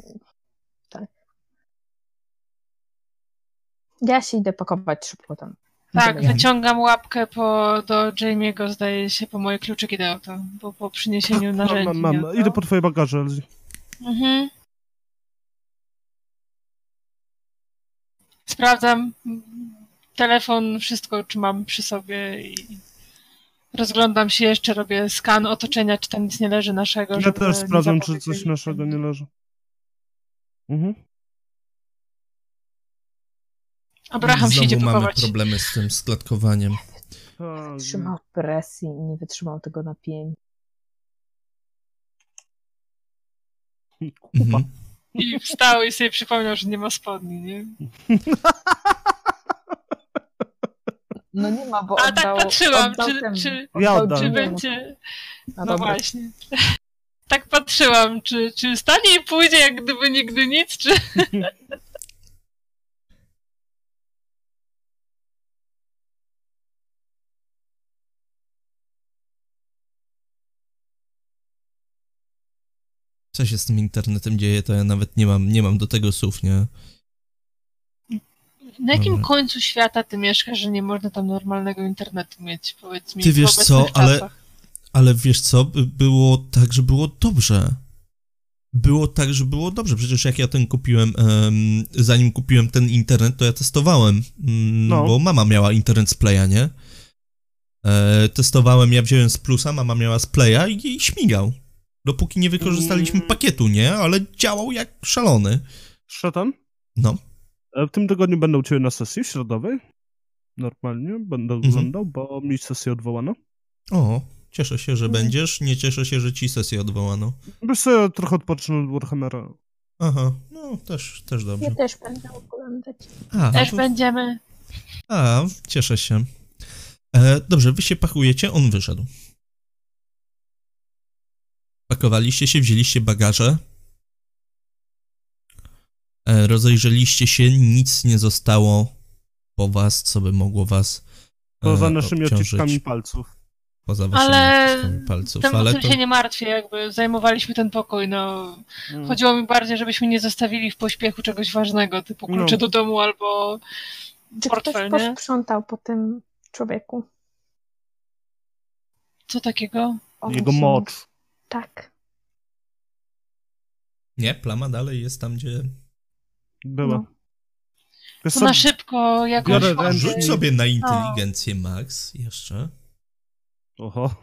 Ja się idę pakować szybko tam.
Tak, wyciągam łapkę do Jamie'ego, zdaje się, po moje kluczyki do auta, bo po przyniesieniu narzędzi.
Mam. Idę po twoje bagaże, Elsie.
Sprawdzam telefon, wszystko, czy mam przy sobie i rozglądam się jeszcze, robię skan otoczenia, czy tam nic nie leży naszego.
Ja też sprawdzam, czy coś naszego nie leży.
Abraham się idzie pakować.
Mamy problemy z tym sklatkowaniem.
Wytrzymał presji i nie wytrzymał tego napięcia.
I wstał i sobie przypomniał, że nie ma spodni, nie?
No nie ma, bo
tak patrzyłam, czy będzie... No właśnie. Tak patrzyłam, czy stanie i pójdzie jak gdyby nigdy nic, czy...
Co się z tym internetem dzieje, to ja nawet nie mam do tego słów, nie?
Na jakim końcu świata ty mieszkasz, że nie można tam normalnego internetu mieć, powiedz mi,
ty wiesz co, ale wiesz co, było tak, że było dobrze. Było tak, że było dobrze. Przecież jak ja ten kupiłem, zanim kupiłem ten internet, to ja testowałem, bo mama miała internet z Playa, nie? Testowałem, ja wziąłem z Plusa, mama miała z Playa i śmigał. Dopóki nie wykorzystaliśmy pakietu, nie? Ale działał jak szalony.
Szatan?
No.
W tym tygodniu będę u ciebie na sesji środowej. Normalnie będę oglądał, bo mi sesję odwołano.
O, cieszę się, że będziesz. Nie cieszę się, że ci sesję odwołano.
Wiesz co, ja trochę odpocznę od Warhammera.
Aha, no też dobrze.
Ja też będę oglądać.
Też będziemy.
A, cieszę się. Dobrze, wy się pakujecie, on wyszedł. Pakowaliście się, wzięliście bagaże. Rozejrzeliście się, nic nie zostało po was, co by mogło was
Poza naszymi
obciążyć.
odciskami palców.
Poza waszymi odciskami palców.
Ale
to
się nie martwię, jakby zajmowaliśmy ten pokój, no. Chodziło mi bardziej, żebyśmy nie zostawili w pośpiechu czegoś ważnego, typu klucze do domu albo
Czy
portfel,
ktoś
nie?
posprzątał po tym człowieku?
Co takiego?
Jego mocz.
Tak.
Nie, plama dalej jest tam, gdzie...
Była.
No.
Wiesz
To
co,
na szybko jakoś...
biorę ręcznik.
Rzuć sobie na inteligencję, Max, jeszcze.
Oho.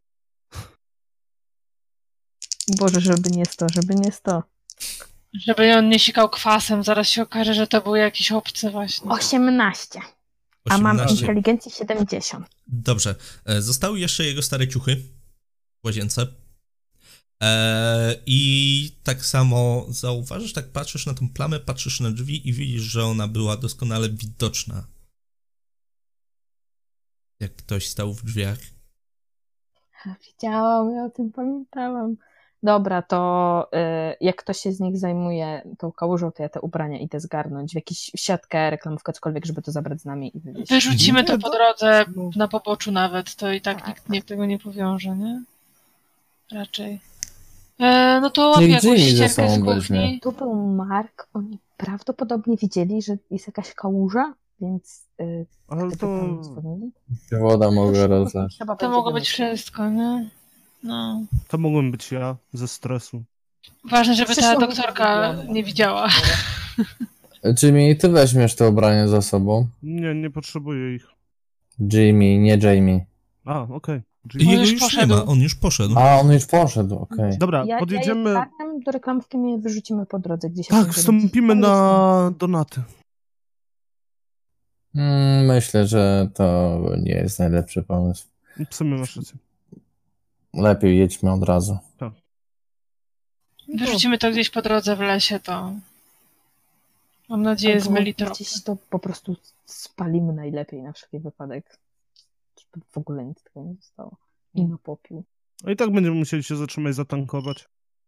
Boże, żeby nie 100.
Żeby on nie sikał kwasem, zaraz się okaże, że to był jakiś obcy właśnie.
18. A mam
18.
inteligencję 70.
Dobrze. Zostały jeszcze jego stare ciuchy w łazience. I tak samo zauważysz, tak patrzysz na tą plamę, patrzysz na drzwi i widzisz, że ona była doskonale widoczna. Jak ktoś stał w drzwiach.
Widziałam, ja o tym pamiętałam. Dobra, to jak ktoś się z nich zajmuje tą kałużą, to ja te ubrania idę zgarnąć w jakąś siatkę, reklamówkę, cokolwiek, żeby to zabrać z nami i wywieźć.
Wyrzucimy to po drodze, na poboczu nawet, to i tak nikt tego nie powiąże, nie? Raczej. No to łapię
Niech
jakąś
Jimmy ze
ścierkę z
sobą
kuchni.
weźmie.
Tu był Mark, oni prawdopodobnie widzieli, że jest jakaś kałuża, więc
Ale
gdyby
to...
tam dzwonili,
Woda mogła rozlać.
chyba
To
będzie
mogło być
wymysł.
wszystko, nie? No.
To mogłem być ja ze stresu.
Ważne, żeby ta
Przyszło mi
doktorka
to
nie widziała.
Jimmy, ty weźmiesz te ubrania za sobą.
Nie potrzebuję ich.
Jimmy, nie Jamie.
A, okej.
Jego
już
już nie
poszedł.
ma, on już poszedł.
A, on już poszedł, okej.
Dobra,
Ja
podjedziemy...
je zgarniam do reklamówki, my je wyrzucimy po drodze gdzieś.
Tak,
jak
wstąpimy na donaty.
Myślę, że to nie jest najlepszy pomysł.
W sumie masz rację.
Lepiej jedźmy od razu.
Wyrzucimy to gdzieś po drodze w lesie, to mam nadzieję zmyli trop.
Gdzieś to po prostu spalimy najlepiej na wszelki wypadek. Żeby w ogóle nic tego nie zostało. I na popiół.
A i tak będziemy musieli się zatrzymać zatankować.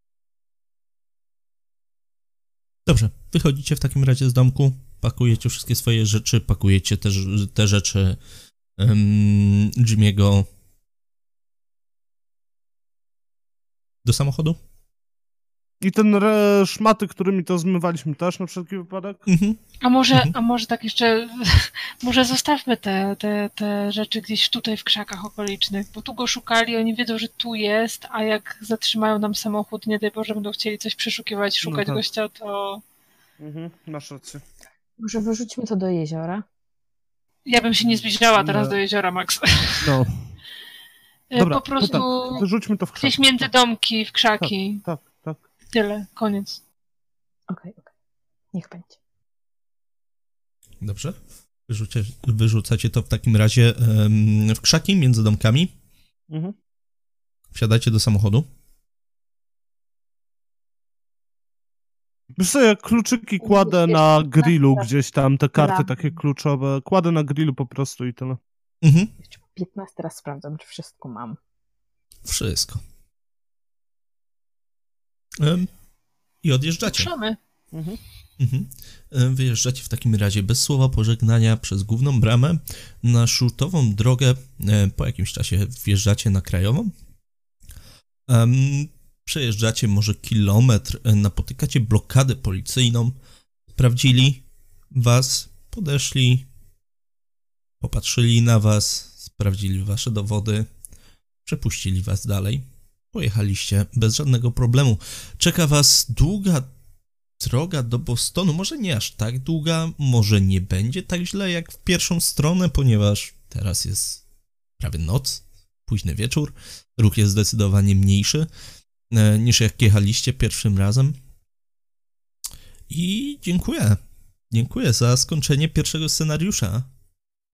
Dobrze, wychodzicie w takim razie z domku, pakujecie wszystkie swoje rzeczy, pakujecie też te rzeczy Jimmy'ego do samochodu.
I ten szmaty, którymi to zmywaliśmy też na wszelki wypadek?
Mhm.
A może tak jeszcze, może zostawmy te rzeczy gdzieś tutaj w krzakach okolicznych, bo tu go szukali, oni wiedzą, że tu jest, a jak zatrzymają nam samochód, nie daj Boże, będą chcieli coś przeszukiwać, szukać
tak.
gościa, to
Masz rację.
Może wyrzućmy to do jeziora?
ja bym się nie zbliżała teraz
Nie.
do jeziora, Max.
No, dobra,
Po prostu
to tak, wyrzućmy to w krzak.
gdzieś między domki, w krzaki.
Tak.
Tyle, koniec.
Okej. Niech będzie.
Dobrze. Wyrzucacie to w takim razie w krzaki między domkami.
Mhm.
Wsiadacie do samochodu.
Wiesz co, ja kluczyki kładę na grillu gdzieś tam, te karty takie kluczowe. Kładę na grillu po prostu i tyle.
Mhm.
Jeszcze 15 raz sprawdzam, czy wszystko mam.
Wszystko. I odjeżdżacie.
Ruszamy.
Mhm.
Wyjeżdżacie w takim razie bez słowa pożegnania przez główną bramę na szutową drogę. Po jakimś czasie wjeżdżacie na krajową. Przejeżdżacie może kilometr, napotykacie blokadę policyjną. Sprawdzili was, podeszli, popatrzyli na was, sprawdzili wasze dowody, przepuścili was dalej. Pojechaliście bez żadnego problemu. Czeka was długa droga do Bostonu. Może nie aż tak długa, może nie będzie tak źle jak w pierwszą stronę, ponieważ teraz jest prawie noc, późny wieczór. Ruch jest zdecydowanie mniejszy niż jak jechaliście pierwszym razem. I dziękuję. Dziękuję za skończenie pierwszego scenariusza.